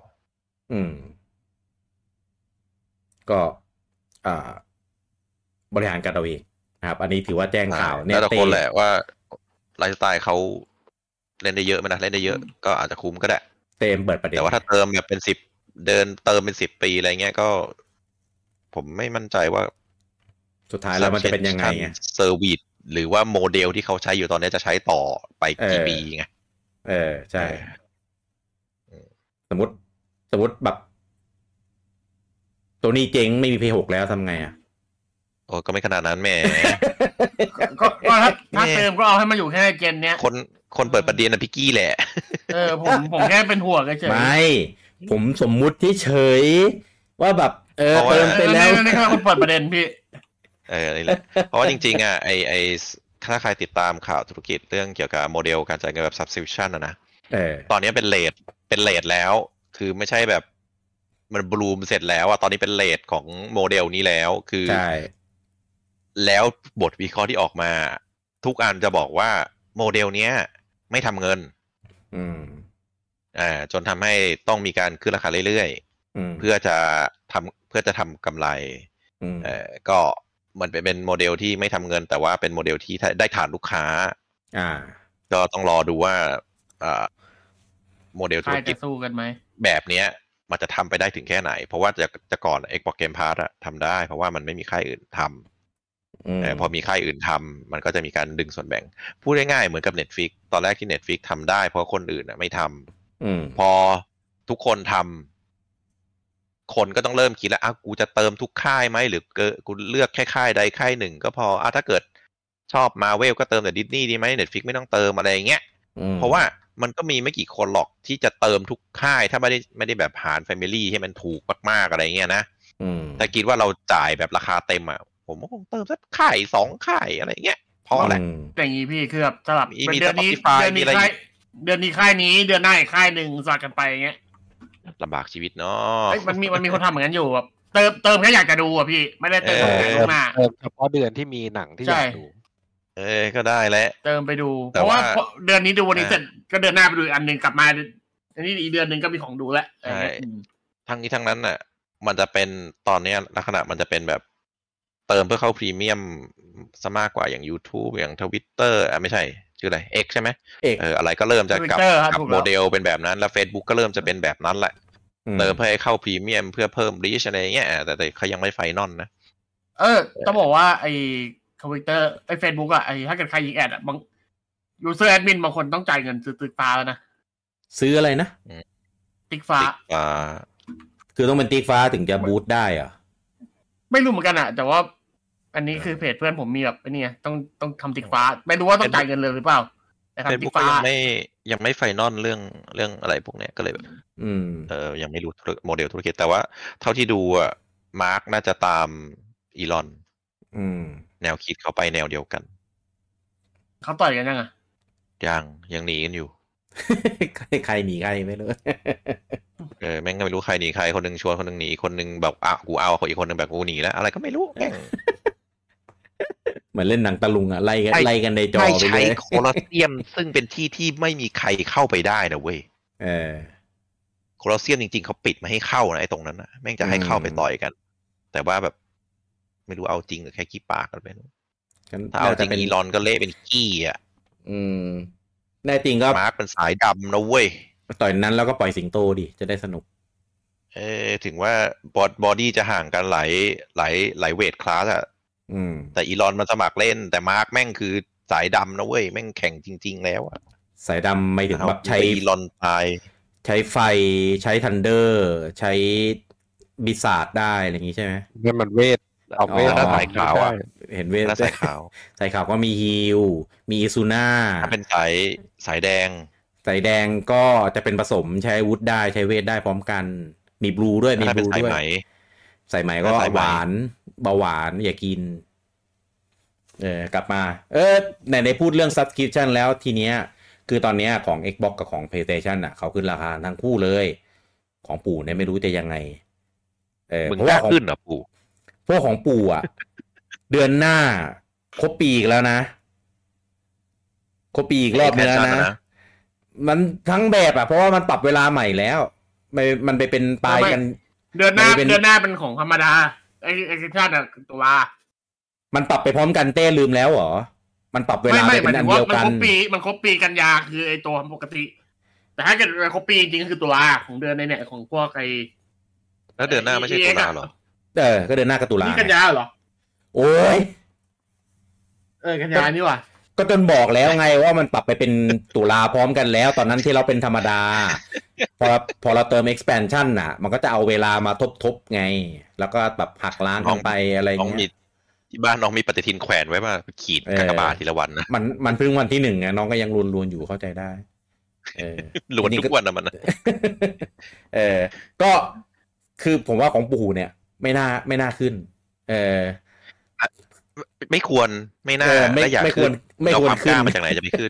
ๆก็บริหารการเอาเองนะครับอันนี้ถือว่าแจ้งข่าวเนี่ยแต่คนแหละว่าไลฟ์สไตล์เขาเล่นได้เยอะไหมนะเล่นได้เยอะก็อาจจะคุ้มก็ได้เต็มเปิดประเด็นแต่ว่าถ้าเติมแบบเป็น10เดินเติมเป็น10 ปีอะไรเงี้ยก็ผมไม่มั่นใจว่าสุดท้ายแล้วมันจะเป็นยังไงเซอร์วิสหรือว่าโมเดลที่เขาใช้อยู่ตอนนี้จะใช้ต่อไปกี่ปีไงใช่สมมติแบบตัวนี้เจ๊งไม่มี Play 6แล้วทำไงอ่ะโอ้ก็ไม่ขนาดนั้นแม่ก็ถ้าเติมก็เอาให้มันอยู่แค่เจนเนี้ยคนเปิดประเด็นนะพี่กี้แหละผมแค่เป็นห่วงเฉยไม่ผมสมมุติที่เฉยว่าแบบเติมไปแล้วนี่คือคนเปิดประเด็นพี่นี่แหละเพราะว่าจริงๆอ่ะไอถ้าใครติดตามข่าวธุรกิจเรื่องเกี่ยวกับโมเดลการจ่ายเงินแบบ subscription นะตอนนี้เป็นเรทแล้วคือไม่ใช่แบบมันบลูมเสร็จแล้วอ่ะตอนนี้เป็นเรทของโมเดลนี้แล้วคือแล้วบทวิเคราะห์ที่ออกมาทุกอันจะบอกว่าโมเดลเนี้ยไม่ทำเงินจนทำให้ต้องมีการขึ้นราคาเรื่อยๆเพื่อจะทำกำไรก็มันเป็นโมเดลที่ไม่ทำเงินแต่ว่าเป็นโมเดลที่ได้ฐานลูกค้าก็ต้องรอดูว่าโมเดลธุรกิจสู้กันไหมแบบเนี้ยมันจะทำไปได้ถึงแค่ไหนเพราะว่าจะก่อน Xbox Game Pass ทำได้เพราะว่ามันไม่มีค่ายอื่นทำพอมีค่ายอื่นทำมันก็จะมีการดึงส่วนแบ่งพูดง่ายๆเหมือนกับ Netflix ตอนแรกที่ Netflix ทำได้เพราะคนอื่นไม่ทำพอทุกคนทำคนก็ต้องเริ่มคิดแล้วกูจะเติมทุกค่ายไหมหรือกูเลือกแค่ค่ายใดค่ายหนึ่งก็พอถ้าเกิดชอบ Marvel ก็เติมแต่ Disney ดีไหม Netflix ไม่ต้องเติมอะไรอย่างเงี้ยเพราะว่ามันก็มีไม่กี่คนหรอกที่จะเติมทุกค่ายถ้าไม่ได้แบบหาร Family ให้มันถูกมากๆอะไรเงี้ยนะแต่คิดว่าเราจ่ายแบบราคาเต็มผมก็คงเติมสักค่าย2ค่ายอะไรเงี้ยพอแหละอย่างนี้พี่คือแบบสลับเดือนนี้ค่ายนี้เดือนหน้าอีกค่ายนึงสลับกันไปเงี้ยลำบากชีวิตเนาะมันมีคนทำเหมือนกันอยู่แบบเติมแค่อยากจะดูพี่ไม่ได้เติมล่วงหน้าเฉพาะเดือนที่มีหนังที่อยากดูก็ได้แหละเติมไปดูเพราะว่าเดือนนี้ดูวันนี้เสร็จก็เดือนหน้าไปดูอันนึงกลับมาอันนี้อีกเดือนนึงก็มีของดูแล้วทั้งนี้ทั้งนั้นน่ะมันจะเป็นตอนนี้ลักษณะมันจะเป็นแบบเติมเพื่อเข้าพรีเมียมซะมากกว่าอย่าง YouTube อย่าง Twitter ไม่ใช่ชื่ออะไร X ใช่ไหมอะไรก็เริ่มจะกลับโมเดลเป็นแบบนั้นแล้ว Facebook ก็เริ่มจะเป็นแบบนั้นแหละเติมเพื่อให้เข้าพรีเมียมเพื่อเพิ่มรีชอะไรเงี้ยแต่เขายังไม่ไฟนอลนะต้องบอกว่าไอ้Twitter ไอ้ Facebook ไอ้ถ้าเกิดใครยิงแอดบางยูเซอร์แอดมินบางคนต้องจ่ายเงินซื้อติ๊กฟ้าแล้วนะซื้ออะไรนะติ๊กฟ้าคือต้องเป็นติ๊กฟ้าถึงจะบูตได้ไม่รู้เหมือนกันแต่ว่าอันนี้คือเพจเพื่อนผมมีแบบนี่ไงต้องทำติ๊กฟ้าไม่รู้ว่าต้องจ่ายเงินเลยหรือเปล่าแต่ทำติ๊กฟ้ายังไม่ไฟนอลเรื่องอะไรพวกเนี้ยก็เลยแบบยังไม่รู้โมเดลธุรกิจแต่ว่าเท่าที่ดูมาร์กน่าจะตามอีลอนแนวคิดเขาไปแนวเดียวกันเขาต่อยกันยังยังหนีกันอยู่ใครหนีใครไม่รู้แม่งก็ไม่รู้ใครหนีใครคนนึงชวนคนนึงหนีคนนึงแบบกูเอาอีกคนนึงแบบกูหนีแล้วอะไรก็ไม่รู้แม่งเหมือนเล่นหนังตะลุงไล่กันในจอไปเลยใช้โคลอสเซียมซึ่งเป็นที่ไม่มีใครเข้าไปได้นะเว้ยโคลอสเซียมจริงๆเขาปิดไม่ให้เข้านะไอ้ตรงนั้นนะแม่งจะให้เข้าไปต่อยกันแต่ว่าแบบไม่รู้เอาจริงหรือแค่ขี้ปากกันไปถ้าเอาจริงอีลอนก็เละเป็นขี้แน่จริงก็มาร์กเป็นสายดำนะเว้ยต่อยนั้นแล้วก็ปล่อยสิงโตดิจะได้สนุกถึงว่าบอดี้จะห่างกันหลายเวทคลาสแต่อีลอนมันสมัครเล่นแต่มาร์คแม่งคือสายดำนะเว้ยแม่งแข่งจริงๆแล้วอะสายดำไม่ถึงแบบใช้อีลอนตายใช้ไฟใช้ทันเดอร์ใช้บิสาดได้อะไรอย่างงี้ใช่ไหมนั่นมันเวทเอาเวทสายขาวอ่ะเห็นเวทสายขาวสายขาวก็มีฮิลมีอิซูน่าถ้าเป็นสายแดงก็จะเป็นผสมใช้อาวุธได้ใช้เวทได้พร้อมกันมีบลูด้วยมีบลูด้วยใส่ไหมก็หวานเบาหวานอย่ากินกลับมาในพูดเรื่อง subscription แล้วทีเนี้ยคือตอนนี้ของ Xbox กับของ PlayStation อ่ะเขาขึ้นราคาทั้งคู่เลยของปู่เนี่ยไม่รู้จะยังไงเพราะว่าขึ้นเหรอปู่พวกของปู่อ่ะ เดือนหน้าครบปีอีกแล้วนะครบปีอีกรอบนึงแล้วนะมันทั้งแบบอ่ะเพราะว่ามันปรับเวลาใหม่แล้วมันไปเป็นปลายกันเดือนหน้าเป็นของธรรมดาไอ้ชาติตัวมันปรับไปพร้อมกันเต้ลืมแล้วเหรอมันปรับเวลาไปเป็นอันเดียวกันมันครบปีกันยาคือไอ้ตัวปกติแต่ถ้าเกิดครบปีจริงก็คือตุลาของเดือนในเนี่ยของพวกไอ้แล้วเดือนหน้าไม่ใช่ตุลาหรอก็เดือนหน้าก็ตุลานี่กันยาเหรอโอ้ยกันยานี่ว่ะก็จนบอกแล้วไงว่ามันปรับไปเป็นตุลาพร้อมกันแล้วตอนนั้นที่เราเป็นธรรมดาพอเราเติม expansion น่ะมันก็จะเอาเวลามาทบไงแล้วก็แบบหักล้างลงไปอะไรเงี้ยที่บ้านน้องมีปฏิทินแขวนไว้มาขีดกากบาททีละวันนะมันเพิ่งวันที่1ไงน้องก็ยังรวนอยู่เข้าใจได้รวนทุกวันนะมันก็คือผมว่าของปู่เนี่ยไม่น่าขึ้นไม่ควรไม่น่าไม่ควรขึ้นมาจากไหนจะไม่ขึ้น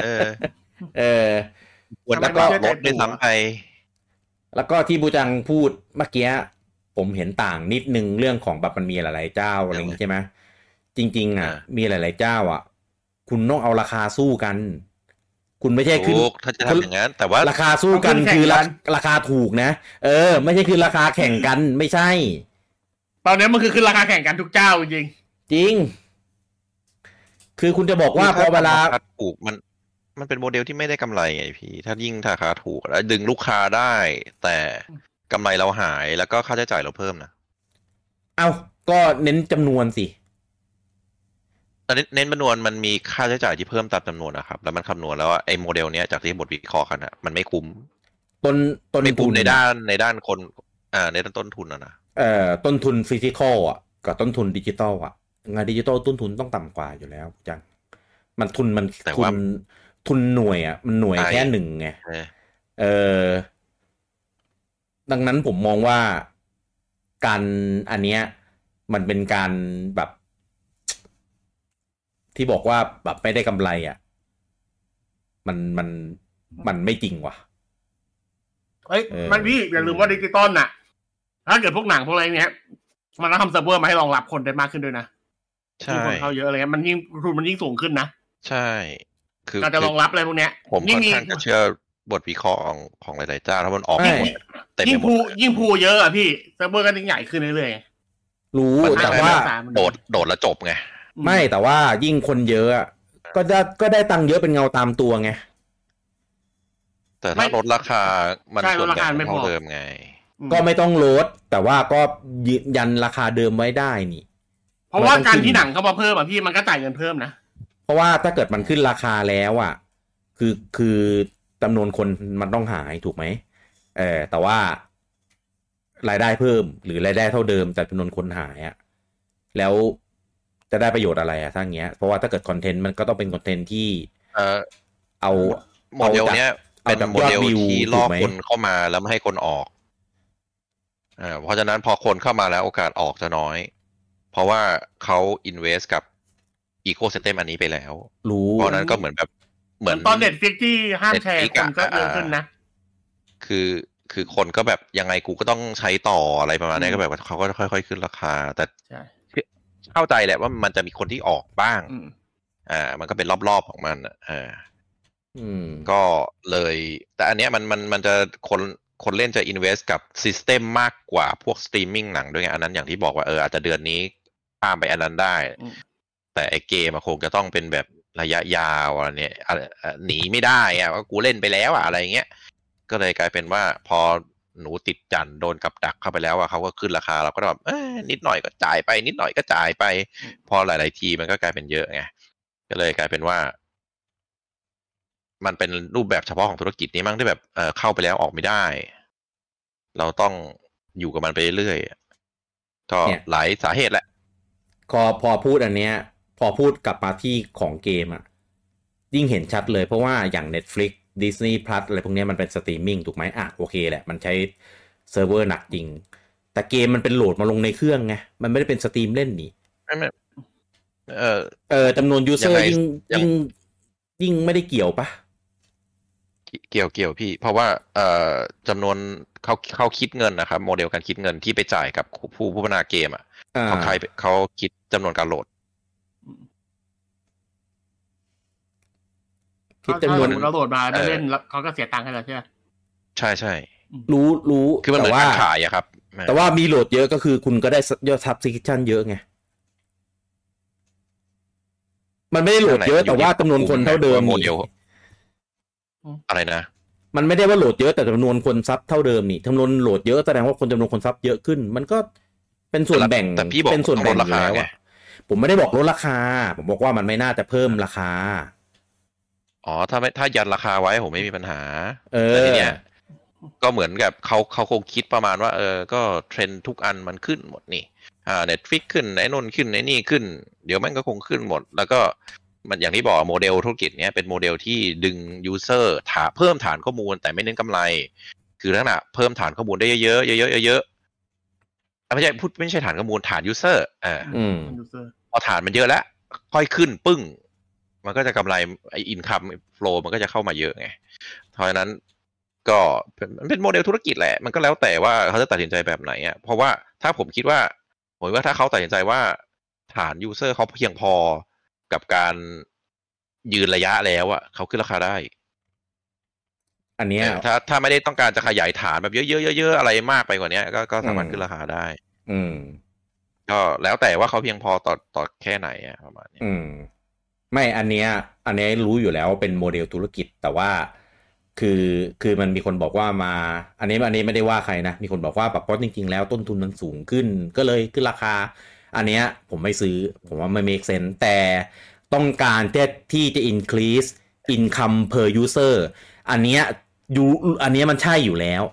ควรแล้วก็ลดด้วยซ้ำไปแล้วก็ที่บูจังพูดเมื่อกี้ผมเห็นต่างนิดนึงเรื่องของแบบมันมีหลายๆเจ้าอะไรอย่างนี้ใช่ไหมจริงๆอ่ะมีหลายๆเจ้าอ่ะคุณต้องเอาราคาสู้กันคุณไม่ใช่ขึ้นถ้าจะทำอย่างนั้นแต่ว่าราคาสู้กันคือราคาถูกนะไม่ใช่คือราคาแข่งกันไม่ใช่ตอนนี้มันคือราคาแข่งกันทุกเจ้าจริงคือคุณจะบอกว่าพอเวลาถูกมันเป็นโมเดลที่ไม่ได้กำไรไงพี่ถ้ายิ่งราคาถูกแล้วดึงลูกค้าได้แต่กำไรเราหายแล้วก็ค่าใช้จ่ายเราเพิ่มนะก็เน้นจำนวนสิเน้นจำนวนมันมีค่าใช้จ่ายที่เพิ่มตามจำนวนนะครับแล้วมันคำนวณแล้วว่าไอ้โมเดลเนี้ยจากที่บทวิเคราะห์กันอะมันไม่คุ้มไม่คุ้มในด้านคนในด้านต้นทุนนะต้นทุนฟิสิกอลอ่ะกับต้นทุนดิจิตอลอ่ะงานดิจิตอลต้นทุนต้องต่ำกว่าอยู่แล้วจังมันทุนหน่วยอ่ะมันหน่วยแค่1ไงดังนั้นผมมองว่าการอันเนี้ยมันเป็นการแบบที่บอกว่าแบบไม่ได้กำไรอ่ะมันไม่จริงว่ะมันพี่อย่าลืมว่าดิจิตอลน่ะถ้าเกิดพวกหนังพวกอะไรเนี้ยมันต้องทำเซิร์ฟเวอร์มาให้รองรับคนได้มากขึ้นด้วยนะใช่คนเข้าเยอะอะไรเงี้ยมันยิ่งสูงขึ้นนะใช่คือการจะรองรับอะไรพวกเนี้ยผมค่อนข้างจะเชื่อบทวิเคราะห์ของหลายๆเจ้าถ้ามันออกหมดยิ่งพูเยอะอ่ะพี่เซิร์ฟเวอร์ก็ยิ่งใหญ่ขึ้นเรื่อยๆรู้แต่ว่าโดดแล้วจบไงไม่แต่ว่ายิ่งคนเยอะก็ได้ตังค์เยอะเป็นเงาตามตัวไงแต่ถ้าลดราคามันส่วนใหญ่ไม่เท่าเดิมไงก็ไม่ต้องลดแต่ว่าก็ยันราคาเดิมไว้ได้นี่เพราะว่าการที่หนังเข้ามาเพิ่มอ่ะพี่มันก็จ่ายเงินเพิ่มนะเพราะว่าถ้าเกิดมันขึ้นราคาแล้วอ่ะคือจำนวนคนมันต้องหายถูกไหมแต่ว่ารายได้เพิ่มหรือรายได้เท่าเดิมแต่จำนวนคนหายอ่ะแล้วจะได้ประโยชน์อะไรอ่ะถ้าอย่างเงี้ยเพราะว่าถ้าเกิดคอนเทนต์มันก็ต้องเป็นคอนเทนต์ที่เอาโมเดลเนี้ยเป็นโมเดลที่ล่อคนเข้ามาแล้วไม่ให้คนออกเพราะฉะนั้นพอคนเข้ามาแล้วโอกาสออกจะน้อยเพราะว่าเขาอินเวสกับอีโคซิสเต็มอันนี้ไปแล้วเพราะนั้นก็เหมือนตอน Netflix ที่ห้ามแชร์คนก็เยอะขึ้นนะคือคนก็แบบยังไงกูก็ต้องใช้ต่ออะไรประมาณนี้ก็แบบเขาก็ค่อยๆขึ้นราคาแต่เข้าใจแหละว่ามันจะมีคนที่ออกบ้างมันก็เป็นรอบๆของมันก็เลยแต่อันเนี้ยมันจะคนเล่นจะ invest กับ system มากกว่าพวก streaming หนังด้วยไงอันนั้นอย่างที่บอกว่าอาจจะเดือนนี้ข้ามไปอันนั้นได้แต่ไอเกมคงจะต้องเป็นแบบระยะยาวอะไรเนี่ยหนีไม่ได้ว่ากูเล่นไปแล้วอะไรเงี้ยก็เลยกลายเป็นว่าพอหนูติดจั่นโดนกับดักเข้าไปแล้วเขาก็ขึ้นราคาเราก็แบบนิดหน่อยก็จ่ายไปนิดหน่อยก็จ่ายไปพอหลายๆทีมันก็กลายเป็นเยอะไงก็เลยกลายเป็นว่ามันเป็นรูปแบบเฉพาะของธุรกิจนี้มั้งที่แบบเข้าไปแล้วออกไม่ได้เราต้องอยู่กับมันไปเรื่อยๆก็หลายสาเหตุแหละพอพูดอันเนี้ยพอพูดกลับมาที่ของเกมอะยิ่งเห็นชัดเลยเพราะว่าอย่าง Netflix Disney Plus อะไรพวกนี้มันเป็นสตรีมมิ่งถูกไหมโอเคแหละมันใช้เซิร์ฟเวอร์หนักจริงแต่เกมมันเป็นโหลดมาลงในเครื่องไงมันไม่ได้เป็นสตรีมเล่นนี่จำนวนยูเซอร์ยิ่งไม่ได้เกี่ยวปะเกี่ยวพี่เพราะว่าจำนวนเขาคิดเงินนะครับโมเดลการคิดเงินที่ไปจ่ายกับผู้พัฒนาเกมเขาคิดจำนวนการโหลดคิดจำนวนเราโหลดมาได้เล่นเขาก็เสียตังค์ให้เราใช่ไหมใช่รู้คือมันเหมือนการขายอะครับแต่ว่ามีโหลดเยอะก็คือคุณก็ได้ยอด subscription เยอะไงมันไม่ได้โหลดเยอะแต่ว่าจำนวนคนเท่าเดิมนี่อะไรนะมันไม่ได้ว่าโหลดเยอะแต่จำนวนคนซับเท่าเดิมนี่จำนวนโหลดเยอะแสดงว่าคนจำนวนคนซับเยอะขึ้นมันก็เป็นส่วนแบ่งแต่พี่บอกเป็นส่วนแบ่งอยู่แล้วผมไม่ได้บอกลดราคาผมบอกว่ามันไม่น่าจะเพิ่มราคาถ้ายันราคาไว้ผมไม่มีปัญหาแต่ทีเนี้ยก็เหมือนกับเขาคงคิดประมาณว่าก็เทรนด์ทุกอันมันขึ้นหมดนี่Netflix ขึ้นไอ้นนขึ้นไอ้นี่ขึ้นเดี๋ยวมันก็คงขึ้นหมดแล้วก็มันอย่างที่บอกโมเดลธุรกิจเนี้ยเป็นโมเดลที่ดึงยูเซอร์เพิ่มฐานข้อมูลแต่ไม่เน้นกำไรคือลักษณะเพิ่มฐานข้อมูลได้เยอะไม่ใช่ฐานข้อมูลฐานยูเซอร์พอฐานมันเยอะแล้วค่อยขึ้นปึ้งมันก็จะกำไรไอ้อินคัมโฟลว์มันก็จะเข้ามาเยอะไงเพราะฉะนั้นก็มันเป็นโมเดลธุรกิจแหละมันก็แล้วแต่ว่าเขาจะตัดสินใจแบบไหนเพราะว่าถ้าผมคิดว่าถ้าเขาตัดสินใจว่าฐานยูเซอร์เขาเพียงพอกับการยืนระยะแล้วเขาขึ้นราคาได้อันนี้ถ้าไม่ได้ต้องการจะขยายฐานแบบเยอะๆอะไรมากไปกว่านี้ก็สามารถขึ้นราคาได้ก็แล้วแต่ว่าเขาเพียงพอต่อแค่ไหนประมาณนี้ไม่อันนี้รู้อยู่แล้วเป็นโมเดลธุรกิจแต่ว่าคือมันมีคนบอกว่ามาอันนี้ไม่ได้ว่าใครนะมีคนบอกว่าแบบเพราะจริงๆแล้วต้นทุนมันสูงขึ้นก็เลยขึ้นราคาอันเนี้ยผมไม่ซื้อผมว่าไม่ make sense แต่ต้องการที่จะ increase income per user อันเนี้ยมันใช่อยู่แล้ว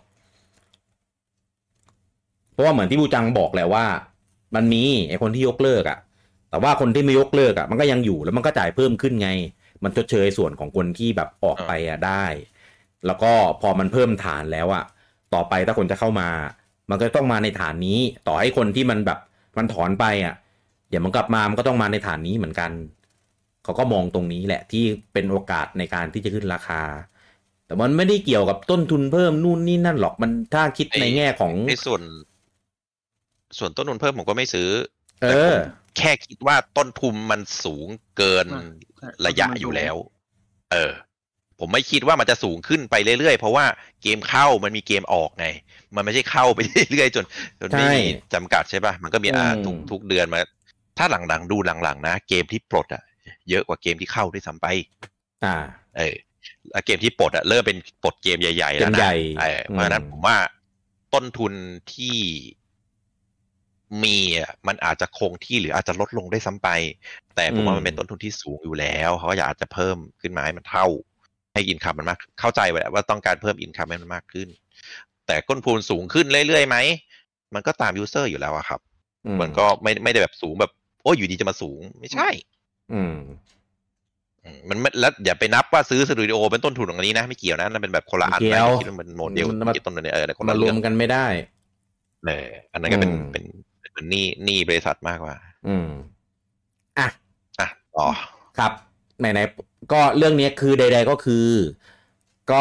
เพราะว่าเหมือนที่บูจังบอกแหละว่ามันมีไอ้คนที่ยกเลิกแต่ว่าคนที่ไม่ยกเลิกมันก็ยังอยู่แล้วมันก็จ่ายเพิ่มขึ้นไงมันชดเชยส่วนของคนที่แบบออกไปได้แล้วก็พอมันเพิ่มฐานแล้วต่อไปถ้าคนจะเข้ามามันก็ต้องมาในฐานนี้ต่อให้คนที่มันแบบมันถอนไปเดี๋ยวมันกลับมามันก็ต้องมาในฐานนี้เหมือนกันเขาก็มองตรงนี้แหละที่เป็นโอกาสในการที่จะขึ้นราคาแต่มันไม่ได้เกี่ยวกับต้นทุนเพิ่มนู่นนี่นั่นหรอกมันถ้าคิดในแง่ของในส่วนต้นทุนเพิ่มผมก็ไม่ซื้อแค่คิดว่าต้นทุนมันสูงเกินระยะอยู่แล้วผมไม่คิดว่ามันจะสูงขึ้นไปเรื่อยๆเพราะว่าเกมเข้ามันมีเกมออกไงมันไม่ใช่เข้าไปเรื่อยๆจนไม่มีจำกัดใช่ป่ะมันก็มีทุกเดือนมาถ้าหลังๆดูหลังๆนะเกมที่ปลดเยอะกว่าเกมที่เข้าด้วยซ้ำไปเกมที่ปลดเริ่มเป็นปลดเกมใหญ่ๆแล้วนะเพราะฉะนั้นผมว่าต้นทุนที่มีมันอาจจะคงที่หรืออาจจะลดลงได้ซ้ำไปแต่ผมว่ามันเป็นต้นทุนที่สูงอยู่แล้วเขาก็อยากจะเพิ่มขึ้นมาให้มันเท่าให้อินคัมมันมากเข้าใจว่าต้องการเพิ่มอินคัมให้มันมากขึ้นแต่ต้นทุนสูงขึ้นเรื่อยๆไหมมันก็ตามยูเซอร์อยู่แล้วครับมันก็ไม่ได้แบบสูงแบบโอ้อยู่ดีจะมาสูงไม่ใช่มันแล้วอย่าไปนับว่าซื้อสตูดิโอเป็นต้นทุนของอันนี้นะไม่เกี่ยวนะนั่นเป็นแบบคนละอันนะคิดว่ามันโมเดลที่ต้นเนี่ยคนละรวมกันไม่ได้อันนั้นก็เป็นหนี้บริษัทมากกว่าต่อครับไหนๆก็เรื่องนี้คือใดๆก็คือก็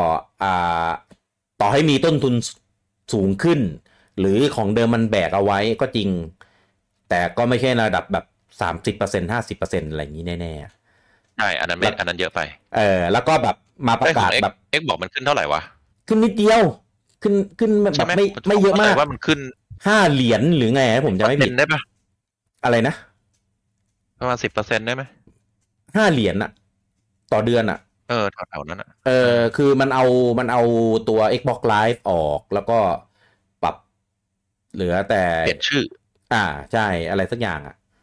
ต่อให้มีต้นทุนสูงขึ้นหรือของเดิมมันแบกเอาไว้ก็จริงแต่ก็ไม่ใช่ระดับแบบ 30% 50% อะไรอย่างนี้แน่ๆใช่อันนั้นเยอะไปแล้วก็แบบมาประกาศแบบเอ็กบอกมันขึ้นเท่าไหร่วะขึ้นนิดเดียวขึ้นแบบไม่เยอะมากว่ามันขึ้น 5 เหรียญหรือไงผมจะไม่ผิดได้ปะอะไรนะประมาณ 10% ได้ไหม 5 เหรียญต่อเดือนแถวๆนั้นคือมันเอาตัว Xbox Live ออกแล้วก็ปรับเหลือแต่เปลี่ยนชื่อใช่อะไรสักอย่าง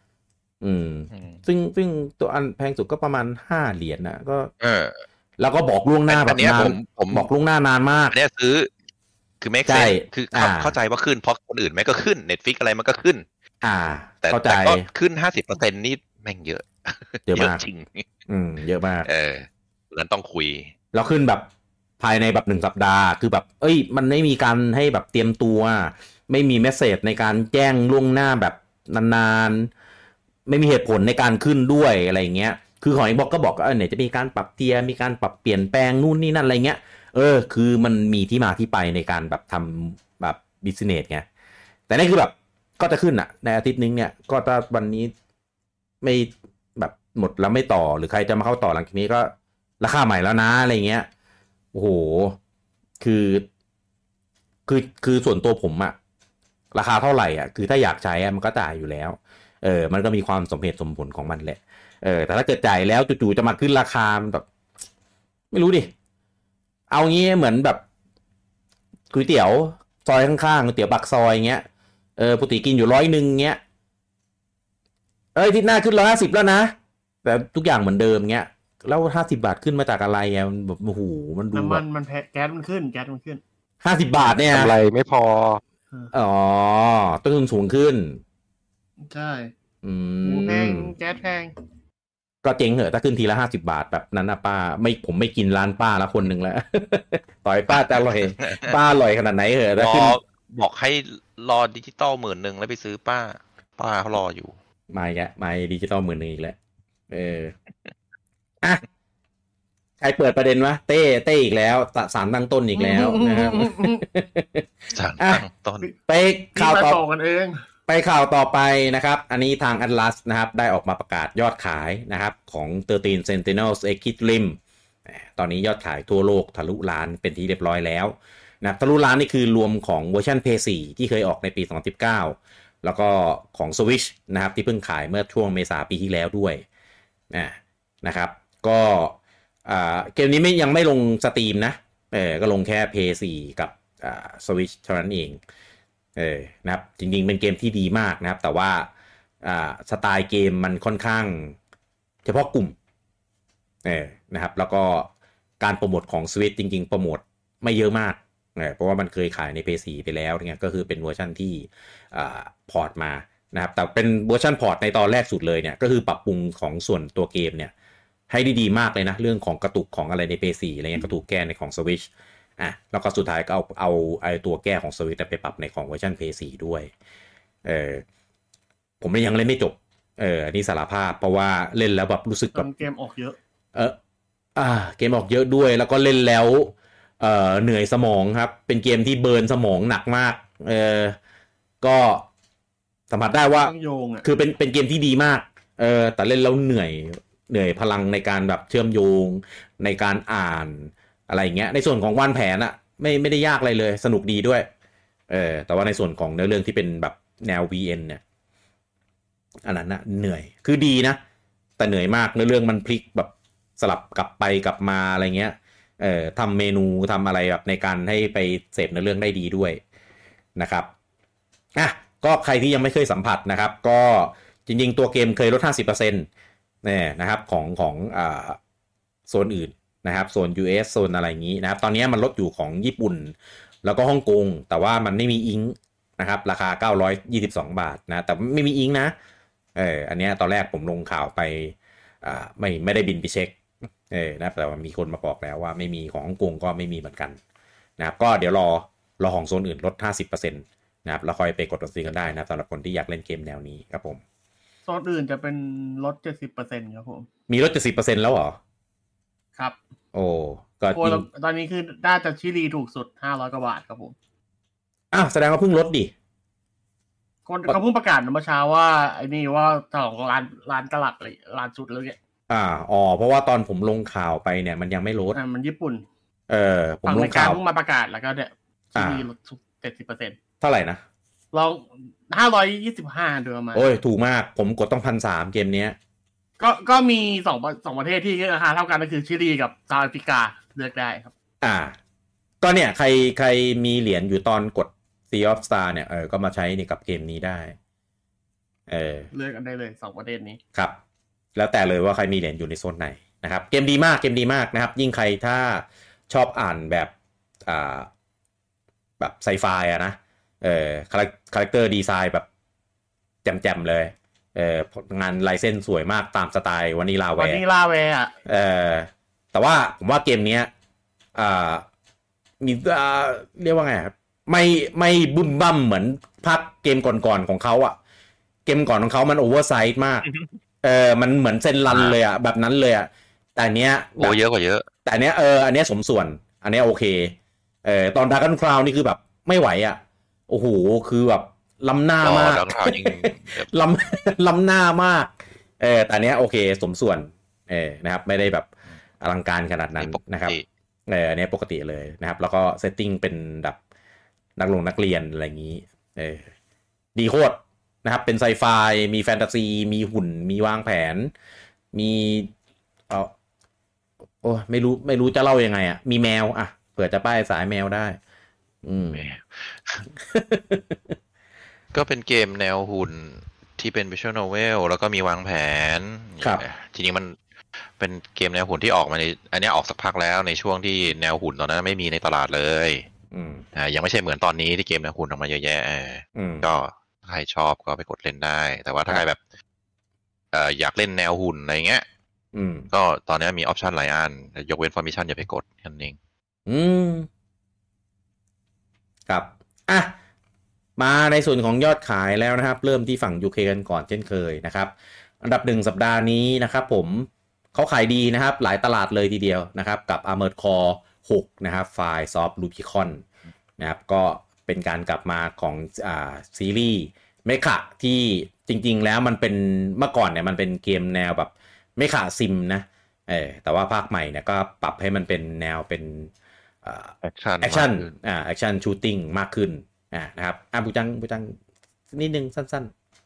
ซึ่งตัวอันแพงสุดก็ประมาณ$5นะก็แล้วก็บอกล่วงหน้าแบบนานผมบอกล่วงหน้านานมากเนี่ยซื้อคือไม่ใช่คือเข้าใจว่าขึ้นเพราะคนอื่นไม่ก็ขึ้น Netflix อะไรมันก็ขึ้นแต่ก็ขึ้น 50% นี่แม่งเยอะมากจริงเยอะมากงั้นต้องคุยแล้วขึ้นแบบภายในแบบ1สัปดาห์คือแบบมันไม่มีการให้แบบเตรียมตัวไม่มีเมสเสจในการแจ้งล่วงหน้าแบบนานๆไม่มีเหตุผลในการขึ้นด้วยอะไรเงี้ยคือของ Xbox ก็บอกเนี่ยจะมีการปรับเทียร์มีการปรับเปลี่ยนแปลงนู่นนี่นั่นอะไรเงี้ยคือมันมีที่มาที่ไปในการแบบทำแบบบิสเนสไงแต่นี่คือแบบก็จะขึ้นในอาทิตย์นึงเนี่ยก็ถ้าวันนี้ไม่แบบหมดแล้วไม่ต่อหรือใครจะมาเข้าต่อหลังจากนี้ก็ราคาใหม่แล้วนะอะไรเงี้ยโอ้โหคือส่วนตัวผมราคาเท่าไหร่คือถ้าอยากใช้มันก็จ่ายอยู่แล้วมันก็มีความสมเหตุสมผลของมันแหละแต่ถ้าเกิดจ่ายแล้วจู่ๆจะมาขึ้นราคามันแบบไม่รู้ดิเอางี้เหมือนแบบก๋วยเตี๋ยวซอยข้างๆก๋วยเตี๋ยวปากซอยเงี้ยปกติกินอยู่100เงี้ยที่หน้าขึ้น150แล้วนะแต่ทุกอย่างเหมือนเดิมเงี้ยแล้ว50 บาทขึ้นมาจากอะไรมันแบบโอ้โหมันดูแบบมันแก๊สมันขึ้น 50 บาทเนี่ยกำไรไม่พอต้นทุนสูงขึ้นใช่แพงแก๊สแพงก็เจ๊งเหอะถ้าขึ้นทีละ50 บาทแบบนั้นนะป้าผมไม่กินร้านป้าละคนหนึ่งแล้วต่อยป้าจะอร่อยป้าอร่อยขนาดไหนเหอะแล้วขึ้นบอกให้รอดิจิตอล10,000แล้วไปซื้อป้าเขารออยู่ไม่ดิจิตอล10,000อีกแล้วอ่ะใครเปิดประเด็นวะเต้อีกแล้วสารตั้งต้นอีกแล้วนะครับสารตั้งต้นไปข่าวต่อกันเองไปข่าวต่อไปนะครับอันนี้ทาง Atlas นะครับได้ออกมาประกาศยอดขายนะครับของ13 Sentinels Extreme ตอนนี้ยอดขายทั่วโลกทะลุล้านเป็นที่เรียบร้อยแล้วนะทะลุล้านนี่คือรวมของเวอร์ชัน PS4 ที่เคยออกในปี2019แล้วก็ของ Switch นะครับที่เพิ่งขายเมื่อช่วงเมษาปีที่แล้วด้วยนะครับก็เกมนี้ยังไม่ลงสตรีมนะก็ลงแค่ PS4 กับSwitch เท่านั้นเองนะครับจริงๆเป็นเกมที่ดีมากนะครับแต่ว่าสไตล์เกมมันค่อนข้างเฉพาะกลุ่มนะครับแล้วก็การโปรโมทของ Switch จริงๆโปรโมทไม่เยอะมากเพราะว่ามันเคยขายใน PS4 ไปแล้วเนี่ยก็คือเป็นเวอร์ชันที่พอร์ตมานะครับแต่เป็นเวอร์ชันพอร์ตในตอนแรกสุดเลยเนี่ยก็คือปรับปรุงของส่วนตัวเกมเนี่ยให้ดีๆมากเลยนะเรื่องของกระตุกของอะไรใน PS4 อะไรเงี้ยกระตุกแก้ในของ Switch แล้วก็สุดท้ายก็เอาไอ้ตัวแก้ของ Switch ไปปรับในของเวอร์ชัน PS4 ด้วยผมยังเล่นไม่จบอันนี้สารภาพเพราะว่าเล่นแล้วแบบรู้สึกแบบเกมออกเยอะเกมออกเยอะด้วยแล้วก็เล่นแล้วเหนื่อยสมองครับเป็นเกมที่เบิร์นสมองหนักมากก็สัมผัสได้ว่าคือเป็นเกมที่ดีมากแต่เล่นแล้วเหนื่อยพลังในการแบบเชื่อมโยงในการอ่านอะไรเงี้ยในส่วนของวางแผนไม่ได้ยากอะไรเลยสนุกดีด้วยแต่ว่าในส่วนของเนื้อเรื่องที่เป็นแบบแนว VN เนี่ยอันนั้นเหนื่อยคือดีนะแต่เหนื่อยมากเนื้อเรื่องมันพลิกแบบสลับกลับไปกลับมาอะไรเงี้ยทำเมนูทำอะไรแบบในการให้ไปเสพเนื้อเรื่องได้ดีด้วยนะครับก็ใครที่ยังไม่เคยสัมผัสนะครับก็จริงๆตัวเกมเคยลด 50% นะครับของโซนอื่นนะครับโซน US โซนอะไรอย่างนี้นะครับตอนนี้มันลดอยู่ของญี่ปุ่นแล้วก็ฮ่องกงแต่ว่ามันไม่มีอิงนะครับราคา922 บาทนะแต่ไม่มีอิงนะอันนี้ตอนแรกผมลงข่าวไปไม่ได้บินไปเช็คนะแต่ว่ามีคนมาบอกแล้วว่าไม่มีของฮ่องกงก็ไม่มีเหมือนกันนะครับก็เดี๋ยวรอของโซนอื่นลด 50% นะครับแล้วค่อยไปกดซื้อกันได้นะสำหรับคนที่อยากเล่นเกมแนวนี้ครับผมโซนอื่นจะเป็นลด 70% ครับผมมีลด 70% แล้วเหรอครับโอ้ก็ตอนนี้คือน่าจะชิลีถูกสุด500 กว่าบาทครับผมแสดงว่าเพิ่งลดดิเขาเพิ่งประกาศเมื่อเช้าว่าไอ้นี่ว่าของร้านตลาดเลยร้านสุดแล้วเนี่ยเพราะว่าตอนผมลงข่าวไปเนี่ยมันยังไม่ลดมันญี่ปุ่นผมลงข่าวเพิ่งมาประกาศแล้วก็เนี่ยชิลีลด 70% เท่าไหร่นะลอง525เดือนมาโอ้ยถูกมากผมกดต้อง 1,300 เกมเนี้ยก็มีสองประเทศที่ราคาเท่ากันก็คือชิลีกับเซาท์แอฟริกาเลือกได้ครับก็เนี่ยใครมีเหรียญอยู่ตอนกด Sea of Star เนี่ยก็มาใช้ในกับเกมนี้ได้เลือกกันได้เลย2ประเทศนี้ครับแล้วแต่เลยว่าใครมีเหรียญอยู่ในโซนไหนนะครับเกมดีมากนะครับยิ่งใครถ้าชอบอ่านแบบไซไฟนะคาแรคเตอร์ดีไซน์แบบแจ่มๆเลยงานลายเส้นสวยมากตามสไตล์วานิลาแวร์แต่ว่าผมว่าเกมนี้มีเรียกว่าไงครับไม่บึ้มบั้มเหมือนภาคเกมก่อนๆของเขาอ่ะเกมก่อนของเขามันโอเวอร์ไซส์มากมันเหมือนเซนรันเลยอ่ะแบบนั้นเลยอ่ะแต่เนี้ยโอ้เยอะกว่าเยอะแต่เนี้ยอันเนี้ยสมส่วนอันเนี้ยโอเคตอน Dragon Crown นี่คือแบบไม่ไหวอ่ะโอ้โหคือแบบล้ำหน้ามากล้ำหน้ามากแต่เนี้ยโอเคสมส่วนนะครับไม่ได้แบบอลังการขนาดนั้นนะครับอันนี้ปกติเลยนะครับแล้วก็เซตติ้งเป็นแบบนักเรียนอะไรอย่างนี้ดีโคตรนะครับเป็นไซไฟมีแฟนตาซีมีหุ่นมีวางแผนมีโอ้ไม่รู้จะเล่ายังไงอ่ะมีแมวอ่ะเผื่อจะป้ายสายแมวได้ก็เป็นเกมแนวหุ่นที่เป็น visual novel แล้วก็มีวางแผนทีนี้มันเป็นเกมแนวหุ่นที่ออกมาในอันนี้ออกสักพักแล้วในช่วงที่แนวหุ่นตอนนั้นไม่มีในตลาดเลยยังไม่ใช่เหมือนตอนนี้ที่เกมแนวหุ่นออกมาเยอะแยะก็ใครชอบก็ไปกดเล่นได้แต่ว่าถ้าใครแบบอยากเล่นแนวหุ่นอะไรเงี้ยก็ตอนนี้มีออปชันหลายอันยกเว้นฟอร์มิชันอย่าไปกดแค่นั้นเองครับมาในส่วนของยอดขายแล้วนะครับเริ่มที่ฝั่ง UK กันก่อนเช่นเคยนะครับอันดับ1สัปดาห์นี้นะครับผมเขาขายดีนะครับหลายตลาดเลยทีเดียวนะครับกับ Armored Core 6นะครับ Fires of Rubicon นะครับก็เป็นการกลับมาของซีรีส์เมคาที่จริงๆแล้วมันเป็นเมื่อก่อนเนี่ยมันเป็นเกมแนวแบบเมคาซิมนะแต่ว่าภาคใหม่เนี่ยก็ปรับให้มันเป็นแนวเป็นแอคชั่นชูตติ้งมากขึ้นนะครับบูจังนิดนึงสั้น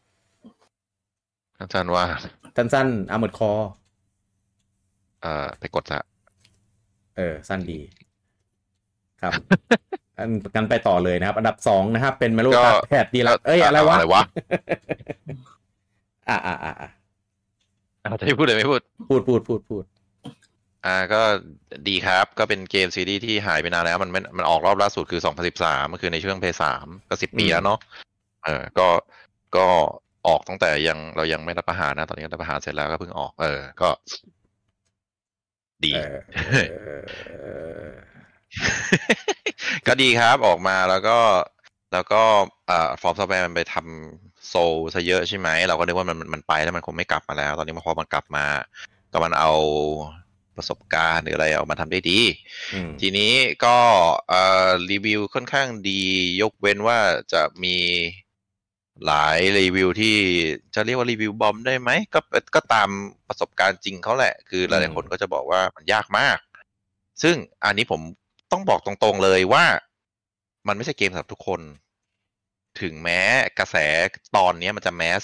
ว่าสั้นArmored Core ไปกดซะสั้นดีครับกันไปต่อเลยนะครับอันดับ2นะครับเป็น Mario Kart 8ดีละอะไรวะจะพูดเลยไม่พูดก็ดีครับก็เป็นเกมซีรีส์ที่หายไปนานแล้วมันออกรอบล่าสุดคือ2013มันคือในช่วง PS3 ก็10 ปีแล้วเนาะก็ออกตั้งแต่เรายังไม่รับประหารนะตอนนี้รับประหารเสร็จแล้วก็เพิ่งออกก็ดีก็ดีครับออกมาแล้วก็ฟอร์มซอฟต์แวร์มันไปทำโซลซะเยอะใช่ไหมเราก็นึกว่ามันไปแล้วมันคงไม่กลับมาแล้วตอนนี้พอมันกลับมาก็มันเอาประสบการณ์หรืออะไรออกมาทำได้ดีทีนี้ก็รีวิวค่อนข้างดียกเว้นว่าจะมีหลายรีวิวที่จะเรียกว่ารีวิวบอมได้ไหมก็ตามประสบการณ์จริงเขาแหละคือหลายๆคนก็จะบอกว่ามันยากมากซึ่งอันนี้ผมต้องบอกตรงๆเลยว่ามันไม่ใช่เกมสำหรับทุกคนถึงแม้กระแสตอนนี้มันจะแมส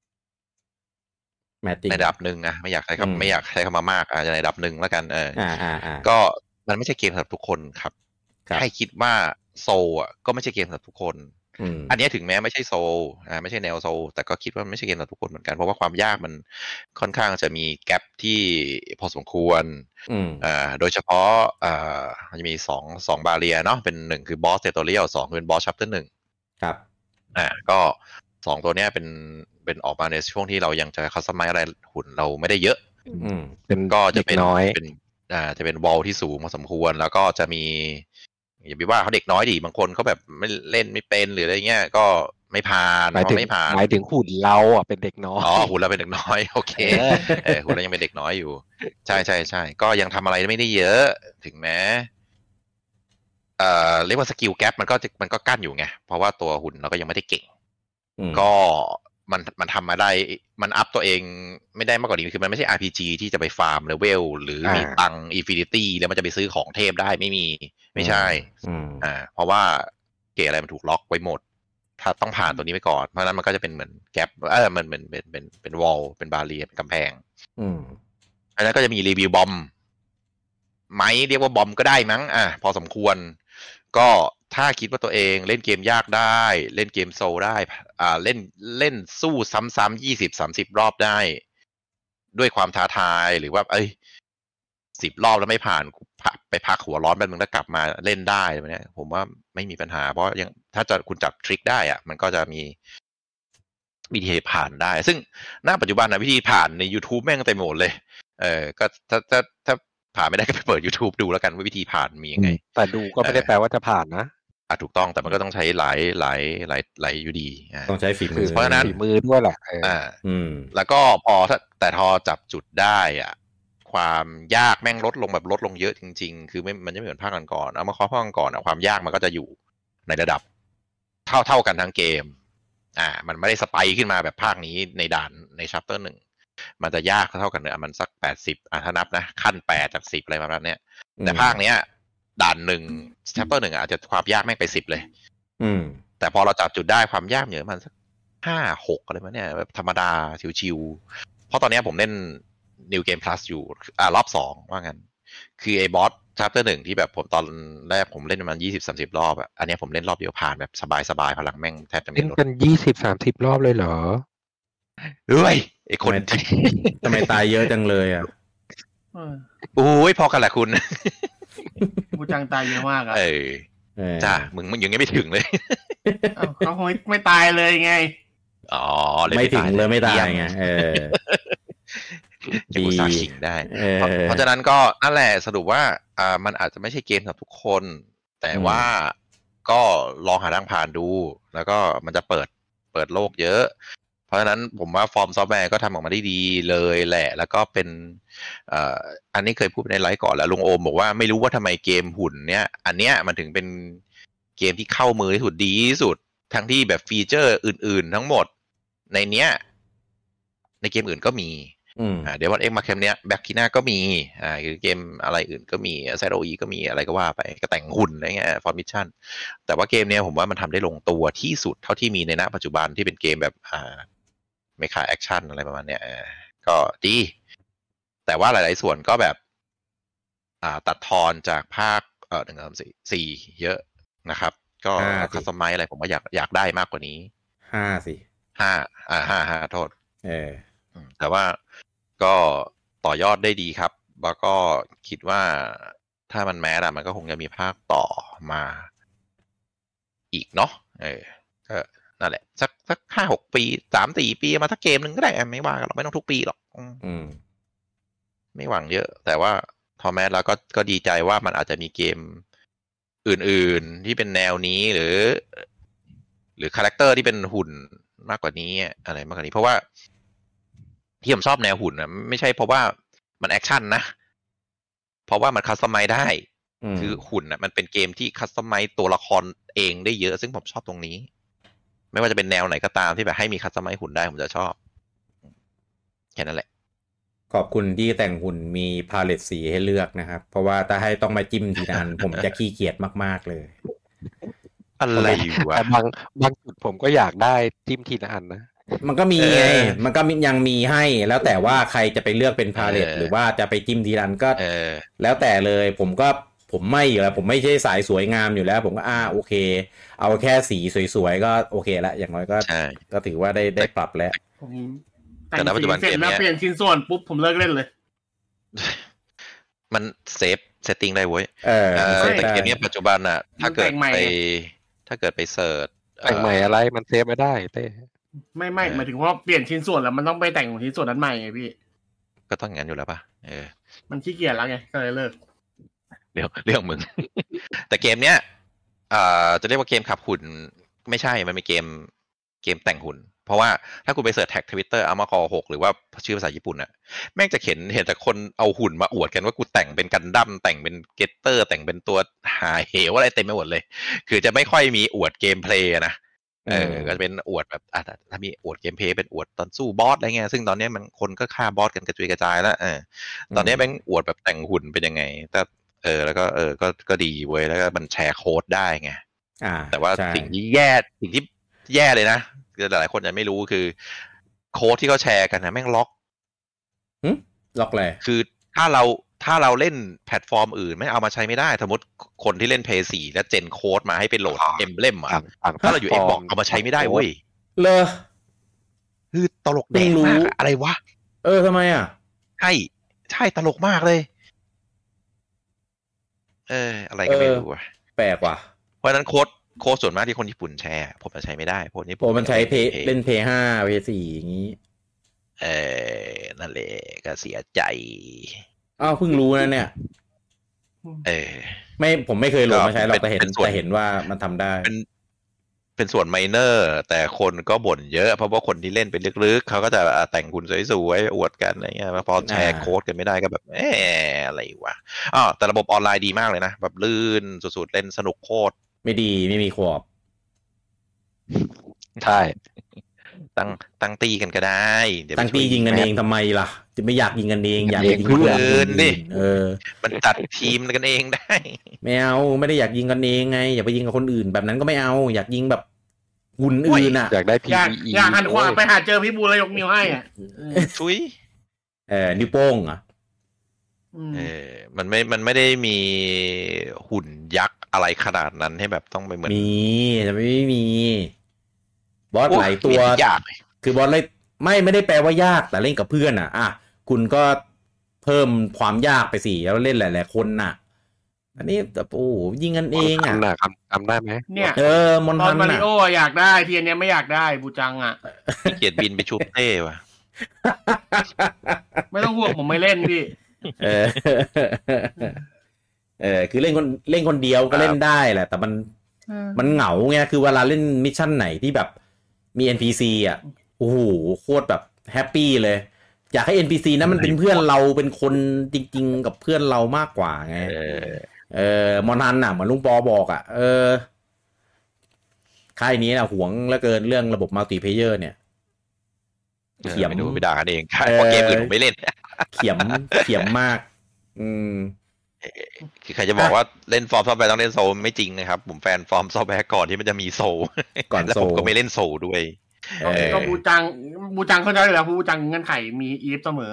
ในระดับหนึ่งไม่อยากใช้คำมามากในระดับหนึ่งแล้วกันก็มันไม่ใช่เกมสำหรับทุกคนครับให้คิดว่าโซลก็ไม่ใช่เกมสำหรับทุกคนอันนี้ถึงแม้ไม่ใช่โซลไม่ใช่แนวโซลแต่ก็คิดว่าไม่ใช่เกมสำหรับทุกคนเหมือนกันเพราะว่าความยากมันค่อนข้างจะมีแกปที่พอสมควรโดยเฉพาะมันจะมีสองบาเรียเนาะเป็น1คือบอสเทอริอัล2เป็นบอสชัปเตอร์1ครับก็2ตัวเนี้ยเป็นออกมาในช่วงที่เรายังจะคัสตอมไมซ์อะไรหุ่นเราไม่ได้เยอะก็จะเป็นน้อยจะเป็นวอลที่สูงพอสมควรแล้วก็จะมีอย่าไปว่าเขาเด็กน้อยดิบางคนเขาแบบไม่เล่นไม่เป็นหรืออะไรเงี้ยก็ไม่ผ่านไม่ผ่านหมายถึงหุ่นเราเป็นเด็กน้อยหุ่นเราเป็นเด็กน้อยโอเคหุ่นเรายังเป็นเด็กน้อยอยู่ใช่ก็ยังทำอะไรไม่ได้เยอะถึงแม้เรียกว่าสกิลแกปมันก็กั้นอยู่ไงเพราะว่าตัวหุ่นเราก็ยังไม่ได้เก่งก็มันทำมาได้มันอัพตัวเองไม่ได้มากกว่านี้คือมันไม่ใช่ RPG ที่จะไปฟาร์มเลเวลหรือมีตังค์อินฟินิตี้แล้วมันจะไปซื้อของเทพได้ไม่ใช่เพราะว่าเกรดอะไรมันถูกล็อกไว้หมดถ้าต้องผ่านตัวนี้ไปก่อนเพราะนั้นมันก็จะเป็นเหมือนแกปมันเป็นวอลเป็นบาเรียเป็นกำแพงอันนั้นก็จะมีรีวิวบอมไหมเรียกว่าบอมก็ได้มั้งพอสมควรก็ถ้าคิดว่าตัวเองเล่นเกมยากได้เล่นเกมโซลได้เล่นสู้ซ้ำๆ20-30 รอบได้ด้วยความท้าทายหรือว่า10 รอบแล้วไม่ผ่านไปพักหัวร้อนแป๊บนึงแล้วกลับมาเล่นได้แบบนี้ผมว่าไม่มีปัญหาเพราะยังถ้าคุณจับทริคได้มันก็จะมีวิธีผ่านได้ซึ่งณปัจจุบันวิธีผ่านใน YouTube แม่งเต็มหมดเลยก็ถ้าผ่านไม่ได้ก็ไปเปิด YouTube ดูแล้วกันว่าวิธีผ่านมียังไงแต่ดูก็ไม่ได้แปลว่าจะผ่านนะถูกต้องแต่มันก็ต้องใช้หลายอยู่ดีต้องใช้ฝีมือเพราะฉะนั้นฝีมือด้วยแหละแล้วก็พอจับจุดได้ความยากแม่งลดลงเยอะจริงๆคือมันจะไม่เหมือนภาคก่อนเอามาข้อภาคก่อนความยากมันก็จะอยู่ในระดับเท่ากันทั้งเกมมันไม่ได้สไปค์ขึ้นมาแบบภาคนี้ในด่านในชัปเตอร์1มันจะยากเท่ากันเลยมันสัก80ถ้านับนะขั้น8จาก10อะไรประมาณนี้แต่ภาคเนี้ยด่าน1ชัปเตอร์1อาจจะความยากแม่งไป10เลยแต่พอเราจับจุดได้ความยากเหนือมันสัก5-6อะไรมาเนี่ยแบบธรรมดาชิวๆเพราะตอนนี้ผมเล่น New Game Plus อยู่รอบ2ว่างั้นคือไอ้บอสชัปเตอร์1ที่แบบผมตอนแรกผมเล่นประมาณ20-30 รอบอันนี้ผมเล่นรอบเดียวผ่านแบบสบายๆพลังแม่งแทบจะไม่ลดเล่นกัน20-30 รอบเลยเหรอไอ้คนทำไมตายเยอะจังเลยโอ้ยพอกันแหละคุณกูจังตายเยอะมากจ้ามึงยังไม่ถึงเลยเขาคงไม่ตายเลยไงไม่ถึงเลยไม่ตายไงจะกูสาขิงได้เพราะฉะนั้นก็นั่นแหละสรุปว่ามันอาจจะไม่ใช่เกมสำหรับทุกคนแต่ว่าก็ลองหาทางผ่านดูแล้วก็มันจะเปิดโลกเยอะเพราะฉะนั้นผมว่าฟอร์มซอฟต์แวร์ก็ทำออกมาได้ดีเลยแหละแล้วก็เป็นอันนี้เคยพูดในไลฟ์ก่อนแล้วลุงโอมบอกว่าไม่รู้ว่าทำไมเกมหุ่นเนี้ยอันเนี้ยมันถึงเป็นเกมที่เข้ามือที่สุดดีที่สุดทั้งที่แบบฟีเจอร์อื่นๆทั้งหมดในเนี้ยในเกมอื่นก็มีเดี๋ยววันเอ็กมาเกมเนี้ยแบ็คคีน่าก็มีคือเกมอะไรอื่นก็มีไซโรอีก็มีอะไรก็ว่าไปก็แต่งหุ่นอะไรเงี้ยฟอร์มิชชั่นแต่ว่าเกมเนี้ยผมว่ามันทำได้ลงตัวที่สุดเท่าที่มีในณปัจจุบันที่เป็นเกมแบบเมคาแอคชั่นอะไรประมาณเนี้ยก็ดีแต่ว่าหลายๆส่วนก็แบบตัดทอนจากภาค1-3-4เยอะนะครับก็คัสตอมไมซ์อะไรผมว่าอยากได้มากกว่านี้5โทษแต่ว่าก็ต่อยอดได้ดีครับแล้วก็คิดว่าถ้ามันแมสมันก็คงจะมีภาคต่อมาอีกเนาะก็นั่นแหละสัก5-6 ปี3-4 ปีมาถ้าเกมนึงก็ได้ไม่ว่ากันหรอกไม่ต้องทุกปีหรอกไม่หวังเยอะแต่ว่าพอแมสแล้วก็ดีใจว่ามันอาจจะมีเกมอื่นๆที่เป็นแนวนี้หรือคาแรคเตอร์ที่เป็นหุ่นมากกว่านี้อะไรมากกว่านี้เพราะว่าที่ผมชอบแนวหุ่นนะไม่ใช่เพราะว่ามันแอคชั่นนะเพราะว่ามันคัสตอมไมซ์ได้คือหุ่นนะมันเป็นเกมที่คัสตอมไมซ์ตัวละครเองได้เยอะซึ่งผมชอบตรงนี้ไม่ว่าจะเป็นแนวไหนก็ตามที่แบบให้มีคัสตอมไมซ์หุ่นได้ผมจะชอบแค่นั้นแหละขอบคุณที่แต่งหุ่นมีพาเลตสีให้เลือกนะครับเพราะว่าถ้าให้ต้องมาจิ้มทีนั้น ผมจะขี้เกียจมากๆเลยอะไรวะแต่บางจุดผมก็อยากได้จิ้มทีละอันนะมันก็มีไงมันก็ยังมีให้แล้วแต่ว่าใครจะไปเลือกเป็นพาเลตหรือว่าจะไปจิ้มทีนั้นก็แล้วแต่เลยผมไม่อยู่แล้วผมไม่ใช่สายสวยงามอยู่แล้วผมก็โอเคเอาแค่สีสวยๆก็โอเคละอย่างน้อยก็ถือว่าได้ปรับแล้วแต่ณปัจจุบันเกมนี้เปลี่ยนชิ้นส่วนปุ๊บผมเลิกเล่นเลยมันเซตติ้งได้เว้ยแต่เกมนี้ปัจจุบันถ้าเกิดไปเสิร์ชแต่งใหม่อะไรมันเซฟไม่ได้เต้ไม่หมายถึงว่าเปลี่ยนชิ้นส่วนแล้วมันต้องไปแต่งชิ้นส่วนนั้นใหม่ไงพี่ก็ต้องงั้นอยู่แล้วป่ะมันขี้เกียจแล้วไงก็เลยเลิกเรื่องมึง แต่เกมเนี้ยจะเรียกว่าเกมขับหุ่นไม่ใช่มันเป็นเกมแต่งหุ่นเพราะว่าถ้าคุณไปเสิร์ชแท็ก Twitter Armacor 6หรือว่าชื่อภาษาญี่ปุ่นน่ะแม่งจะเห็นแต่คนเอาหุ่นมาอวดกันว่ากูแต่งเป็นกันดั้มแต่งเป็นเกตเตอร์แต่งเป็นตัวหาเหวอะไรเต็มไปหมดเลยคือจะไม่ค่อยมีอวดเกมเพลย์นะก็จะเป็นอวดแบบถ้ามีอวดเกมเพลย์เป็นอวดตอนสู้บอสอะไรเงี้ยซึ่งตอนนี้มันคนก็ฆ่าบอสกันกระจุยกระจายแล้วตอนนี้แม่งอวดแบบแต่งหุ่นเป็นยังไงแต่แล้วก็ดีเว้ยแล้วก็มันแชร์โค้ดได้ไงแต่ว่าสิ่งที่แย่เลยนะหลายคนยังไม่รู้คือโค้ดที่เขาแชร์กันนะแม่งล็อกล็อกเลยคือถ้าเราเล่นแพลตฟอร์มอื่นไม่เอามาใช้ไม่ได้สมมติคนที่เล่น PS4 แล้วเจนโค้ดมาให้ไปโหลดเอมเบลมอ่ะถ้าเราอยู่ Xbox เอามาใช้ไม่ได้เว้ยเลยคือตลกแดกมากอะไรวะทำไมอ่ะใช่ตลกมากเลยอะไรก็ไม่รู้อ่ะแปลกว่ะเพราะนั้นโค้ดส่วนมากที่คนญี่ปุ่นแชร์ผมจะใช้ไม่ได้ผมมันใช้เล่น PS5 PS4 อย่างงี้นั่นแหละก็เสียใจเพิ่งรู้นะเนี่ยไม่ผมไม่เคยโหลดมาใช้เราแต่เห็นว่ามันทำได้เป็นส่วนไมเนอร์แต่คนก็บ่นเยอะเพราะว่าคนที่เล่นเป็นลึกๆเขาก็จะแต่งหุ่นสวยๆอวดกันอะไรเงี้ยพอแชร์โค้ดกันไม่ได้ก็แบบอะไรวะแต่ระบบออนไลน์ดีมากเลยนะแบบลื่นสุดๆเล่นสนุกโคตรไม่ดีไม่มีขวบใช่ตั้งตีกันก็ได้ตั้งตียิงกันเองทำไมล่ะจะไม่อยากยิงกันเองอยากยิงเพื่อนดิมันจัดทีมกันเองได้ไม่เอาไม่ได้อยากยิงกันเองไงอย่าไปยิงกับคนอื่นแบบนั้นก็ไม่เอาอยากยิงแบบหุ่นอื่นอ่ะอยากได้ PVE อยากหันขวาไปหาเจอพี่บูแล้วยกนิ้วให้อ่ะชุยนิ้วโป้งอ่ะมันไม่ได้มีหุ่นยักษ์อะไรขนาดนั้นให้แบบต้องไปเหมือนมีแต่ไม่มีบอสหลายตัวยากคือบอสเลยไม่ได้แปลว่ายากแต่เล่นกับเพื่อนอ่ะคุณก็เพิ่มความยากไปสิแล้วเล่นหลายๆคนน่ะอันนี้แต่ยิงกันเองอ่ะทำได้ไหมเนี่ยมอนทันมาริโออยากได้ทีนี้ไม่อยากได้บูจังอ่ะเกียดบินไปชุบเต้ว่ะไม่ต้องห่วงผมไม่เล่นพี่คือเล่นคนเดียวก็เล่นได้แหละแต่มันเหงาไงคือเวลาเล่นมิชชั่นไหนที่แบบมี NPC อ่ะโอ้โหโคตรแบบแฮปปี้เลยอยากให้ NPC นั้นมันเป็นเพื่อนเราเป็นคนจริงๆกับเพื่อนเรามากกว่าไงมอนทันอ่ะเหมือนลุงปอบอกอ่ะค่ายนี้นะหวงเหลือเกินเรื่องระบบมัลติเพลเยอร์เนี่ยเขียมดูไปด่ากันเองเพราะเกมอื่นผมไม่เล่นเขียมมากคือใครจะบอกว่าเล่นฟอร์มซอฟต์แวร์ต้องเล่นโซลไม่จริงนะครับผมแฟนฟอร์มซอฟต์แวร์ก่อนที่มันจะมีโซลก่อนแล้วผมก็ไม่เล่นโซลด้วยก็บูจังเข้าใจแล้วบูจังเงื่อนไขมีอีฟเสมอ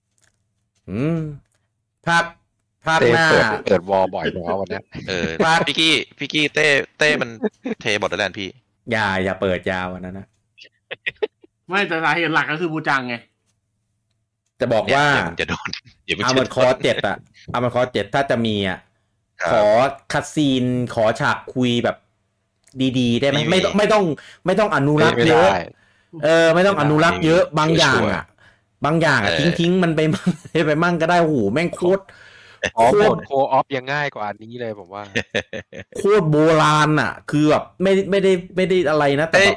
ภาคหน้าเปิดวอลบ่อยแล้ววันนี้พี่กี้เต้มันเทบอทแลนด์พี่อย่าเปิดยาววันนั้นนะไม่แต่สาเหตุหลักก็คือบูจังไงจะบอกว่าจะโดนอาร์เมอร์คอร์ 7อ่ะอาร์เมอร์คอร์ 7ถ้าจะมีอ่ะขอคัสซีนขอฉากคุยแบบดีๆได้ไหมไม่ต้องอนุรักษ์เยอะไม่ต้องอนุรักษ์เยอะบางอย่างอ่ะทิ้งมันไปมั่งก็ได้โอ้โหแม่งโคตรโคออฟยังง่ายกว่าอันนี้เลยผมว่าโคตรโบราณอ่ะคือแบบไม่ได้อะไรนะแต่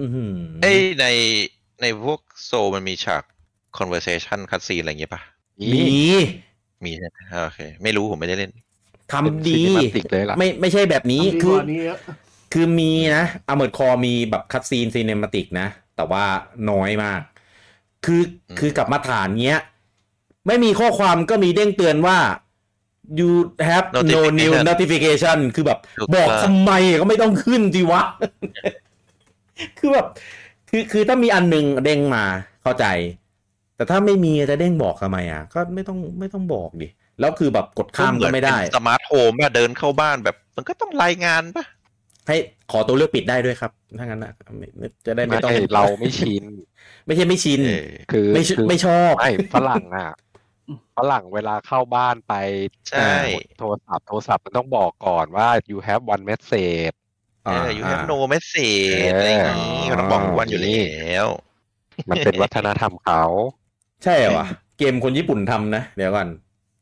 ในพวกโซมันมีฉาก conversation cutscene อะไรอย่างเงี้ยป่ะมีโอเคไม่รู้ผมไม่ได้เล่นทำดีไม่ใช่แบบนี้คือมีนะArmored Coreมีแบบคัตซีนซีเนมาติกนะแต่ว่าน้อยมากคือกลับมาฐานเงี้ยไม่มีข้อความก็มีเด้งเตือนว่า you have no new notification คือแบบบอกทำไมก็ไม่ต้องขึ้นดิวะ คือแบบคือถ้ามีอันนึงเด้งมาเข้าใจแต่ถ้าไม่มีจะเด้งบอกทำไมอ่ะก็ไม่ต้องบอกดิแล้วคือแบบกดข้ามก็ไม่ได้สมาร์ทโฮมอะเดินเข้าบ้านแบบมันก็ต้องรายงานป่ะให้ขอตัวเลือกปิดได้ด้วยครับถ้างั้นนะจะได้ไม่ต้องเราไม่ชินไม่ใช่ไม่ชินคือไม่ชอบฝรั่งอ่ะฝรั่งเวลาเข้าบ้านไปโทรศัพท์มันต้องบอกก่อนว่า you have one message you have no message อะไรอย่างงี้เขาต้องบอกวันอยู่แล้วมันเป็นวัฒนธรรมเขาใช่เหรอเกมคนญี่ปุ่นทำนะเดี๋ยวก่อน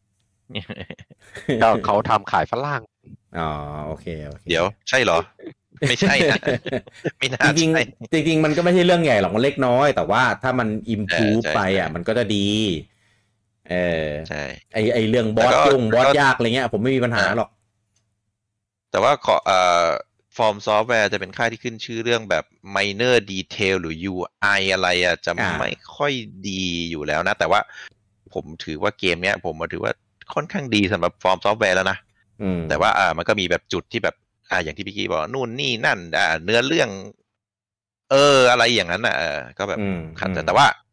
เขาทำขายฝรั่งโอเคเดี๋ยวใช่เหรอไม่ใช่นะไม่น่าจริงมันก็ไม่ใช่เรื่องใหญ่หรอกมันเล็กน้อยแต่ว่าถ้ามัน improve ไปอ่ะมันก็จะดีใช่ไอเรื่องบอสยากอะไรเงี้ยผมไม่มีปัญหาหรอกแต่ว่าฟอร์มซอฟต์แวร์จะเป็นค่ายที่ขึ้นชื่อเรื่องแบบ minor detail หรือ UI อะไรอ่ะจะไม่ค่อยดีอยู่แล้วนะแต่ว่าผมถือว่าเกมเนี้ยผมถือว่าค่อนข้างดีสำหรับฟอร์มซอฟต์แวร์แล้วนะแต่ว่ามันก็มีแบบจุดที่แบบอย่างที่พี่กี้บอกนู่นนี่นั่นเนื้อเรื่องอะไรอย่างนั้นก็แบบขัดแต่ว่า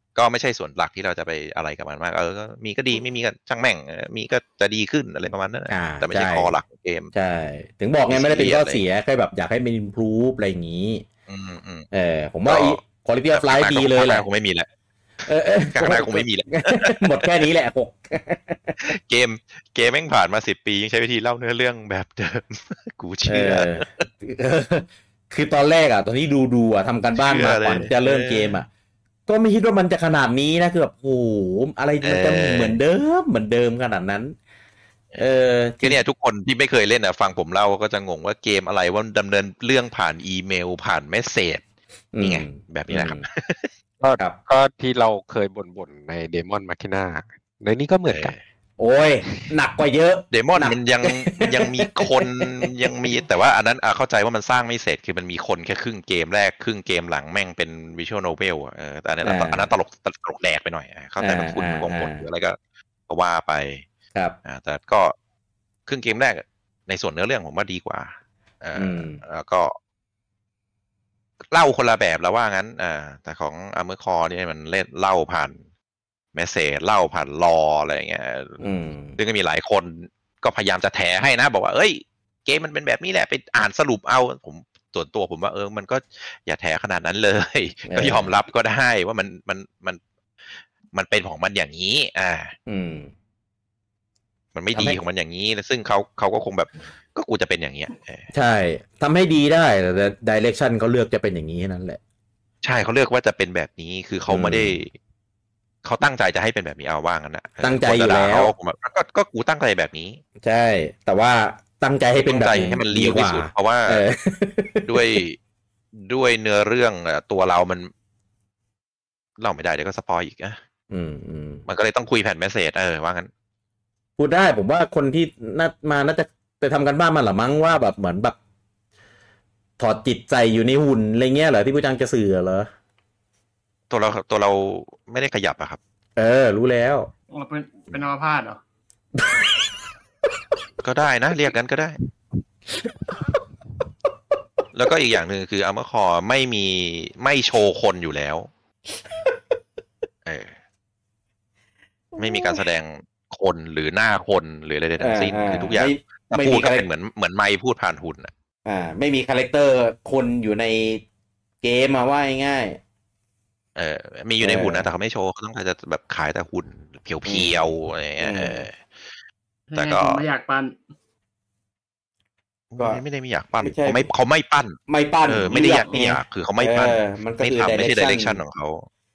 ก็ไม่ใช่ส่วนหลักที่เราจะไปอะไรกับมันมากก็มีก็ดีไม่มีก็ช่างแม่งมีก็จะดีขึ้นอะไรประมาณนั้นแต่ไม่ใช่คอหลักของเกมใช่ถึงบอกไงไม่ได้เป็นข้อเสียแค่แบบอยากให้มัน improve อะไรอย่างนี้ผมว่า quality of life ดีเลยแหละคงไม่มีแหละข้างหน้าคงไม่มีแหละหมดแค่นี้แหละเกมแม่งผ่านมา10 ปียังใช้วิธีเล่าเนื้อเรื่องแบบเดิมกูเชื่อคือตอนแรกตอนที่ดูทำกันบ้านมาก่อนจะเริ่มเกมก็ไม่คิดว่ามันจะขนาดนี้นะคือแบบโอ้โหอะไรมันจะเหมือนเดิมขนาดนั้นคือเนี่ยทุกคนที่ไม่เคยเล่นฟังผมเล่าก็จะงงว่าเกมอะไรว่าดำเนินเรื่องผ่านอีเมลผ่านเมสเสจนี่ไงแบบนี้แหละครับก็ที่เราเคยบ่นในเดมอนมาคิน่าในนี้ก็เหมือนกันโอ้ยหนักกว่าเยอะเดมอนมันยังมีคนยังมีแต่ว่าอันนั้นเข้าใจว่ามันสร้างไม่เสร็จคือมันมีคนแค่ครึ่งเกมแรกครึ่งเกมหลังแม่งเป็นวิชวลโนเวลแต่อันนั้นตลกแดกไปหน่อยเข้าใจมันคุณวงหมดหรืออะไรก็ว่าไปครับแต่ก็ครึ่งเกมแรกในส่วนเนื้อเรื่องผมว่าดีกว่าแล้วก็เล่าคนละแบบแล้วว่างั้นแต่ของอาร์เมอร์คอร์นี่มันเล่นเล่าผ่านเมสเสจเล่าผ่านรออะไรอย่างเงี้ยซึ่งก็มีหลายคนก็พยายามจะแถให้นะบอกว่าเอ้ยเกมมันเป็นแบบนี้แหละไปอ่านสรุปเอาผมส่วนตัวผมว่ามันก็อย่าแถขนาดนั้นเลยก็ยอมรับก็ได้ว่ามันเป็นของมันอย่างนี้มันไม่ดีของมันอย่างนี้ซึ่งเขาก็คงแบบก็กูจะเป็นอย่างเงี้ยใช่ทำให้ดีได้แต่ direction เขาเลือกจะเป็นอย่างนี้นั่นแหละใช่เขาเลือกว่าจะเป็นแบบนี้คือเขาไม่ได้เขาตั้งใจจะให้เป็นแบบนี้ว่างั้นนะตั้งใจอยู่แล้วก็กูตั้งใจแบบนี้ใช่แต่ว่าตั้งใจให้เป็นแบบนี้ให้มันเรียวที่สุดเพราะว่าด้วยเนื้อเรื่องตัวเรามันเล่าไม่ได้เดี๋ยวก็สปอยอีกมันก็เลยต้องคุยแผ่นเมสเสจว่างั้นพูดได้ผมว่าคนที่น่าจะไปทำกันบ้านมาหรอมั้งว่าแบบเหมือนแบบถอดจิตใจอยู่ในหุ่นอะไรเงี้ยเหรอที่ผู้จังจะสื่อเหรอตัวเราไม่ได้ขยับอะครับรู้แล้วเป็นอัมพาตเหรอก็ได้นะเรียกกันก็ได้แล้วก็อีกอย่างหนึ่งคืออัลเมอร์คอร์ไม่โชว์คนอยู่แล้วไม่มีการแสดงคนหรือหน้าคนหรืออะไรใดทั้งสิ้นคือทุกอย่างพูดก็เป็นเหมือนไมค์พูดผ่านหุ่นไม่มีคาแรคเตอร์คนอยู่ในเกมมาว่าง่ายมีอยู่ในหุ่นนะแต่เขาไม่โชว์เขาต้องการจะแบบขายแต่หุ่นเพียวๆอะไรเงี้ยแต่ก็ไม่อยากปั้นก็ไม่ได้ไม่อยากปั้นเขาไม่ปั้นไม่ได้อยากคือเขาไม่ปั้นไม่ทำไม่ใช่ direction ของเขา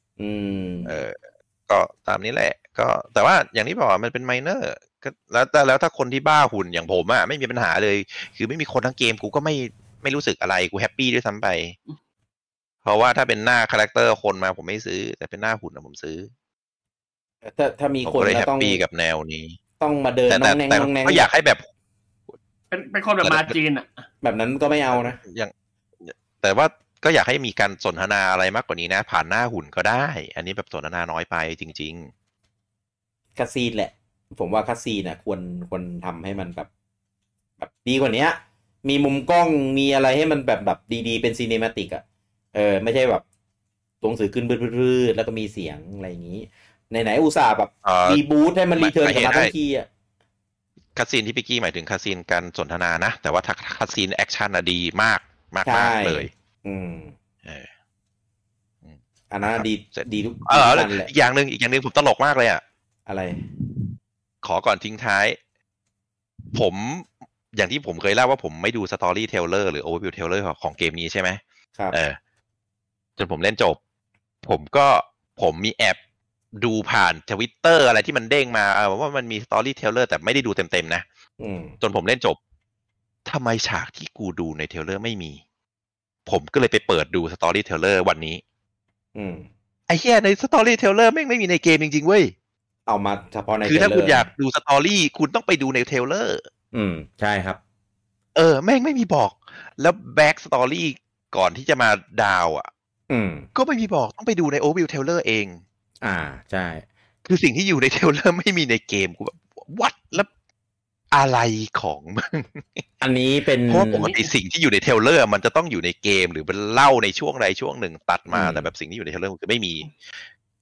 ก็ตามนี้แหละก็แต่ว่าอย่างที่บอกมันเป็นไมเนอร์ก็แล้วถ้าคนที่บ้าหุ่นอย่างผมไม่มีปัญหาเลยคือไม่มีคนทั้งเกมกูก็ไม่รู้สึกอะไรกูแฮปปี้ด้วยซ้ำไปเพราะว่าถ้าเป็นหน้าคาแรคเตอร์คนมาผมไม่ซื้อแต่เป็นหน้าหุ่นนะผมซื้อถ้ามีคนแล้วต้องแฮปปี้กับแนวนี้ต้องมาเดินน้องแนงน้องแนงก็อยากให้แบบเป็นคนแบบมาจีนแบบนั้นก็ไม่เอานะอย่างแต่ว่าก็อยากให้มีการสนทนาอะไรมากกว่านี้นะผ่านหน้าหุ่นก็ได้อันนี้แบบสนทนาน้อยไปจริงๆคัสซีนแหละผมว่าคัสซีนควรทำให้มันแบบดีกว่านี้มีมุมกล้องมีอะไรให้มันแบบดีๆเป็นซีเนมาติกไม่ใช่แบบตัวหนังสือขึ้นพืดๆแล้วก็มีเสียงอะไรอย่างนี้ไหนๆอุตส่าห์แบบรีบูทให้มันรีเทิร์นกลับมาทั้งทีคัสซีนที่พี่กี้หมายถึงคัสซีนการสนทนานะแต่ว่าถ้าคัสซีนแอคชั่นดีมากเลยอันนั้นดีทุกอีกอย่างนึงผมตลกมากเลยอะไรขอก่อนทิ้งท้ายผมอย่างที่ผมเคยเล่าว่าผมไม่ดูสตอรี่เทเลอร์หรือโอเวอร์วิวเทเลอร์ของเกมนี้ใช่ไหมครับจนผมเล่นจบผมมีแอปดูผ่าน Twitter อะไรที่มันเด้งมาว่ามันมีสตอรี่เทเลอร์แต่ไม่ได้ดูเต็มๆนะจนผมเล่นจบทำไมฉากที่กูดูในเทเลอร์ไม่มีผมก็เลยไปเปิดดูสตอรี่เทเลอร์วันนี้ไอ้เหี้ยในสตอรี่เทเลอร์แม่งไม่มีในเกมจริงๆเว้ยเอามาเฉพาะในคือถ้าคุณอยากดูสตอรี่คุณต้องไปดูในเทเลอร์ใช่ครับแม่งไม่มีบอกแล้วแบ็กสตอรี่ก่อนที่จะมาดาวก็ไม่มีบอกต้องไปดูในโอเวอร์วิวเทเลอร์เองใช่คือสิ่งที่อยู่ในเทเลอร์ไม่มีในเกมกูแบบวัดแล้วอะไรของมึงอันนี้เป็นเพราะปกติสิ่งที่อยู่ในเทเลอร์มันจะต้องอยู่ในเกมหรือเป็นเล่าในช่วงใดช่วงหนึ่งตัดมาแต่แบบสิ่งที่อยู่ในเทเลอร์คือไม่มี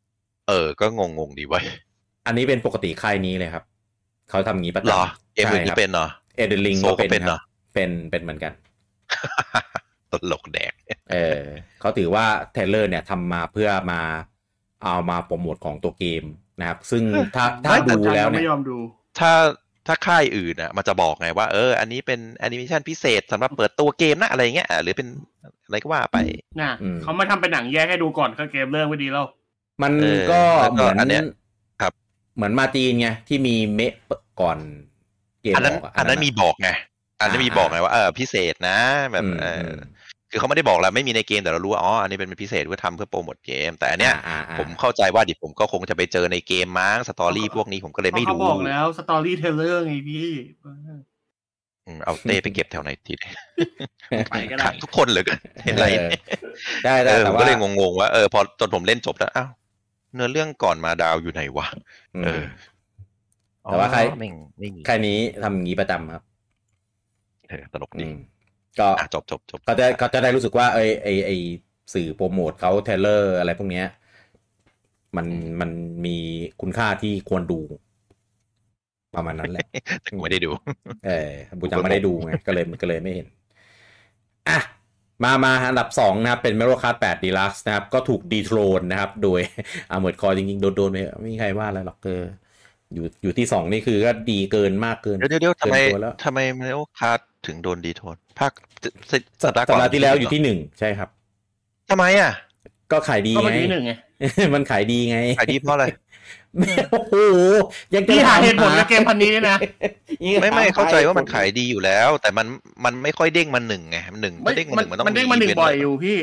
ก็งงดีไว้อันนี้เป็นปกติค่ายนี้เลยครับเขาทำงี้ประจำเหรอเกมอื่นนี่เป็นเหรอเอเดนลิงก็เป็นครับเป็นเหมือนกันตลกแดกเขาถือว่าเทเลอร์เนี่ยทำมาเพื่อมาเอามาโปรโมทของตัวเกมนะครับซึ่งถ้าดูแล้วเนี่ยไม่ยอมดูถ้าค่ายอื่นอ่ะมันจะบอกไงว่าอันนี้เป็นแอนิเมชันพิเศษสำหรับเปิดตัวเกมนะอะไรเงี้ยหรือเป็นอะไรก็ว่าไปน่ะเขามาทำเป็นหนังแยกให้ดูก่อนก็เกมเรื่องไม่ดีแล้วมันก็เหมือนอันเนี้ยครับเหมือนมาจีนไงที่มีเมะก่อนเกมออกอันนั้นมีบอกไงอันนั้นมีบอกไงว่าพิเศษนะแบบคือเขาไม่ได้บอกแล้วไม่มีในเกมแต่เรารู้ว่าอันนี้เป็นพิเศษเพื่อทำเพื่อโปรโมทเกมแต่อันเนี้ยผมเข้าใจว่าดิผมก็คงจะไปเจอในเกมมั้งสตอรี่พวกนี้ผมก็เลยไม่ดูเขาบอกแล้วสตอรี่เทเลอร์ไงพี่เอาเต้ไปเก็บแถวไหนทีไปก็ได้ทุกคนเลยกันเห็นไรได้แต่ก็เลยงงๆว่าพอจนผมเล่นจบแล้วเนื้อเรื่องก่อนมาดาวอยู่ไหนวะแต่ว่าใครนี้ทำอย่างนี้ประจำครับตลกดีก็จบเขาจะได้รู้สึกว่าไอสื่อโปรโมทเขาเทเลอร์อะไรพวกเนี้ยมันมีคุณค่าที่ควรดูประมาณนั้นแหละไม่ได้ดูบูจังไม่ได้ดูไงก็เลยไม่เห็นอ่ะมาอันดับ2นะครับเป็น Mario Kart 8 Deluxe นะครับก็ถูกดีโทรนนะครับโดยArmored Core จริงๆโดนไม่มีใครว่าอะไรหรอกอยู่ที่2นี่คือก็ดีเกินมากเกินเดี๋ยวทำไม Mario Kart ถึงโดนดีโทรนภาคสัปดาห์ที่แล้วอยู่ที่1ใช่ครับทำไมอ่ะก็ขายดีไงมันขายดีไงขายดีเพราะอะไรโอ้โหยังที่หาเหตุผลกับเกมพันนี้นะไม่เข้าใจว่ามันขายดีอยู่แล้วแต่มันไม่ค่อยเด้งมา1ไง1เด้งมา1มันต้องมันเด้งมา1บ่อยอยู่พี่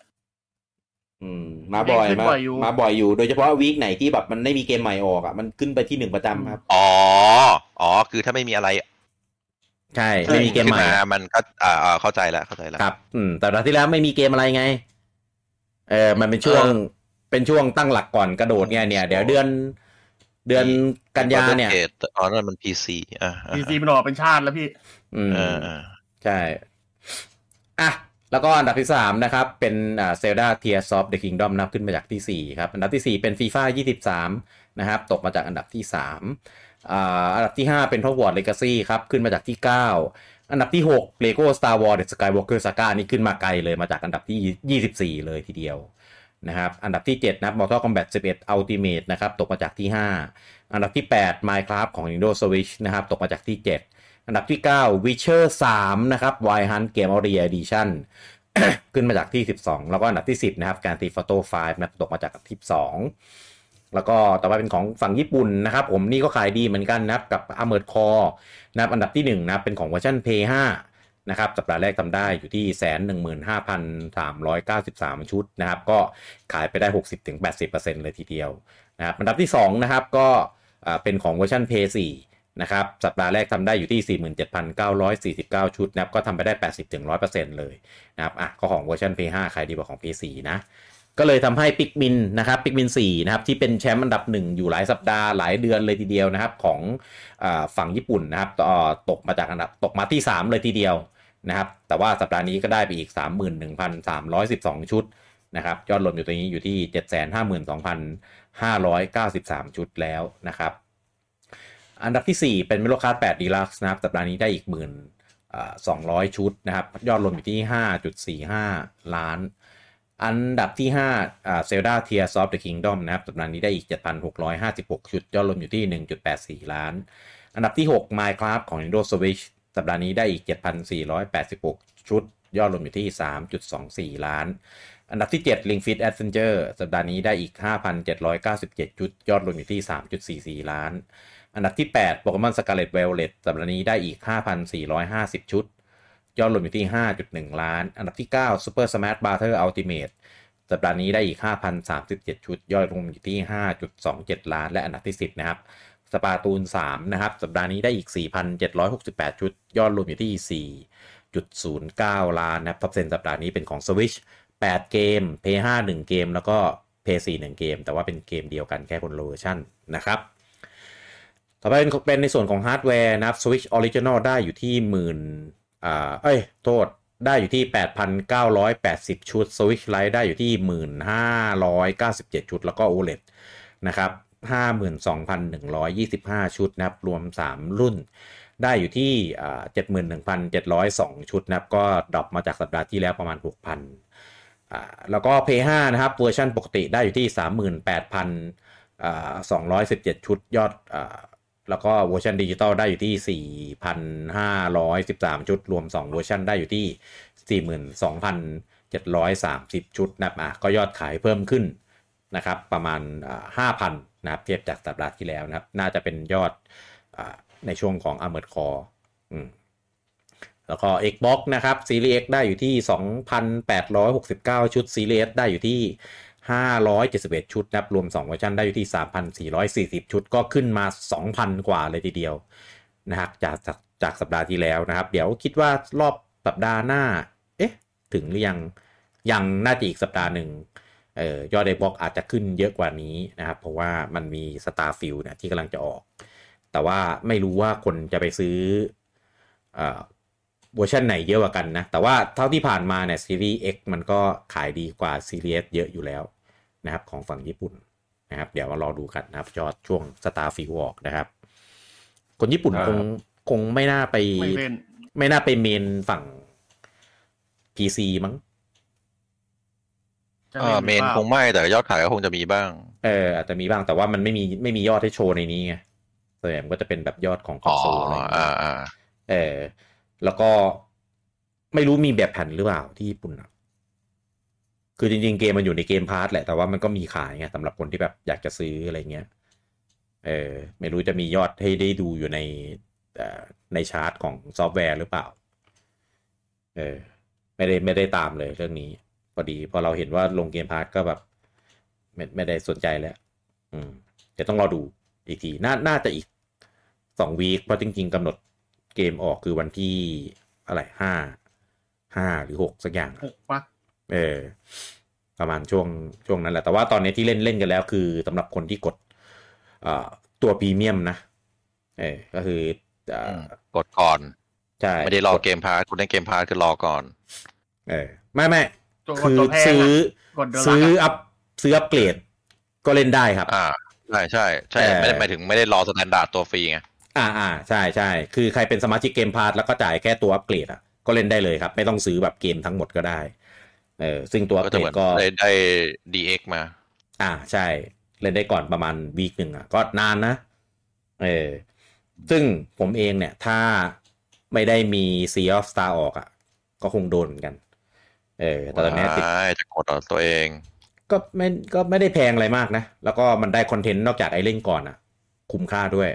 มาบ่อยอยู่โดยเฉพาะวีคไหนที่แบบมันไม่มีเกมใหม่ออกอ่ะมันขึ้นไปที่1ประจำครับอ๋อคือถ้าไม่มีอะไรใช่ไม่มีเกมใหม่มันก็เข้าใจแล้วครับแต่ตอนที่แล้วไม่มีเกมอะไรไงมันเป็นช่วงตั้งหลักก่อนกระโดดไงเนี่ยเดี๋ยวเดือนกันยาเนี่ยนั่นมัน PC PC มันออกเป็นชาติแล้วพี่ใช่อ่ะแล้วก็อันดับที่3นะครับเป็นZelda Tears of the Kingdom นับขึ้นมาจากที่4ครับอันดับที่4เป็น FIFA 23นะครับตกมาจากอันดับที่3อันดับที่5เป็น Hogwarts Legacy ครับขึ้นมาจากที่9อันดับที่6 Lego Star Wars The Skywalker Saga นี่ขึ้นมาไกลเลยมาจากอันดับที่24เลยทีเดียวนะครับอันดับที่7นะครับ Mortal Kombat 11 Ultimate นะครับตกมาจากที่5อันดับที่8 Minecraft ของ Nintendo Switch นะครับตกมาจากที่7อันดับที่9 Witcher 3นะครับ Wild Hunt Game of the Year Edition ขึ้นมาจากที่12แล้วก็อันดับที่10นะครับ Grand Theft Auto 5นะตกมาจากที่12แล้วก็ต่อไปเป็นของฝั่งญี่ปุ่นนะครับผมนี่ก็ขายดีเหมือนกันนะครับกับ Armored Core นะครับอันดับที่1นะครับเป็นของเวอร์ชัน PS5 นะครับสัปดาห์แรกทำได้อยู่ที่ 115,393 ชุดนะครับก็ขายไปได้ 60-80% เลยทีเดียวนะครับอันดับที่2นะครับก็เป็นของเวอร์ชัน PS4 นะครับสัปดาห์แรกทำได้อยู่ที่ 47,949 ชุดนะครับก็ทำไปได้ 80-100% เลยนะครับก็ของเวอร์ชัน PS5 ขายดีกว่าของ PS4 นะก็เลยทำให้ปิกมินนะครับปิกมิน4นะครับที่เป็นแชมป์อันดับ1อยู่หลายสัปดาห์หลายเดือนเลยทีเดียวนะครับของฝั่งญี่ปุ่นนะครับตกมาที่3เลยทีเดียวนะครับแต่ว่าสัปดาห์นี้ก็ได้ไปอีก 31,312 ชุดนะครับยอดรวมอยู่ตรงนี้อยู่ที่ 752,593 ชุดแล้วนะครับอันดับที่4เป็น Mario Kart 8 Deluxe นะครับสัปดาห์นี้ได้อีก 1,200 ชุดนะครับยอดรวมอยู่ที่ 5.45 ล้านอันดับที่5Zelda Tears of the Kingdom นะครับสัปดาห์นี้ได้อีก 7,656 ชุดยอดรวมอยู่ที่ 1.84 ล้านอันดับที่6 Minecraft ของ Nintendo Switch สัปดาห์นี้ได้อีก 7,486 ชุดยอดรวมอยู่ที่ 3.24 ล้านอันดับที่7 Ring Fit Adventure สัปดาห์นี้ได้อีก 5,797 ชุดยอดรวมอยู่ที่ 3.44 ล้านอันดับที่8 Pokemon Scarlet Violet สัปดาห์นี้ได้อีก 5,450 ชุดยอดรวมอยู่ที่ 5.1 ล้านอันดับที่9 Super Smash Bros Ultimate สัปดาห์นี้ได้อีก 5,037 ชุดยอดรวมอยู่ที่ 5.27 ล้านและอันดับที่10นะครับสปาตูน3นะครับสัปดาห์นี้ได้อีก 4,768 ชุดยอดรวมอยู่ที่ 4.09 ล้านนะครับท็อป10สัปดาห์นี้เป็นของ Switch 8 เกม PS5 1 เกมแล้วก็ PS4 1 เกมแต่ว่าเป็นเกมเดียวกันแค่คนละเวอร์ชันนะครับต่อไปเป็นในส่วนของฮาร์ดแวร์นะครับ Switch Original ได้อยู่ที่ได้อยู่ที่ 8,980 ชุด Switch Lite ได้อยู่ที่ 1,597 ชุดแล้วก็ OLED นะครับ 52,125 ชุดนะครับรวม3รุ่นได้อยู่ที่71,702 ชุดนะครับก็ดรอปมาจากสัปดาห์ที่แล้วประมาณ 6,000แล้วก็ Play 5นะครับเวอร์ชันปกติได้อยู่ที่ 38,217 ชุดยอดแล้วก็เวอร์ชันดิจิตอลได้อยู่ที่ 4,513 ชุดรวม2เวอร์ชันได้อยู่ที่ 42,730 ชุดนะครับก็ยอดขายเพิ่มขึ้นนะครับประมาณ 5,000 นะครับเทียบจากสัปดาห์ที่แล้วนะครับน่าจะเป็นยอดในช่วงของ Armored Core แล้วก็ Xbox นะครับ Series X ได้อยู่ที่ 2,869 ชุด Series S ได้อยู่ที่571 ชุดนะครับรวม2เวอร์ชันได้อยู่ที่ 3,440 ชุดก็ขึ้นมา 2,000 กว่าเลยทีเดียวนะครับจากสัปดาห์ที่แล้วนะครับเดี๋ยวคิดว่ารอบสัปดาห์หน้าถึงหรือยังน่าจะอีกสัปดาห์หนึ่งยอด Xbox อาจจะขึ้นเยอะกว่านี้นะครับเพราะว่ามันมี Starfield นะที่กำลังจะออกแต่ว่าไม่รู้ว่าคนจะไปซื้อเวอร์ชันไหนเยอะกว่ากันนะแต่ว่าเท่าที่ผ่านมาเนี่ย Series X มันก็ขายดีกว่า Series S เยอะอยู่แล้วนะครับของฝั่งญี่ปุ่นนะครับเดี๋ยวมารอดูกันนะครับยอดช่วง Starfield ออกนะครับคนญี่ปุ่นคงไม่น่าไปเมนฝั่ง PC มั้งเมนคงไม่แต่ยอดขายก็คงจะมีบ้างอาจจะมีบ้างแต่ว่ามันไม่มียอดให้โชว์ในนี้ไงส่วนใหญ่มันก็จะเป็นแบบยอดของคอนโซลอะไรแล้วก็ไม่รู้มีแบบแผ่นหรือเปล่าที่ญี่ปุ่นคือจริงๆเกมมันอยู่ในเกมพาสแหละแต่ว่ามันก็มีขายไงสำหรับคนที่แบบอยากจะซื้ออะไรเงี้ยไม่รู้จะมียอดให้ได้ดูอยู่ในชาร์ตของซอฟต์แวร์หรือเปล่าไม่ได้ตามเลยเรื่องนี้พอเราเห็นว่าลงเกมพาสก็แบบไม่ได้สนใจแล้วจะต้องรอดูอีกทีน่าจะอีก2 วีคเพราะจริงๆกำหนดเกมออกคือวันที่อะไร5หรือ6สักอย่าง 6ป่ะประมาณช่วงนั้นแหละแต่ว่าตอนนี้ที่เล่นกันแล้วคือสำหรับคนที่กดตัวพรีเมียมนะก็คือกดก่อนใช่ไม่ได้รอเกมพาสคุณได้เกมพาสคือรอก่อนไม่คือซื้ออัพเกรดก็เล่นได้ครับใช่ไม่ได้หมายถึงไม่ได้รอสแตนดาร์ดตัวฟรีไงใช่คือใครเป็นสมาชิกเกมพาสแล้วก็จ่ายแค่ตัวอัปเกรดก็เล่นได้เลยครับไม่ต้องซื้อแบบเกมทั้งหมดก็ได้ซึ่งตัวอัปเกรดก็ได้ DX มาใช่เล่นได้ก่อนประมาณวีคนึงก็นานนะซึ่งผมเองเนี่ยถ้าไม่ได้มี Sea of Star ออกก็คงโดนเหมือนกันแต่ตอนนี้จะกดตัวเองก็ไม่ได้แพงอะไรมากนะแล้วก็มันได้คอนเทนต์นอกจากไอ้เล่นก่อนคุ้มค่าด้วย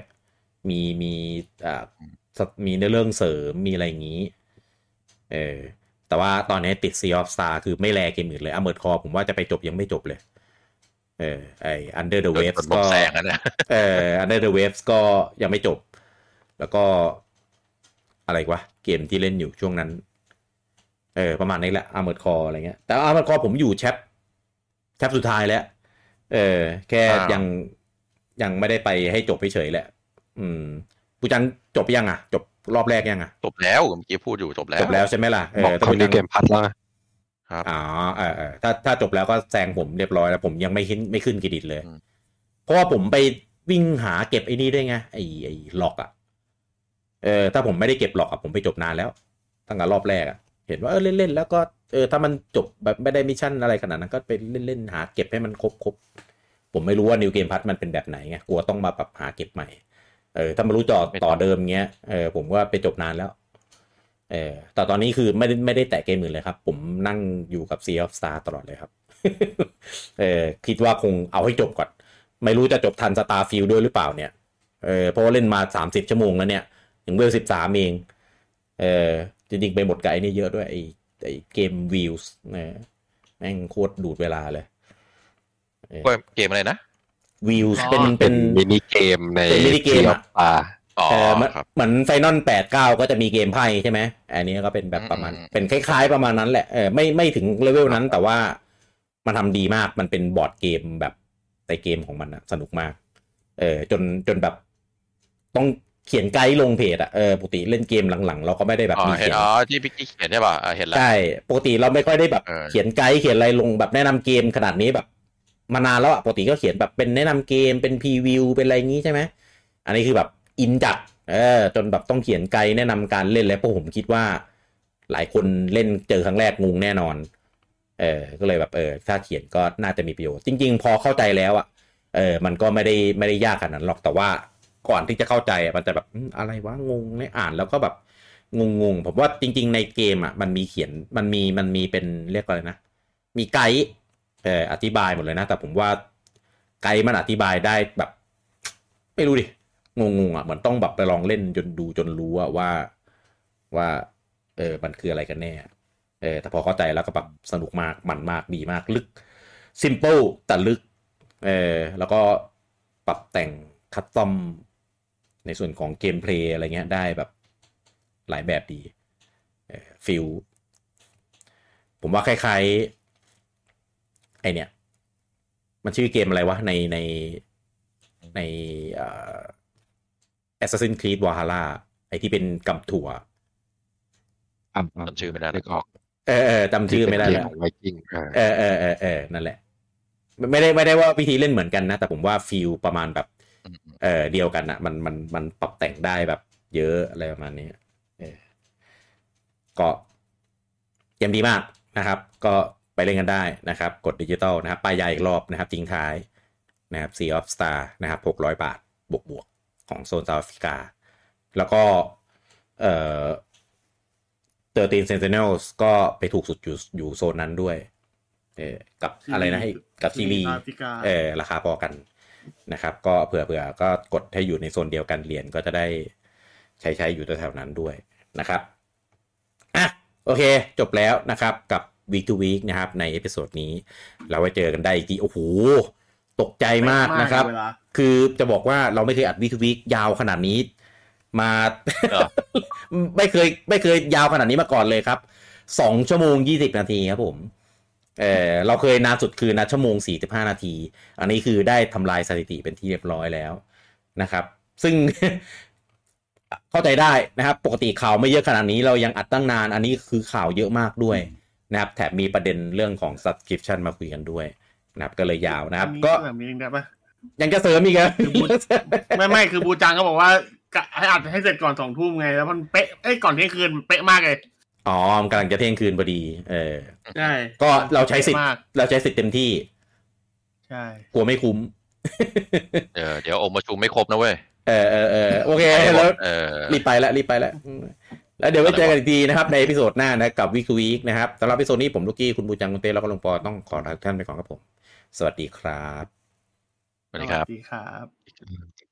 มีเรื่องเสริมมีอะไรอย่างนี้แต่ว่าตอนนี้ติด Sea of Star คือไม่แลเกมอื่นเลยArmored Coreผมว่าจะไปจบยังไม่จบเลยไอ้ Under the Waves ก็Under the Waves ก็ยังไม่จบแล้วก็อะไรวะเกมที่เล่นอยู่ช่วงนั้นประมาณนี้แหละ Armored Core อะไรเงี้ยแต่ Armored Core ผมอยู่แชปสุดท้ายแล้วแค่ยังไม่ได้ไปให้จบเฉยๆแหละปูจันจบยังจบรอบแรกยังจบแล้วเมื่อกี้พูดอยู่จบแล้วใช่ไหมล่ะตอนนี้เกมพัดแล้วครับถ้าจบแล้วก็แซงผมเรียบร้อยแล้วผมยังไม่ขึ้นเครดิตเลยเพราะว่าผมไปวิ่งหาเก็บไอ้นี่ด้วยไงไอ้ล็อกถ้าผมไม่ได้เก็บล็อกผมไปจบนานแล้วตั้งแต่รอบแรกเห็นว่าเล่นๆแล้วก็ถ้ามันจบแบบไม่ได้มิชชั่นอะไรขนาดนั้นก็ไปเล่นหาเก็บให้มันครบผมไม่รู้ว่า New Game Plus มันเป็นแบบไหนไงกลัวต้องมาแบบหาเก็บใหม่ถ้ามารู้ต่อเดิมเงี้ยผมว่าไปจบนานแล้วแต่ตอนนี้คือไม่ได้แตะเกมอื่นเลยครับผมนั่งอยู่กับ Sea of Star ตลอดเลยครับคิดว่าคงเอาให้จบก่อนไม่รู้จะจบทัน Starfield ด้วยหรือเปล่าเนี่ยเพราะว่าเล่นมา30ชั่วโมงแล้วเนี่ยถึงเวล13เองจริงๆไปหมดไกลนี่เยอะด้วยไอ้เกม Wheels แม่งโคตรดูดเวลาเลยเกมอะไรนะ Wheels เป็นมินิเกมในมินิเกมเหมือน Final 8-9 ก็จะมีเกมไพ่ใช่ไหมอันนี้ก็เป็นแบบประมาณเป็นคล้ายๆประมาณนั้นแหละไม่ถึงเลเวลนั้นแต่ว่ามันทำดีมากมันเป็นบอร์ดเกมแบบในเกมของมันสนุกมากจนแบบต้องเขียนไกด์ลงเพจปกติเล่นเกมหลังๆเราก็ไม่ได้แบบมีเขียนที่พี่เขียนใช่ป่ะเห็นแล้วใช่ปกติเราไม่ค่อยได้แบบเขียนไกด์เขียนอะไรลงแบบแนะนำเกมขนาดนี้แบบมานานแล้วปกติก็เขียนแบบเป็นแนะนำเกมเป็นพรีวิวเป็นอะไรงี้ใช่ไหมอันนี้คือแบบอินจัดจนแบบต้องเขียนไกด์แนะนำการเล่นแล้วเพราะผมคิดว่าหลายคนเล่นเจอครั้งแรกงงแน่นอนก็เลยแบบถ้าเขียนก็น่าจะมีประโยชน์จริงๆพอเข้าใจแล้วอ่ะมันก็ไม่ได้ยากขนาดนั้นหรอกแต่ว่าก่อนที่จะเข้าใจมันจะแบบอะไรวะงงเนี่ยอ่านแล้วก็แบบงงผมว่าจริงๆในเกมอ่ะมันมีเขียนมันมีเป็นเรียกว่าอะไรนะมีไกด์อธิบายหมดเลยนะแต่ผมว่าไกด์มันอธิบายได้แบบไม่รู้ดิงงอ่ะเหมือนต้องแบบไปลองเล่นจนดูจนรู้ว่ามันคืออะไรกันแน่แต่พอเข้าใจแล้วก็แบบสนุกมากมันมากดีมากลึกซิมเปิลแต่ลึกแล้วก็ปรับแต่งคัสตอมในส่วนของเกมเพลย์อะไรเงี้ยได้แบบหลายแบบดีฟิลผมว่าคล้ายๆไอเนี่ยมันชื่อเกมอะไรวะในAssassin's Creed Valhalla ไอที่เป็นกำถั่วจำชื่อไม่ได้เลยออกจำชื่อไม่ได้แล้วของไวกิ้งนั่นแหละไม่ได้ว่าวิธีเล่นเหมือนกันนะแต่ผมว่าฟีลประมาณแบบเดียวกันนะมันปรับแต่งได้แบบเยอะอะไรประมาณนี้ก็เกมดีมากนะครับก็ไปเล่นกันได้นะครับกดดิจิตอลนะครับป้ายยาอีกรอบนะครับทิ้งท้ายนะครับ Sea of Star นะครับ600 บาทบวกของโซนเซาท์แอฟริกาแล้วก็13 Sentinels ก็ไปถูกสุดอยู่โซนนั้นด้วยกับอะไรนะให้กับซีรีส์ราคาพอกันนะครับก็เผื่อก็กดให้อยู่ในโซนเดียวกันเหรียญก็จะได้ใช้อยู่แถวๆนั้นด้วยนะครับโอเคจบแล้วนะครับกับ Week to Week นะครับในเอพิโซดนี้เราไว้เจอกันได้อีกทีโอ้โหตกใจมากนะครับคือจะบอกว่าเราไม่เคยอัด Week to Week ยาวขนาดนี้มา ไม่เคยยาวขนาดนี้มาก่อนเลยครับ2 ชั่วโมง 20 นาทีครับผมเราเคยนานสุดคือ1 ชั่วโมง 45 นาทีอันนี้คือได้ทำลายสถิติเป็นที่เรียบร้อยแล้วนะครับซึ่ง เข้าใจได้นะครับปกติข่าวไม่เยอะขนาดนี้เรายังอัดตั้งนานอันนี้คือข่าวเยอะมากด้วยนะครับแถมมีประเด็นเรื่องของ subscription มาคุยกันด้วยนะครับก็เลยยาวนะครับก็ยังจะเสริมอีกเหรอไม่คือบูจังก็บอกว่าให้อัดให้เสร็จก่อน 20:00 นไงแล้วมันเป๊ะก่อนเที่ยงคืนเป๊ะมากเลยกำลังจะเที่ยงคืนพอดีใช่ก็เราใช้สิทธิ์เต็มที่ใช่กลัวไม่คุ้มเดี๋ยวองค์ประชุมไม่ครบนะเว้ยโอเคแล้วรีบไปแล้วแล้วเดี๋ยวไว้เจอกันอีกทีนะครับในเอพิโซดหน้านะกับ Week to Week นะครับสำหรับเอพิโซดนี้ผมลูกกี้คุณบูจังคุณเต้แล้วก็ลุงปอต้องขอลาทุกท่านไปก่อนครับผมสวัสดีครับสวัสดีครับสวัสดีครับ